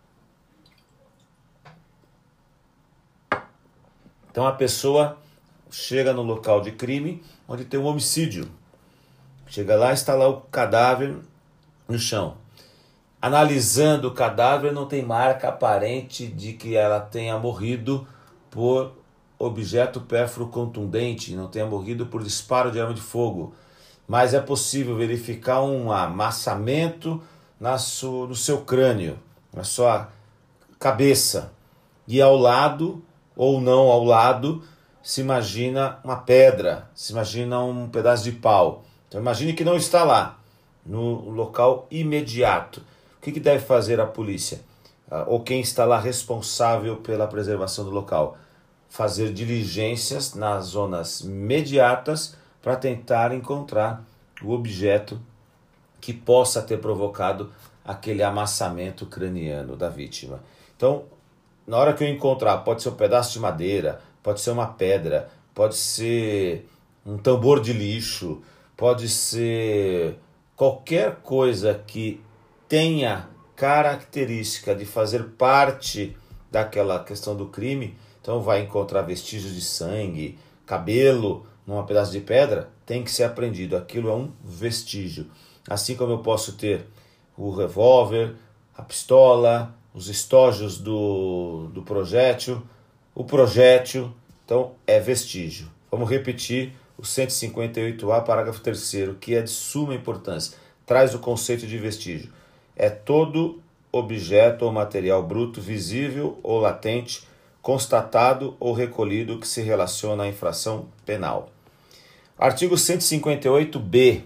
Então a pessoa chega no local de crime, onde tem um homicídio. Chega lá e está lá o cadáver no chão. Analisando o cadáver, não tem marca aparente de que ela tenha morrido por objeto pérfuro contundente, não tenha morrido por disparo de arma de fogo. Mas é possível verificar um amassamento na sua, no seu crânio, na sua cabeça. E ao lado, ou não ao lado, se imagina uma pedra, se imagina um pedaço de pau. Então imagine que não está lá, no local imediato. O que, que deve fazer a polícia? Ou quem está lá responsável pela preservação do local? Fazer diligências nas zonas imediatas para tentar encontrar o objeto que possa ter provocado aquele amassamento craniano da vítima. Então, na hora que eu encontrar, pode ser um pedaço de madeira, pode ser uma pedra, pode ser um tambor de lixo, pode ser qualquer coisa que tenha característica de fazer parte daquela questão do crime. Então vai encontrar vestígios de sangue, cabelo num pedaço de pedra, tem que ser apreendido. Aquilo é um vestígio. Assim como eu posso ter o revólver, a pistola, os estojos do, do projétil, o projétil, então é vestígio. Vamos repetir o cento e cinquenta e oito A, parágrafo terceiro, que é de suma importância. Traz o conceito de vestígio. É todo objeto ou material bruto, visível ou latente, constatado ou recolhido que se relaciona à infração penal. Artigo cento e cinquenta e oito B.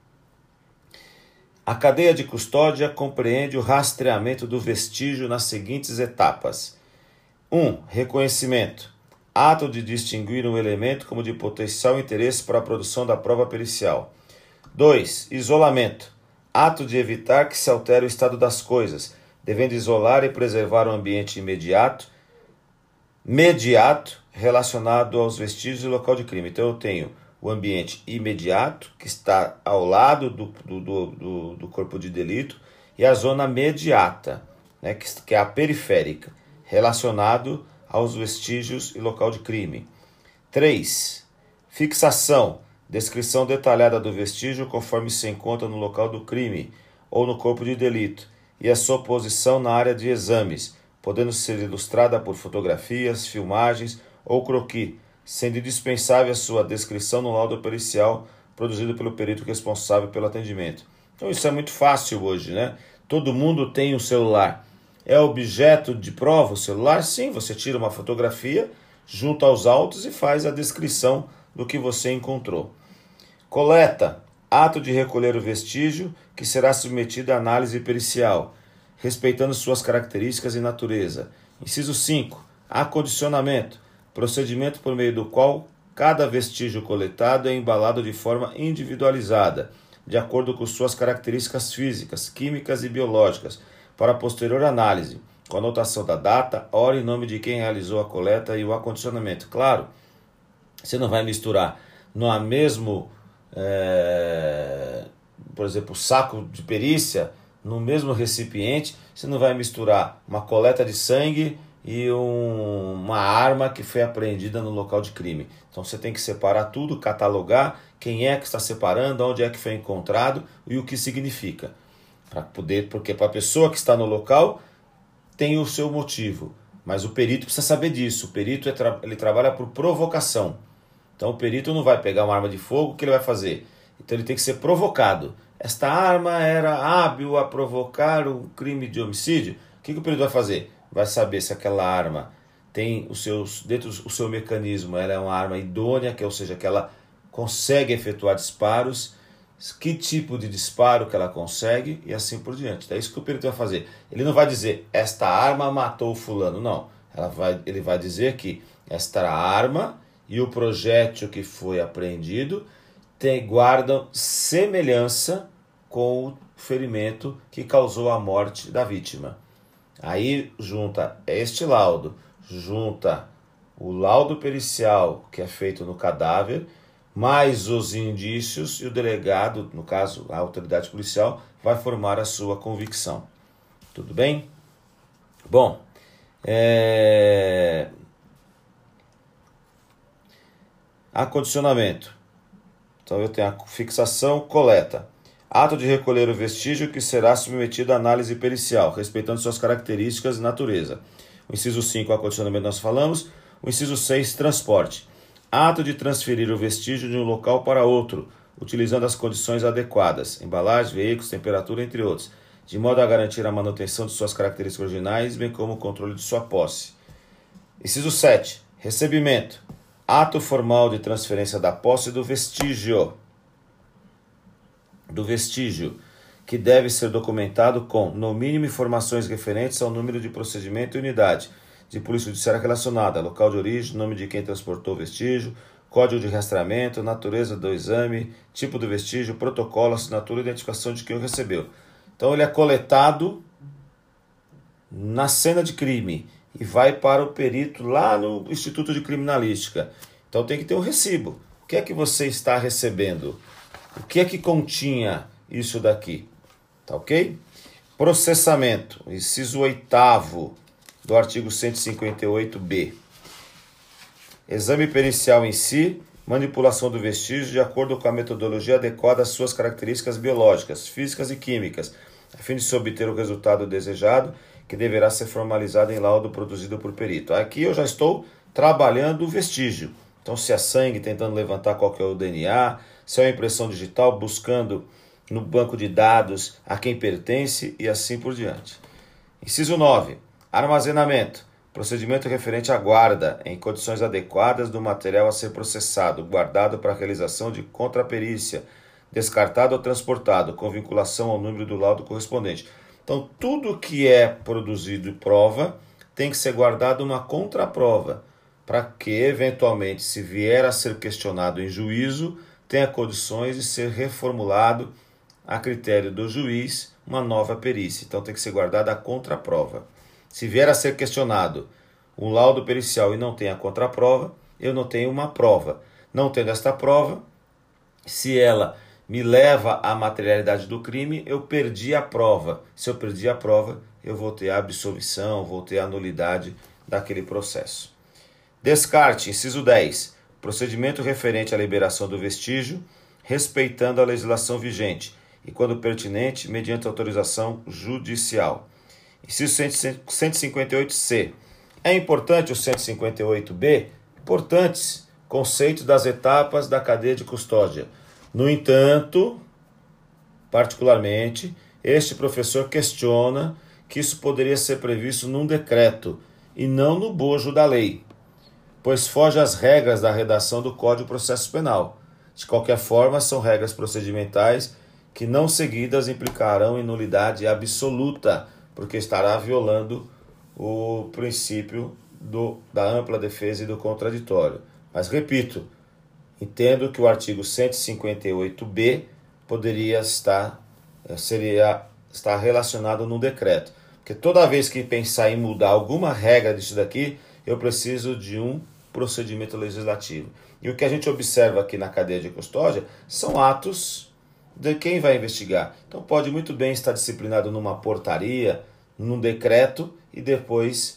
A cadeia de custódia compreende o rastreamento do vestígio nas seguintes etapas. um. Reconhecimento. Ato de distinguir um elemento como de potencial interesse para a produção da prova pericial. dois. Isolamento. Ato de evitar que se altere o estado das coisas, devendo isolar e preservar o ambiente imediato, mediato, relacionado aos vestígios do local de crime. Então eu tenho o ambiente imediato, que está ao lado do, do, do, do corpo de delito, e a zona mediata, né, que, que é a periférica, relacionado aos vestígios e local de crime. três. Fixação. Descrição detalhada do vestígio conforme se encontra no local do crime ou no corpo de delito e a sua posição na área de exames, podendo ser ilustrada por fotografias, filmagens ou croquis, sendo indispensável a sua descrição no laudo pericial produzido pelo perito responsável pelo atendimento. Então isso é muito fácil hoje, né? Todo mundo tem um celular. É objeto de prova o celular? Sim, você tira uma fotografia, junta aos autos e faz a descrição do que você encontrou. Coleta. Ato de recolher o vestígio que será submetido à análise pericial, respeitando suas características e natureza. Inciso cinco. Acondicionamento. Procedimento por meio do qual cada vestígio coletado é embalado de forma individualizada, de acordo com suas características físicas, químicas e biológicas, para posterior análise, com anotação da data, hora e nome de quem realizou a coleta e o acondicionamento. Claro, você não vai misturar no mesmo, é, por exemplo, saco de perícia, no mesmo recipiente, você não vai misturar uma coleta de sangue e um, uma arma que foi apreendida no local de crime. Então você tem que separar tudo, catalogar quem é que está separando, onde é que foi encontrado e o que significa. Para poder, porque para a pessoa que está no local tem o seu motivo, mas o perito precisa saber disso. O perito ele trabalha por provocação. Então o perito não vai pegar uma arma de fogo, o que ele vai fazer? Então ele tem que ser provocado. Esta arma era hábil a provocar um crime de homicídio. O que, que o perito vai fazer? Vai saber se aquela arma tem os seus, dentro do seu mecanismo, ela é uma arma idônea, que, ou seja, que ela consegue efetuar disparos, que tipo de disparo que ela consegue e assim por diante. É isso que o perito vai fazer. Ele não vai dizer, esta arma matou o fulano, não. Ela vai, ele vai dizer que esta arma e o projétil que foi apreendido tem, guardam semelhança com o ferimento que causou a morte da vítima. Aí junta este laudo, junta o laudo pericial que é feito no cadáver, mais os indícios, e o delegado, no caso a autoridade policial, vai formar a sua convicção. Tudo bem? Bom, é... acondicionamento. Então eu tenho a fixação, coleta. Ato de recolher o vestígio que será submetido à análise pericial, respeitando suas características e natureza. O inciso cinco, acondicionamento, nós falamos. O inciso seis, transporte. Ato de transferir o vestígio de um local para outro, utilizando as condições adequadas, embalagem, veículos, temperatura, entre outros, de modo a garantir a manutenção de suas características originais, bem como o controle de sua posse. Inciso sete, recebimento. Ato formal de transferência da posse do vestígio. Do vestígio, que deve ser documentado com, no mínimo, informações referentes ao número de procedimento e unidade de polícia judiciária relacionada, local de origem, nome de quem transportou o vestígio, código de rastreamento, natureza do exame, tipo do vestígio, protocolo, assinatura e identificação de quem o recebeu. Então ele é coletado na cena de crime e vai para o perito lá no Instituto de Criminalística. Então tem que ter um recibo. O que é que você está recebendo? O que é que continha isso daqui? Tá ok? Processamento, inciso oitavo do artigo cento e cinquenta e oito B. Exame pericial em si, manipulação do vestígio de acordo com a metodologia adequada às suas características biológicas, físicas e químicas, a fim de se obter o resultado desejado, que deverá ser formalizado em laudo produzido por perito. Aqui eu já estou trabalhando o vestígio. Então, se é sangue, tentando levantar qual que é o D N A, se é uma impressão digital, buscando no banco de dados a quem pertence e assim por diante. Inciso nove. Armazenamento. Procedimento referente à guarda, em condições adequadas, do material a ser processado, guardado para a realização de contraperícia, descartado ou transportado, com vinculação ao número do laudo correspondente. Então, tudo que é produzido prova tem que ser guardado uma contraprova, para que, eventualmente, se vier a ser questionado em juízo, tenha condições de ser reformulado a critério do juiz uma nova perícia. Então, tem que ser guardada a contraprova. Se vier a ser questionado um laudo pericial e não tem a contraprova, eu não tenho uma prova. Não tendo esta prova, se ela me leva à materialidade do crime, eu perdi a prova. Se eu perdi a prova, eu vou ter a absolvição, vou ter a nulidade daquele processo. Descarte, inciso dez. Procedimento referente à liberação do vestígio, respeitando a legislação vigente e, quando pertinente, mediante autorização judicial. Inciso cento e cinquenta e oito C. É importante o cento e cinquenta e oito B? Importantes conceitos das etapas da cadeia de custódia. No entanto, particularmente, este professor questiona que isso poderia ser previsto num decreto e não no bojo da lei, pois foge às regras da redação do Código de Processo Penal. De qualquer forma, são regras procedimentais que, não seguidas, implicarão em nulidade absoluta, porque estará violando o princípio do, da ampla defesa e do contraditório. Mas, repito, entendo que o artigo cento e cinquenta e oito B poderia estar, seria, estar relacionado no decreto. Porque toda vez que pensar em mudar alguma regra disso daqui, eu preciso de um procedimento legislativo. E o que a gente observa aqui na cadeia de custódia são atos de quem vai investigar. Então pode muito bem estar disciplinado numa portaria, num decreto, e depois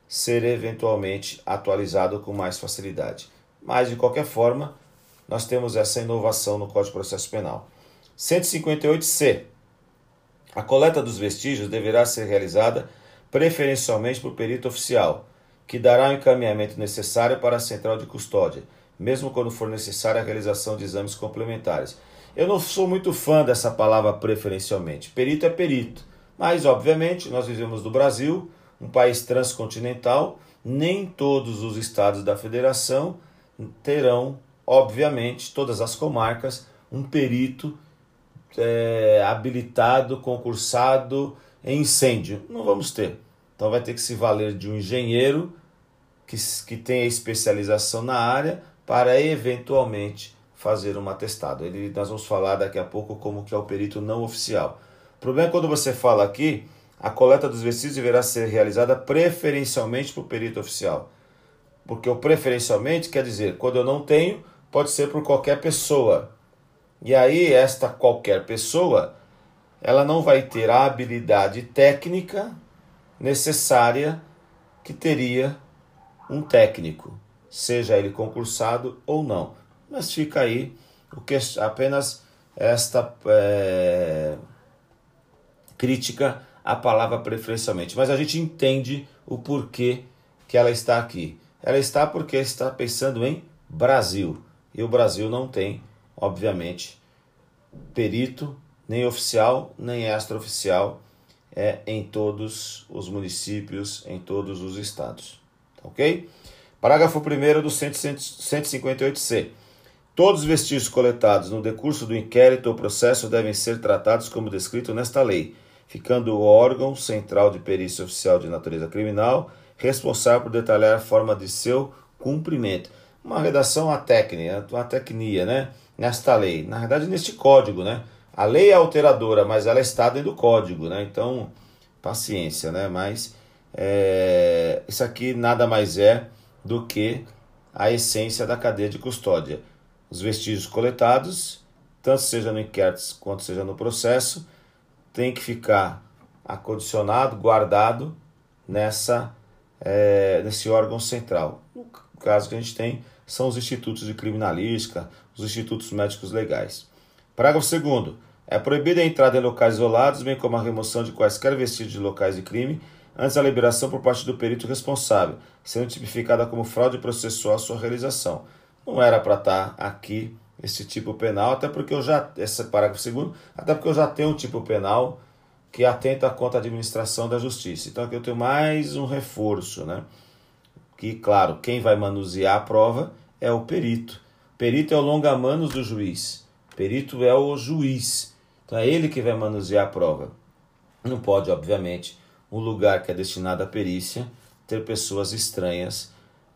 ser eventualmente atualizado com mais facilidade. Mas, de qualquer forma, nós temos essa inovação no Código de Processo Penal. cento e cinquenta e oito C. A coleta dos vestígios deverá ser realizada preferencialmente por perito oficial, que dará o encaminhamento necessário para a central de custódia, mesmo quando for necessária a realização de exames complementares. Eu não sou muito fã dessa palavra preferencialmente. Perito é perito. Mas, obviamente, nós vivemos no Brasil, um país transcontinental, nem todos os estados da federação terão, obviamente, todas as comarcas, um perito é, habilitado, concursado em incêndio. Não vamos ter. Então vai ter que se valer de um engenheiro que, que tenha especialização na área para eventualmente fazer um atestado. Ele, nós vamos falar daqui a pouco como que é o perito não oficial. O problema é quando você fala aqui, a coleta dos vestígios deverá ser realizada preferencialmente por perito oficial. Porque o preferencialmente quer dizer, quando eu não tenho, pode ser por qualquer pessoa. E aí, esta qualquer pessoa, ela não vai ter a habilidade técnica necessária que teria um técnico, seja ele concursado ou não. Mas fica aí o que, apenas esta é, crítica à palavra preferencialmente. Mas a gente entende o porquê que ela está aqui. Ela está porque está pensando em Brasil. E o Brasil não tem, obviamente, perito, nem oficial, nem extraoficial, é em todos os municípios, em todos os estados. Ok? Parágrafo primeiro do cento e cinquenta e oito C. Todos os vestígios coletados no decurso do inquérito ou processo devem ser tratados como descrito nesta lei, ficando o órgão central de perícia oficial de natureza criminal responsável por detalhar a forma de seu cumprimento. Uma redação atécnica, uma tecnia, né? Nesta lei. Na verdade, neste código, né? A lei é alteradora, mas ela está dentro do código, né? Então, paciência, né? Mas é, isso aqui nada mais é do que a essência da cadeia de custódia. Os vestígios coletados, tanto seja no inquérito quanto seja no processo, tem que ficar acondicionado, guardado nessa, é, nesse órgão central. No caso que a gente tem são os institutos de criminalística, os institutos médicos legais. Parágrafo segundo. É proibida a entrada em locais isolados, bem como a remoção de quaisquer vestígios de locais de crime, antes da liberação por parte do perito responsável, sendo tipificada como fraude processual sua realização. Não era para estar aqui esse tipo penal, até porque eu já, esse parágrafo segundo, até porque eu já tenho um tipo penal que atenta contra a administração da justiça. Então aqui eu tenho mais um reforço, né? Que, claro, quem vai manusear a prova é o perito. Perito é o longa-manos do juiz. Perito é o juiz. Então é ele que vai manusear a prova. Não pode, obviamente, um lugar que é destinado à perícia ter pessoas estranhas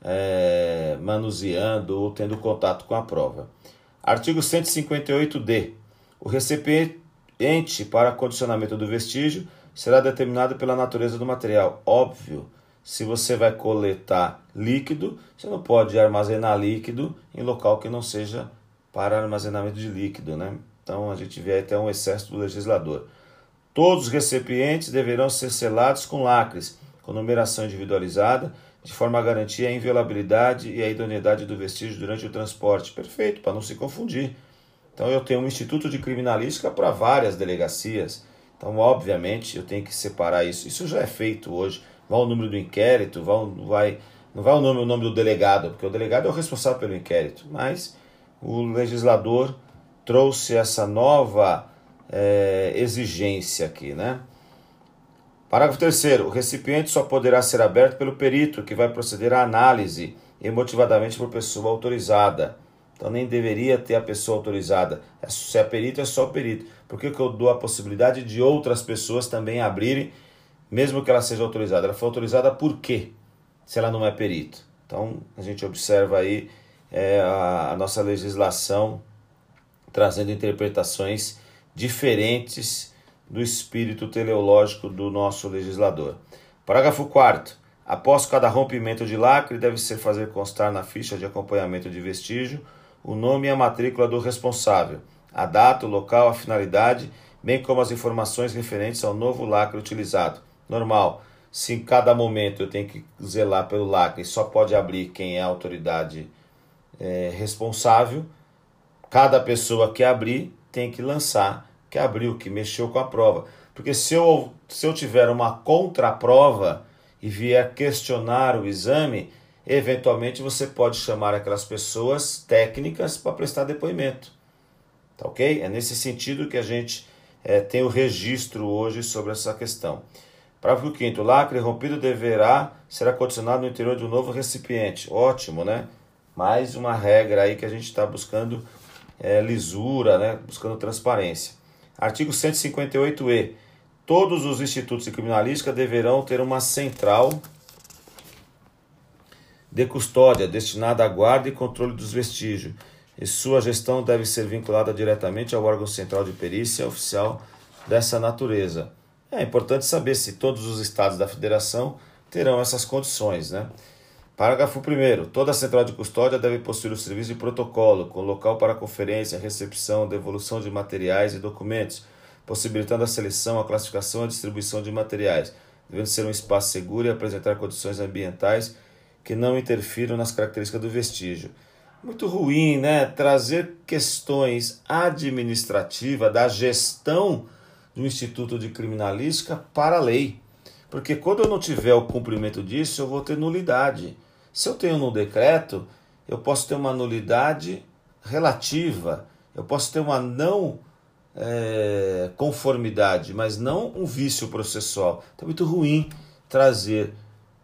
é, manuseando ou tendo contato com a prova. Artigo cento e cinquenta e oito D. O recipiente para condicionamento do vestígio será determinado pela natureza do material. Óbvio, se você vai coletar líquido, você não pode armazenar líquido em local que não seja para armazenamento de líquido, né? Então a gente vê até um excesso do legislador. Todos os recipientes deverão ser selados com lacres, com numeração individualizada, de forma a garantir a inviolabilidade e a idoneidade do vestígio durante o transporte. Perfeito, para não se confundir. Então eu tenho um instituto de criminalística para várias delegacias. Então, obviamente, eu tenho que separar isso. Isso já é feito hoje. Vai o número do inquérito, vai, vai, não vai o nome, o nome do delegado, porque o delegado é o responsável pelo inquérito. Mas o legislador trouxe essa nova é, exigência aqui, né? Parágrafo terceiro. O recipiente só poderá ser aberto pelo perito, que vai proceder à análise emotivadamente por pessoa autorizada. Então nem deveria ter a pessoa autorizada. Se é perito, é só o perito. Por que que eu dou a possibilidade de outras pessoas também abrirem, mesmo que ela seja autorizada? Ela foi autorizada por quê? Se ela não é perito. Então a gente observa aí é, a, a nossa legislação trazendo interpretações diferentes do espírito teleológico do nosso legislador. Parágrafo quarto. Após cada rompimento de lacre, deve ser fazer constar na ficha de acompanhamento de vestígio o nome e a matrícula do responsável, a data, o local, a finalidade, bem como as informações referentes ao novo lacre utilizado. Normal. se em cada momento eu tenho que zelar pelo lacre, só pode abrir quem é a autoridade é, responsável. Cada pessoa que abrir tem que lançar que abriu, que mexeu com a prova. Porque se eu, se eu tiver uma contraprova e vier questionar o exame, eventualmente você pode chamar aquelas pessoas técnicas para prestar depoimento. Tá ok? É nesse sentido que a gente é, tem o registro hoje sobre essa questão. Parágrafo quinto. O lacre rompido deverá ser acondicionado no interior de um novo recipiente. Ótimo, né? Mais uma regra aí que a gente está buscando é, lisura, né? Buscando transparência. Artigo cento e cinquenta e oito e. Todos os institutos de criminalística deverão ter uma central de custódia destinada à guarda e controle dos vestígios, e sua gestão deve ser vinculada diretamente ao órgão central de perícia oficial dessa natureza. É importante saber se todos os estados da federação terão essas condições, né? Parágrafo primeiro. Toda central de custódia deve possuir o serviço de protocolo, com local para conferência, recepção, devolução de materiais e documentos, possibilitando a seleção, a classificação e a distribuição de materiais, devendo ser um espaço seguro e apresentar condições ambientais que não interfiram nas características do vestígio. Muito ruim, né? Trazer questões administrativas da gestão do Instituto de Criminalística para a lei. Porque quando eu não tiver o cumprimento disso, eu vou ter nulidade. Se eu tenho no decreto, eu posso ter uma nulidade relativa, eu posso ter uma não é, conformidade, mas não um vício processual. Então é muito ruim trazer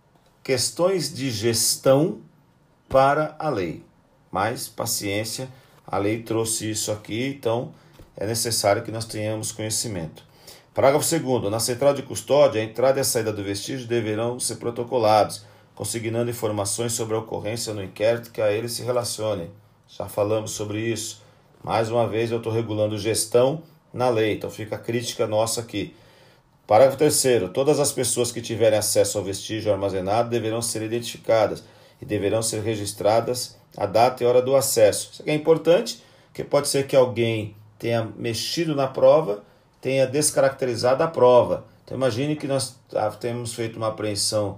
questões de gestão para a lei. Mas, paciência, a lei trouxe isso aqui, então é necessário que nós tenhamos conhecimento. Parágrafo segundo. Na central de custódia, a entrada e a saída do vestígio deverão ser protocolados, consignando informações sobre a ocorrência no inquérito que a ele se relacione. Já falamos sobre isso. Mais uma vez, eu estou regulando gestão na lei, então fica a crítica nossa aqui. Parágrafo terceiro. Todas as pessoas que tiverem acesso ao vestígio armazenado deverão ser identificadas e deverão ser registradas a data e hora do acesso. Isso aqui é importante, porque pode ser que alguém tenha mexido na prova, tenha descaracterizado a prova. Então imagine que nós temos feito uma apreensão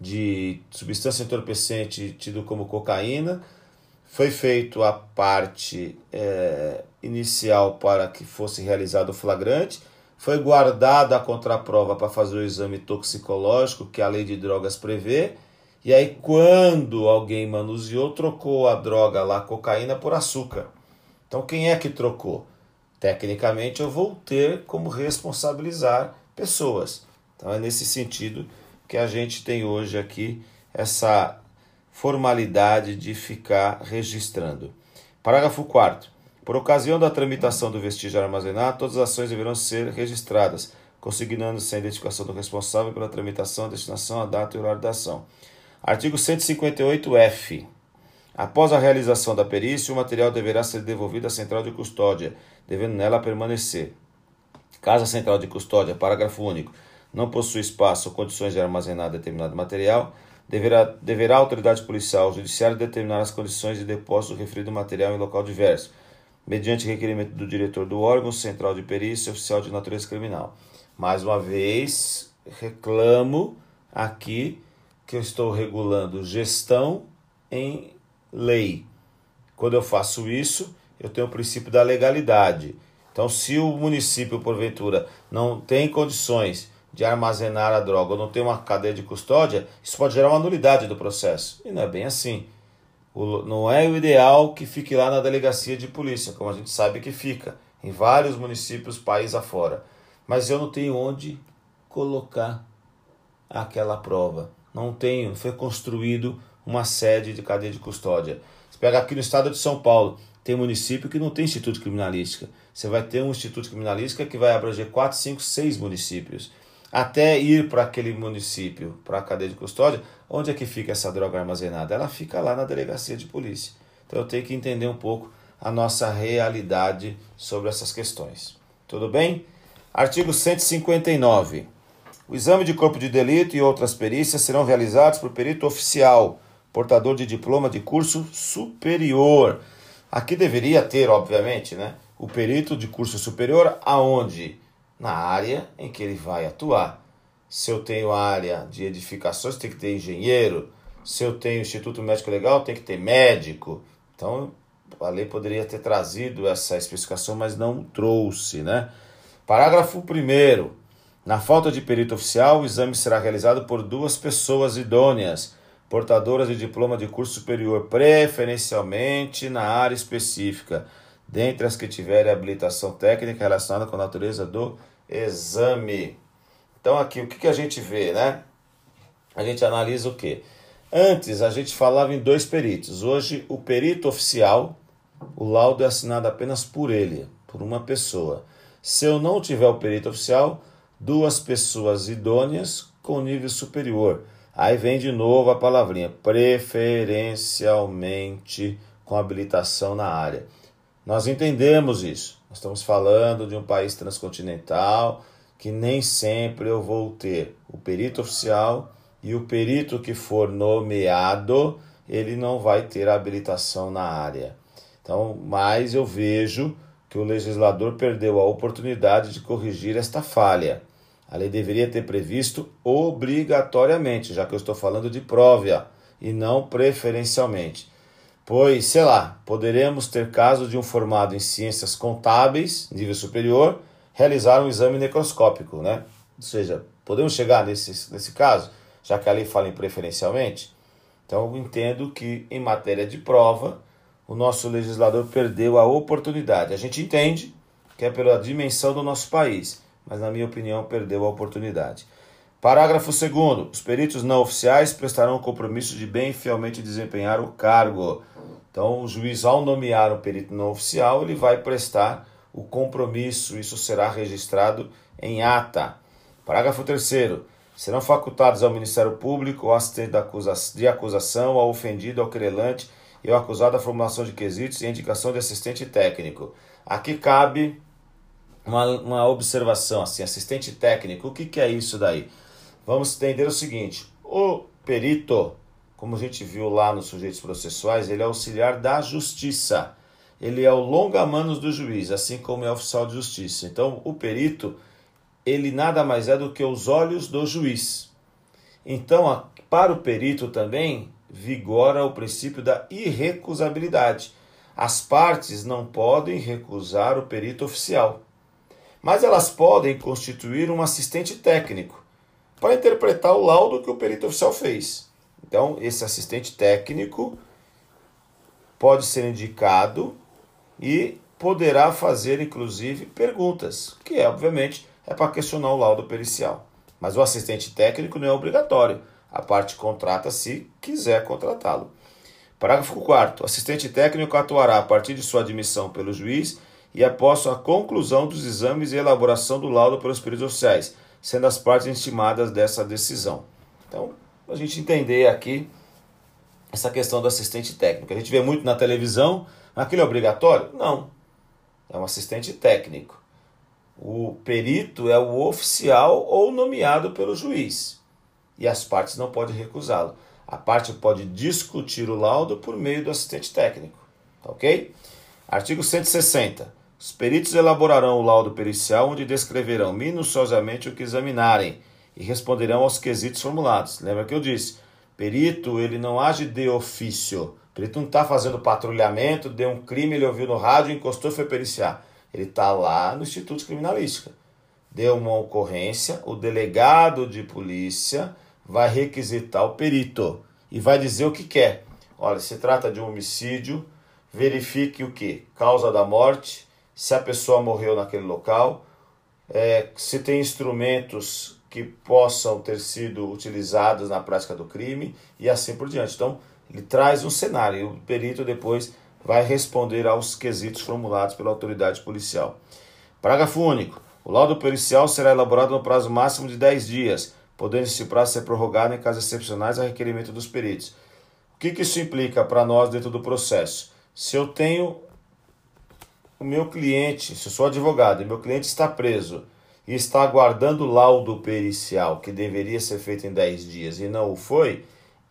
de substância entorpecente tido como cocaína, foi feito a parte é, inicial para que fosse realizado o flagrante, foi guardada a contraprova para fazer o exame toxicológico que a lei de drogas prevê, e aí quando alguém manuseou, trocou a droga lá, cocaína, por açúcar. Então quem é que trocou? Tecnicamente eu vou ter como responsabilizar pessoas. Então é nesse sentido que a gente tem hoje aqui essa formalidade de ficar registrando. Parágrafo quarto. Por ocasião da tramitação do vestígio armazenado, todas as ações deverão ser registradas, consignando-se a identificação do responsável pela tramitação, a destinação, a data e o horário da ação. Artigo cento e cinquenta e oito F. Após a realização da perícia, o material deverá ser devolvido à central de custódia, devendo nela permanecer. Caso a central de custódia, parágrafo único, não possua espaço ou condições de armazenar determinado material, deverá, deverá a autoridade policial ou judiciária determinar as condições de depósito do referido material em local diverso, mediante requerimento do diretor do órgão central de perícia oficial de natureza criminal. Mais uma vez, reclamo aqui que eu estou regulando gestão em lei. Quando eu faço isso, eu tenho o princípio da legalidade. Então, se o município, porventura, não tem condições de armazenar a droga ou não tem uma cadeia de custódia, isso pode gerar uma nulidade do processo. E não é bem assim. O, não é o ideal que fique lá na delegacia de polícia, como a gente sabe que fica, em vários municípios, país afora. Mas eu não tenho onde colocar aquela prova. Não tenho, foi construído uma sede de cadeia de custódia. Você pega aqui no estado de São Paulo, tem município que não tem instituto de criminalística. Você vai ter um instituto de criminalística que vai abranger quatro, cinco, seis municípios. Até ir para aquele município, para a cadeia de custódia, onde é que fica essa droga armazenada? Ela fica lá na delegacia de polícia. Então eu tenho que entender um pouco a nossa realidade sobre essas questões. Tudo bem? Artigo cento e cinquenta e nove. O exame de corpo de delito e outras perícias serão realizados por perito oficial, portador de diploma de curso superior. Aqui deveria ter, obviamente, né, o perito de curso superior aonde? Na área em que ele vai atuar. Se eu tenho área de edificações, tem que ter engenheiro. Se eu tenho Instituto Médico Legal, tem que ter médico. Então, a lei poderia ter trazido essa especificação, mas não trouxe, né? Parágrafo primeiro. Na falta de perito oficial, o exame será realizado por duas pessoas idôneas, portadoras de diploma de curso superior, preferencialmente na área específica, dentre as que tiverem habilitação técnica relacionada com a natureza do exame. Então aqui, o que, que a gente vê, né? A gente analisa o quê? Antes a gente falava em dois peritos. Hoje o perito oficial, o laudo é assinado apenas por ele, por uma pessoa. Se eu não tiver o perito oficial, duas pessoas idôneas com nível superior. Aí vem de novo a palavrinha, preferencialmente com habilitação na área. Nós entendemos isso. Nós estamos falando de um país transcontinental que nem sempre eu vou ter o perito oficial e o perito que for nomeado, ele não vai ter a habilitação na área. Então, mas eu vejo que o legislador perdeu a oportunidade de corrigir esta falha. A lei deveria ter previsto obrigatoriamente, já que eu estou falando de prova e não preferencialmente. Pois, sei lá, poderemos ter casos de um formado em ciências contábeis, nível superior, realizar um exame necroscópico, né? Ou seja, podemos chegar nesse, nesse caso, já que a lei fala em preferencialmente? Então, eu entendo que, em matéria de prova, o nosso legislador perdeu a oportunidade. A gente entende que é pela dimensão do nosso país, mas, na minha opinião, perdeu a oportunidade. Parágrafo segundo. Os peritos não oficiais prestarão o compromisso de bem e fielmente desempenhar o cargo. Então, o juiz, ao nomear um perito não oficial, ele vai prestar o compromisso. Isso será registrado em ata. Parágrafo terceiro. Serão facultados ao Ministério Público, ao assistente de acusação, ao ofendido, ao querelante e ao acusado a formulação de quesitos e a indicação de assistente técnico. Aqui cabe uma, uma observação, assim, assistente técnico, o que, que é isso daí? Vamos entender o seguinte, o perito, como a gente viu lá nos sujeitos processuais, ele é auxiliar da justiça, ele é o longa-manos do juiz, assim como é oficial de justiça. Então, o perito, ele nada mais é do que os olhos do juiz. Então, para o perito também, vigora o princípio da irrecusabilidade. As partes não podem recusar o perito oficial, mas elas podem constituir um assistente técnico para interpretar o laudo que o perito oficial fez. Então, esse assistente técnico pode ser indicado e poderá fazer, inclusive, perguntas, que é, obviamente, é para questionar o laudo pericial. Mas o assistente técnico não é obrigatório. A parte contrata se quiser contratá-lo. Parágrafo quarto. O assistente técnico atuará a partir de sua admissão pelo juiz e após a conclusão dos exames e elaboração do laudo pelos peritos oficiais, sendo as partes intimadas dessa decisão. Então, a gente entender aqui essa questão do assistente técnico. A gente vê muito na televisão, aquilo é obrigatório? Não. É um assistente técnico. O perito é o oficial ou nomeado pelo juiz. E as partes não podem recusá-lo. A parte pode discutir o laudo por meio do assistente técnico. Tá ok? Artigo cento e sessenta. Os peritos elaborarão o laudo pericial onde descreverão minuciosamente o que examinarem e responderão aos quesitos formulados. Lembra que eu disse? Perito, ele não age de ofício. O perito não está fazendo patrulhamento, deu um crime, ele ouviu no rádio, encostou e foi periciar. Ele está lá no Instituto de Criminalística. Deu uma ocorrência, o delegado de polícia vai requisitar o perito e vai dizer o que quer. Olha, se trata de um homicídio, verifique o que? Causa da morte, se a pessoa morreu naquele local, é, se tem instrumentos que possam ter sido utilizados na prática do crime e assim por diante. Então, ele traz um cenário e o perito depois vai responder aos quesitos formulados pela autoridade policial. Parágrafo único. O laudo pericial será elaborado no prazo máximo de dez dias, podendo esse prazo ser prorrogado em casos excepcionais a requerimento dos peritos. O que, que isso implica para nós dentro do processo? Se eu tenho o meu cliente, se eu sou advogado e meu cliente está preso e está aguardando o laudo pericial, que deveria ser feito em dez dias e não o foi,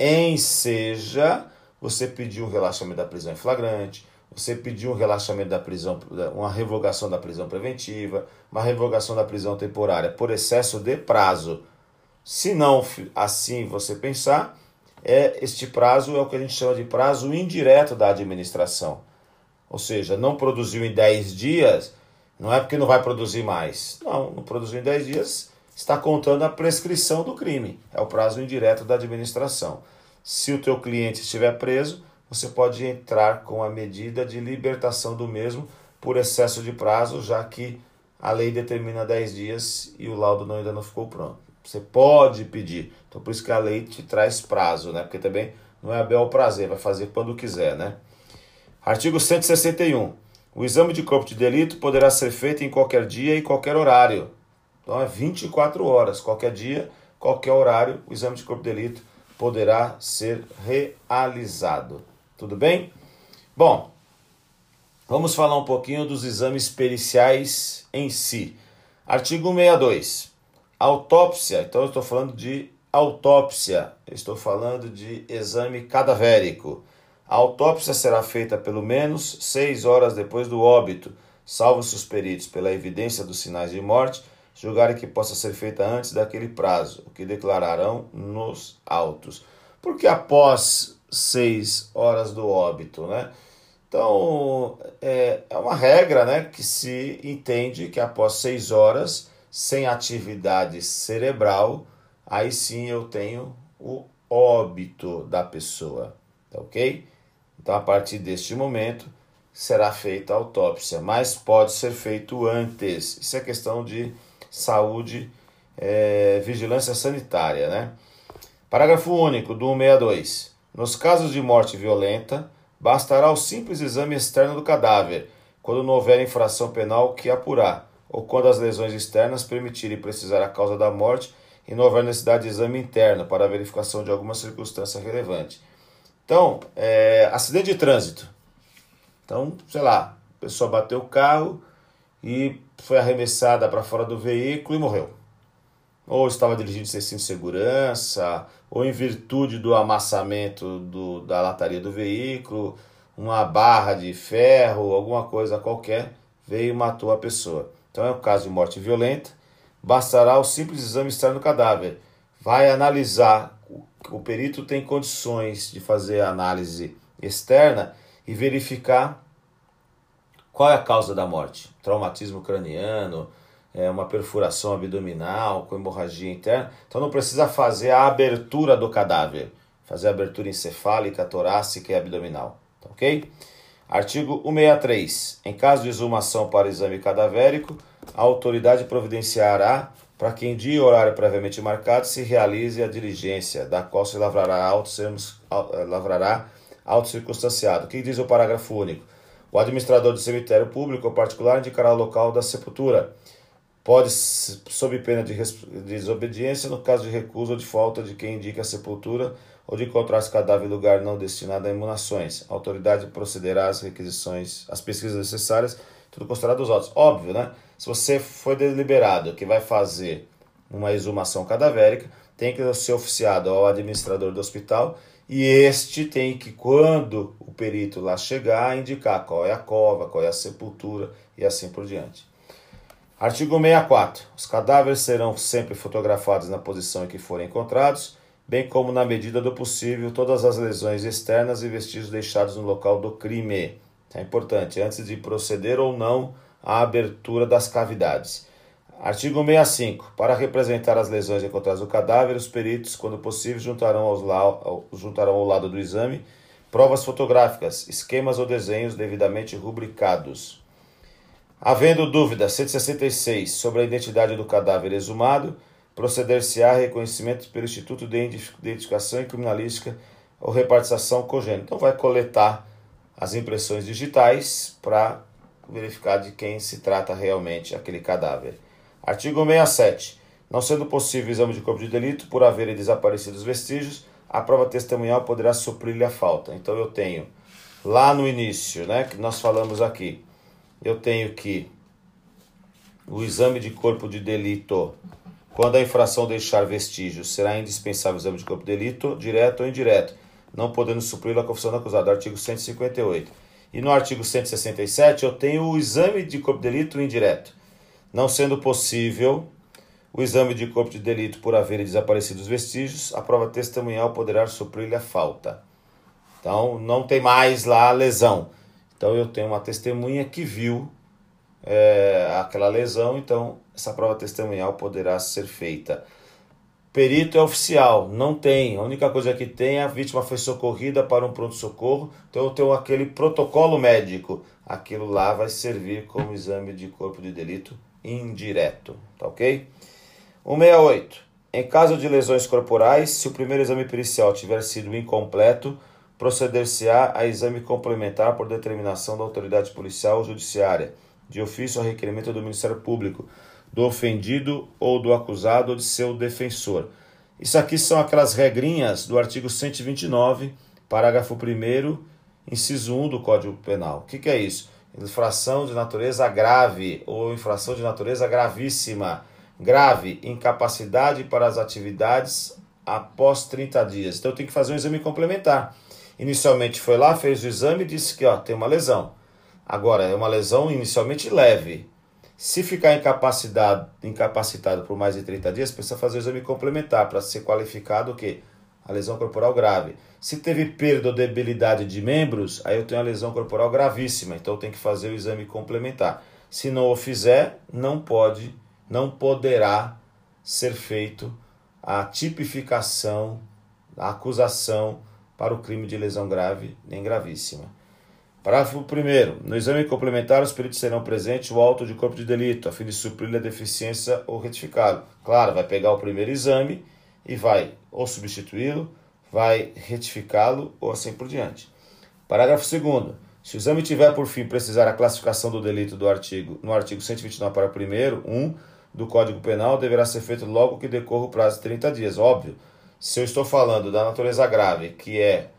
enseja você pediu um relaxamento da prisão em flagrante, você pediu um relaxamento da prisão, uma revogação da prisão preventiva, uma revogação da prisão temporária por excesso de prazo. Se não assim você pensar, é, este prazo é o que a gente chama de prazo indireto da administração. Ou seja, não produziu em dez dias, não é porque não vai produzir mais. Não, não produziu em dez dias, está contando a prescrição do crime. É o prazo indireto da administração. Se o teu cliente estiver preso, você pode entrar com a medida de libertação do mesmo por excesso de prazo, já que a lei determina dez dias e o laudo não, ainda não ficou pronto. Você pode pedir. Então, por isso que a lei te traz prazo, né? Porque também não é a bel prazer, vai fazer quando quiser, né? Artigo cento e sessenta e um. O exame de corpo de delito poderá ser feito em qualquer dia e qualquer horário. Então, é vinte e quatro horas. Qualquer dia, qualquer horário, o exame de corpo de delito poderá ser realizado. Tudo bem? Bom, vamos falar um pouquinho dos exames periciais em si. Artigo sessenta e dois. Autópsia. Então, eu estou falando de autópsia. Eu estou falando de exame cadavérico. A autópsia será feita pelo menos seis horas depois do óbito, salvo se os peritos, pela evidência dos sinais de morte, julgarem que possa ser feita antes daquele prazo, o que declararão nos autos. Porque após seis horas do óbito, né? Então, é, é uma regra, né, que se entende que após seis horas, sem atividade cerebral, aí sim eu tenho o óbito da pessoa, tá ok? Então, a partir deste momento, será feita a autópsia, mas pode ser feito antes. Isso é questão de saúde, é, vigilância sanitária, né? Parágrafo único do cento e sessenta e dois. Nos casos de morte violenta, bastará o simples exame externo do cadáver, quando não houver infração penal que apurar, ou quando as lesões externas permitirem precisar a causa da morte e não houver necessidade de exame interno para a verificação de alguma circunstância relevante. Então, é, acidente de trânsito. Então, sei lá, a pessoa bateu o carro e foi arremessada para fora do veículo e morreu. Ou estava dirigindo sem cinto de segurança, ou em virtude do amassamento do, da lataria do veículo, uma barra de ferro, alguma coisa qualquer, veio e matou a pessoa. Então é um caso de morte violenta, bastará o simples exame externo do cadáver. Vai analisar, o perito tem condições de fazer a análise externa e verificar qual é a causa da morte. Traumatismo craniano, é uma perfuração abdominal com hemorragia interna. Então não precisa fazer a abertura do cadáver, fazer a abertura encefálica, torácica e abdominal. Tá ok? Artigo cento e sessenta e três. Em caso de exumação para exame cadavérico, a autoridade providenciará para que em dia e horário previamente marcado se realize a diligência, da qual se lavrará auto, lavrará auto circunstanciado. O que diz o parágrafo único? O administrador do cemitério público ou particular indicará o local da sepultura. Pode, sob pena de desobediência, no caso de recusa ou de falta de quem indica a sepultura ou de encontrar-se cadáver em lugar não destinado a imunações. A autoridade procederá às requisições, às pesquisas necessárias, tudo considerado os autos. Óbvio, né? Se você foi deliberado que vai fazer uma exumação cadavérica, tem que ser oficiado ao administrador do hospital e este tem que, quando o perito lá chegar, indicar qual é a cova, qual é a sepultura e assim por diante. Artigo sessenta e quatro. Os cadáveres serão sempre fotografados na posição em que forem encontrados, bem como, na medida do possível, todas as lesões externas e vestígios deixados no local do crime. É importante, antes de proceder ou não à abertura das cavidades. Artigo sessenta e cinco. Para representar as lesões encontradas no cadáver, os peritos, quando possível, juntarão, aos la... juntarão ao lado do exame provas fotográficas, esquemas ou desenhos devidamente rubricados. Havendo dúvida, cento e sessenta e seis, sobre a identidade do cadáver exumado, proceder-se-á a reconhecimento pelo Instituto de Identificação e Criminalística ou repartição congênita. Então vai coletar as impressões digitais para verificar de quem se trata realmente aquele cadáver. Artigo sessenta e sete. Não sendo possível o exame de corpo de delito, por haverem desaparecido os vestígios, a prova testemunhal poderá suprir-lhe a falta. Então eu tenho, lá no início, né, que nós falamos aqui, eu tenho que o exame de corpo de delito, quando a infração deixar vestígios, será indispensável o exame de corpo de delito, direto ou indireto, não podendo suprir a confissão do acusado. Artigo cento e cinquenta e oito. E no artigo cento e sessenta e sete eu tenho o exame de corpo de delito indireto. Não sendo possível o exame de corpo de delito por haverem desaparecido os vestígios, a prova testemunhal poderá suprir-lhe a falta. Então, não tem mais lá a lesão. Então, eu tenho uma testemunha que viu é, aquela lesão, então essa prova testemunhal poderá ser feita. Perito é oficial, não tem. A única coisa que tem, a vítima foi socorrida para um pronto-socorro, então eu tenho aquele protocolo médico. Aquilo lá vai servir como exame de corpo de delito indireto, tá ok? cento e sessenta e oito. Em caso de lesões corporais, se o primeiro exame pericial tiver sido incompleto, proceder-se-á a exame complementar por determinação da autoridade policial ou judiciária, de ofício a requerimento do Ministério Público, do ofendido ou do acusado ou de seu defensor. Isso aqui são aquelas regrinhas do artigo cento e vinte e nove, parágrafo primeiro, inciso um do Código Penal. O que, que é isso? Infração de natureza grave ou infração de natureza gravíssima. Grave, incapacidade para as atividades após trinta dias. Então tem que fazer um exame complementar. Inicialmente foi lá, fez o exame e disse que ó, tem uma lesão. Agora, é uma lesão inicialmente leve. Se ficar incapacitado, incapacitado por mais de trinta dias, precisa fazer o exame complementar para ser qualificado o quê? A lesão corporal grave. Se teve perda ou debilidade de membros, aí eu tenho a lesão corporal gravíssima, então eu tenho que fazer o exame complementar. Se não o fizer, não pode, não poderá ser feito a tipificação, a acusação para o crime de lesão grave nem gravíssima. Parágrafo primeiro. No exame complementar, os peritos serão presentes o auto de corpo de delito, a fim de suprir a deficiência ou retificá-lo. Claro, vai pegar o primeiro exame e vai ou substituí-lo, vai retificá-lo ou assim por diante. Parágrafo segundo. Se o exame tiver por fim precisar a classificação do delito do artigo, no artigo cento e vinte e nove, parágrafo primeiro, um do Código Penal, deverá ser feito logo que decorra o prazo de trinta dias. Óbvio, se eu estou falando da natureza grave, que é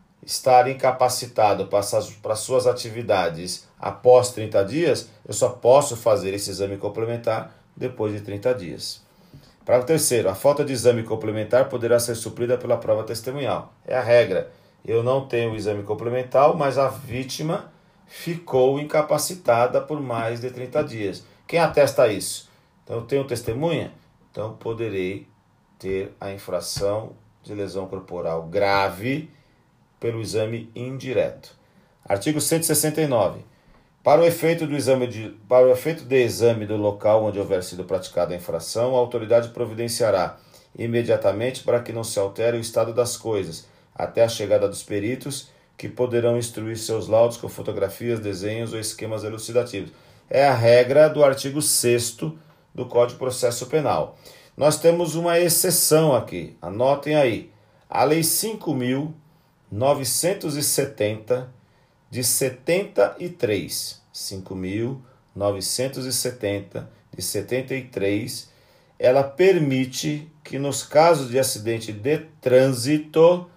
estar incapacitado para suas atividades após trinta dias, eu só posso fazer esse exame complementar depois de trinta dias. Parágrafo terceiro. A falta de exame complementar poderá ser suprida pela prova testemunhal. É a regra. Eu não tenho o exame complementar, mas a vítima ficou incapacitada por mais de trinta dias. Quem atesta isso? Então, eu tenho testemunha? Então, poderei ter a infração de lesão corporal grave pelo exame indireto. Artigo cento e sessenta e nove. Para o efeito do exame de, para o efeito de exame do local onde houver sido praticada a infração, a autoridade providenciará imediatamente para que não se altere o estado das coisas, até a chegada dos peritos, que poderão instruir seus laudos com fotografias, desenhos ou esquemas elucidativos. É a regra do artigo sexto do Código de Processo Penal. Nós temos uma exceção aqui, anotem aí. A Lei cinco mil novecentos e setenta de setenta e três, cinco mil novecentos e setenta de setenta e três, ela permite que nos casos de acidente de trânsito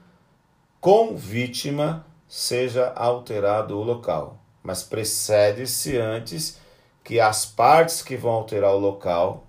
com vítima seja alterado o local, mas precede-se antes que as partes que vão alterar o local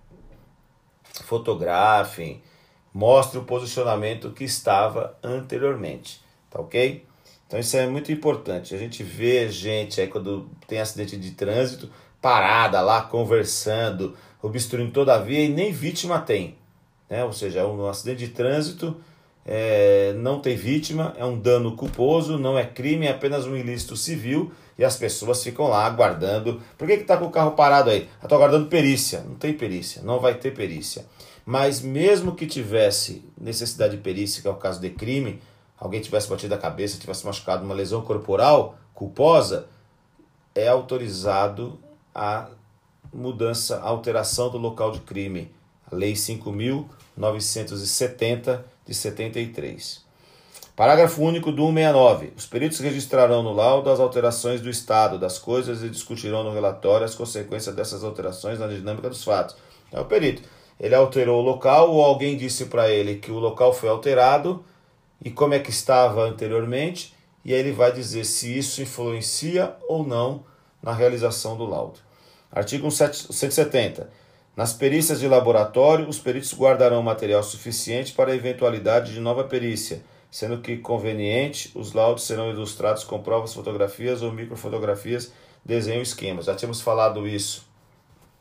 fotografem, mostrem o posicionamento que estava anteriormente. Tá ok? Então isso é muito importante. A gente vê gente aí quando tem acidente de trânsito parada lá, conversando, obstruindo toda a via e nem vítima tem. Né? Ou seja, um acidente de trânsito é, não tem vítima, é um dano culposo, não é crime, é apenas um ilícito civil e as pessoas ficam lá aguardando. Por que que tá com o carro parado aí? Eu tô aguardando perícia. Não tem perícia, não vai ter perícia. Mas mesmo que tivesse necessidade de perícia, que é o caso de crime, alguém tivesse batido a cabeça, tivesse machucado, uma lesão corporal culposa, é autorizado a mudança, a alteração do local de crime. A Lei cinco mil novecentos e setenta de setenta e três. Parágrafo único do cento e sessenta e nove. Os peritos registrarão no laudo as alterações do estado das coisas e discutirão no relatório as consequências dessas alterações na dinâmica dos fatos. É o perito. Ele alterou o local ou alguém disse para ele que o local foi alterado e como é que estava anteriormente, e aí ele vai dizer se isso influencia ou não na realização do laudo. Artigo cento e setenta. Nas perícias de laboratório, os peritos guardarão material suficiente para a eventualidade de nova perícia, sendo que conveniente, os laudos serão ilustrados com provas, fotografias ou microfotografias, desenho e esquemas. Já tínhamos falado isso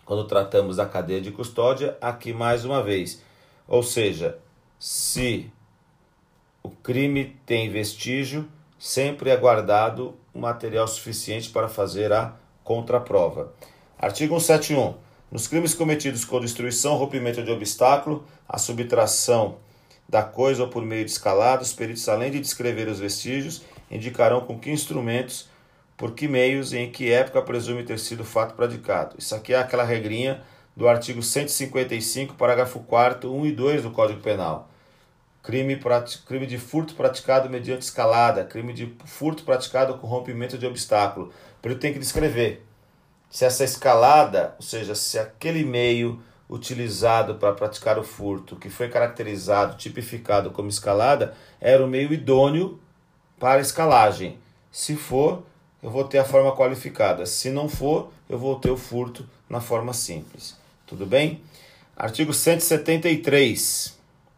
quando tratamos da cadeia de custódia, aqui mais uma vez. Ou seja, se o crime tem vestígio, sempre é guardado o material suficiente para fazer a contraprova. Artigo cento e setenta e um. Nos crimes cometidos com destruição, rompimento de obstáculo, a subtração da coisa ou por meio de escalada, os peritos, além de descrever os vestígios, indicarão com que instrumentos, por que meios e em que época presume ter sido o fato praticado. Isso aqui é aquela regrinha do artigo cento e cinquenta e cinco, parágrafo quarto, um e dois do Código Penal. Crime, crime de furto praticado mediante escalada, crime de furto praticado com rompimento de obstáculo. O perito tem que descrever se essa escalada, ou seja, se aquele meio utilizado para praticar o furto, que foi caracterizado, tipificado como escalada, era o meio idôneo para escalagem. Se for, eu vou ter a forma qualificada. Se não for, eu vou ter o furto na forma simples. Tudo bem? Artigo cento e setenta e três.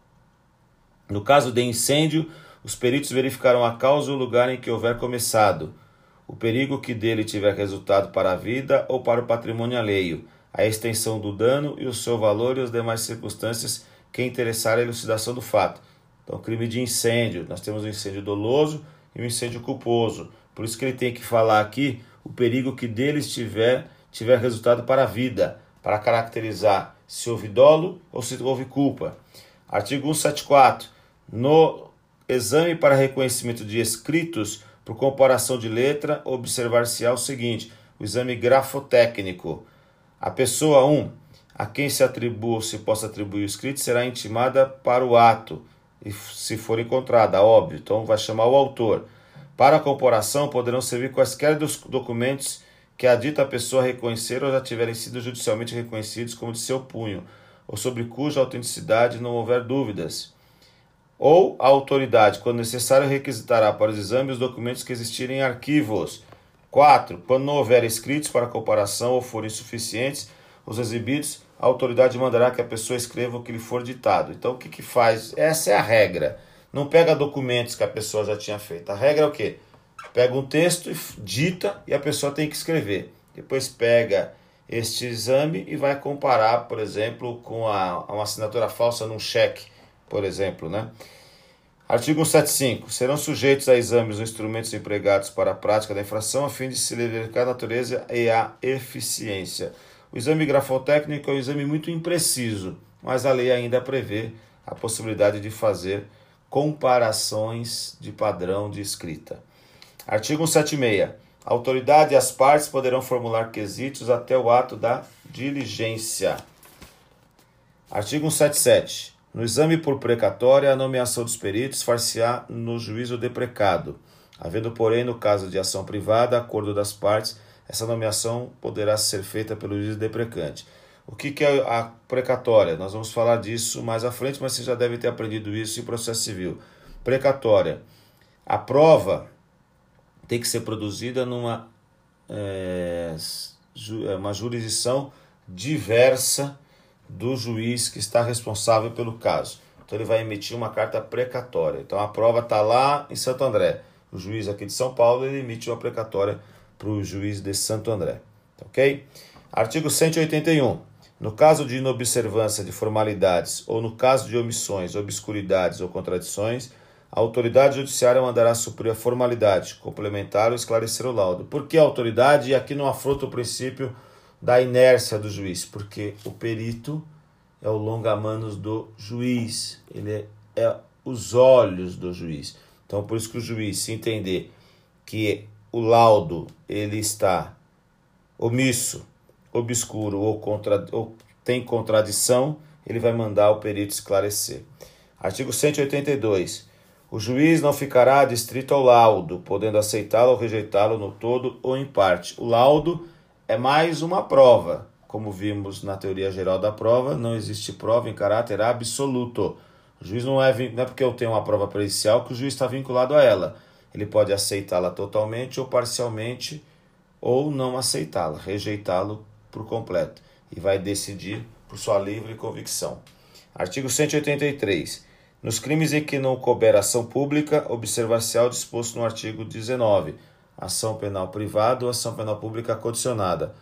No caso de incêndio, os peritos verificarão a causa e o lugar em que houver começado, o perigo que dele tiver resultado para a vida ou para o patrimônio alheio, a extensão do dano e o seu valor e as demais circunstâncias que interessarem a elucidação do fato. Então, crime de incêndio, nós temos o incêndio doloso e o incêndio culposo. Por isso que ele tem que falar aqui o perigo que deles tiver, tiver resultado para a vida, para caracterizar se houve dolo ou se houve culpa. Artigo cento e setenta e quatro. No exame para reconhecimento de escritos, por comparação de letra, observar-se-á o seguinte: o exame grafotécnico. A pessoa um, a quem se atribua ou se possa atribuir o escrito, será intimada para o ato, e se for encontrada, óbvio, então vai chamar o autor. Para a comparação, poderão servir quaisquer dos documentos que a dita pessoa reconhecer ou já tiverem sido judicialmente reconhecidos como de seu punho, ou sobre cuja autenticidade não houver dúvidas. Ou a autoridade, quando necessário, requisitará para os exames os documentos que existirem em arquivos. quatro. Quando não houver escritos para comparação ou forem insuficientes os exibidos, a autoridade mandará que a pessoa escreva o que lhe for ditado. Então, o que que faz? Essa é a regra. Não pega documentos que a pessoa já tinha feito. A regra é o quê? Pega um texto, dita e a pessoa tem que escrever. Depois pega este exame e vai comparar, por exemplo, com a, uma assinatura falsa num cheque, por exemplo, né? Artigo cento e setenta e cinco. Serão sujeitos a exames os instrumentos empregados para a prática da infração, a fim de se verificar a natureza e a eficiência. O exame grafotécnico é um exame muito impreciso, mas a lei ainda prevê a possibilidade de fazer comparações de padrão de escrita. Artigo cento e setenta e seis. A autoridade e as partes poderão formular quesitos até o ato da diligência. Artigo cento e setenta e sete. No exame por precatória, a nomeação dos peritos far-se-á no juízo deprecado. Havendo, porém, no caso de ação privada, acordo das partes, essa nomeação poderá ser feita pelo juiz deprecante. O que que é a precatória? Nós vamos falar disso mais à frente, mas você já deve ter aprendido isso em processo civil. Precatória. A prova tem que ser produzida numa é, uma jurisdição diversa do juiz que está responsável pelo caso. Então ele vai emitir uma carta precatória. Então a prova está lá em Santo André. O juiz aqui de São Paulo ele emite uma precatória para o juiz de Santo André. Ok? Artigo cento e oitenta e um. No caso de inobservância de formalidades ou no caso de omissões, obscuridades ou contradições, a autoridade judiciária mandará suprir a formalidade, complementar ou esclarecer o laudo. Por que a autoridade? E aqui não afronta o princípio da inércia do juiz, porque o perito é o longa-manos do juiz, ele é, é os olhos do juiz. Então, por isso que o juiz, se entender que o laudo ele está omisso, obscuro ou, contra, ou tem contradição, ele vai mandar o perito esclarecer. Artigo cento e oitenta e dois. O juiz não ficará adstrito ao laudo, podendo aceitá-lo ou rejeitá-lo no todo ou em parte. O laudo é mais uma prova. Como vimos na teoria geral da prova, não existe prova em caráter absoluto. O juiz não é, não é porque eu tenho uma prova pericial que o juiz está vinculado a ela. Ele pode aceitá-la totalmente ou parcialmente, ou não aceitá-la, rejeitá-lo por completo. E vai decidir por sua livre convicção. Artigo cento e oitenta e três. Nos crimes em que não couber ação pública, observar-se-á o disposto no artigo dezenove. Ação penal privada ou ação penal pública condicionada.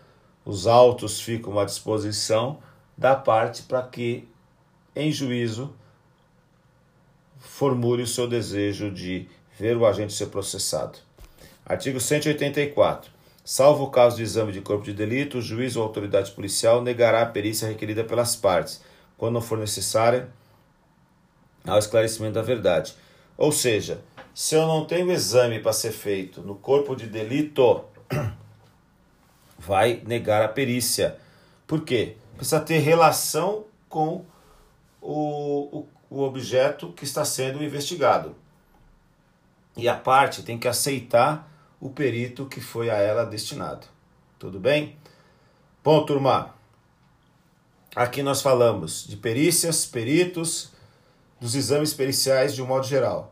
os autos ficam à disposição da parte para que, em juízo, formule o seu desejo de ver o agente ser processado. Artigo cento e oitenta e quatro. Salvo o caso de exame de corpo de delito, o juiz ou autoridade policial negará a perícia requerida pelas partes, quando não for necessária, ao esclarecimento da verdade. Ou seja, se eu não tenho exame para ser feito no corpo de delito, vai negar a perícia. Por quê? Precisa ter relação com o, o, o objeto que está sendo investigado. E a parte tem que aceitar o perito que foi a ela destinado. Tudo bem? Bom, turma, aqui nós falamos de perícias, peritos, dos exames periciais de um modo geral.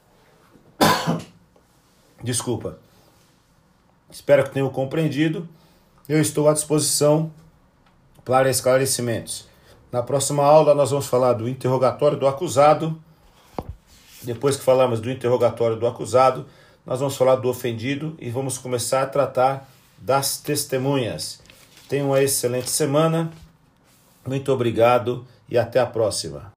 Desculpa. Espero que tenham compreendido. Eu estou à disposição para esclarecimentos. Na próxima aula nós vamos falar do interrogatório do acusado. Depois que falamos do interrogatório do acusado, nós vamos falar do ofendido e vamos começar a tratar das testemunhas. Tenham uma excelente semana. Muito obrigado e até a próxima.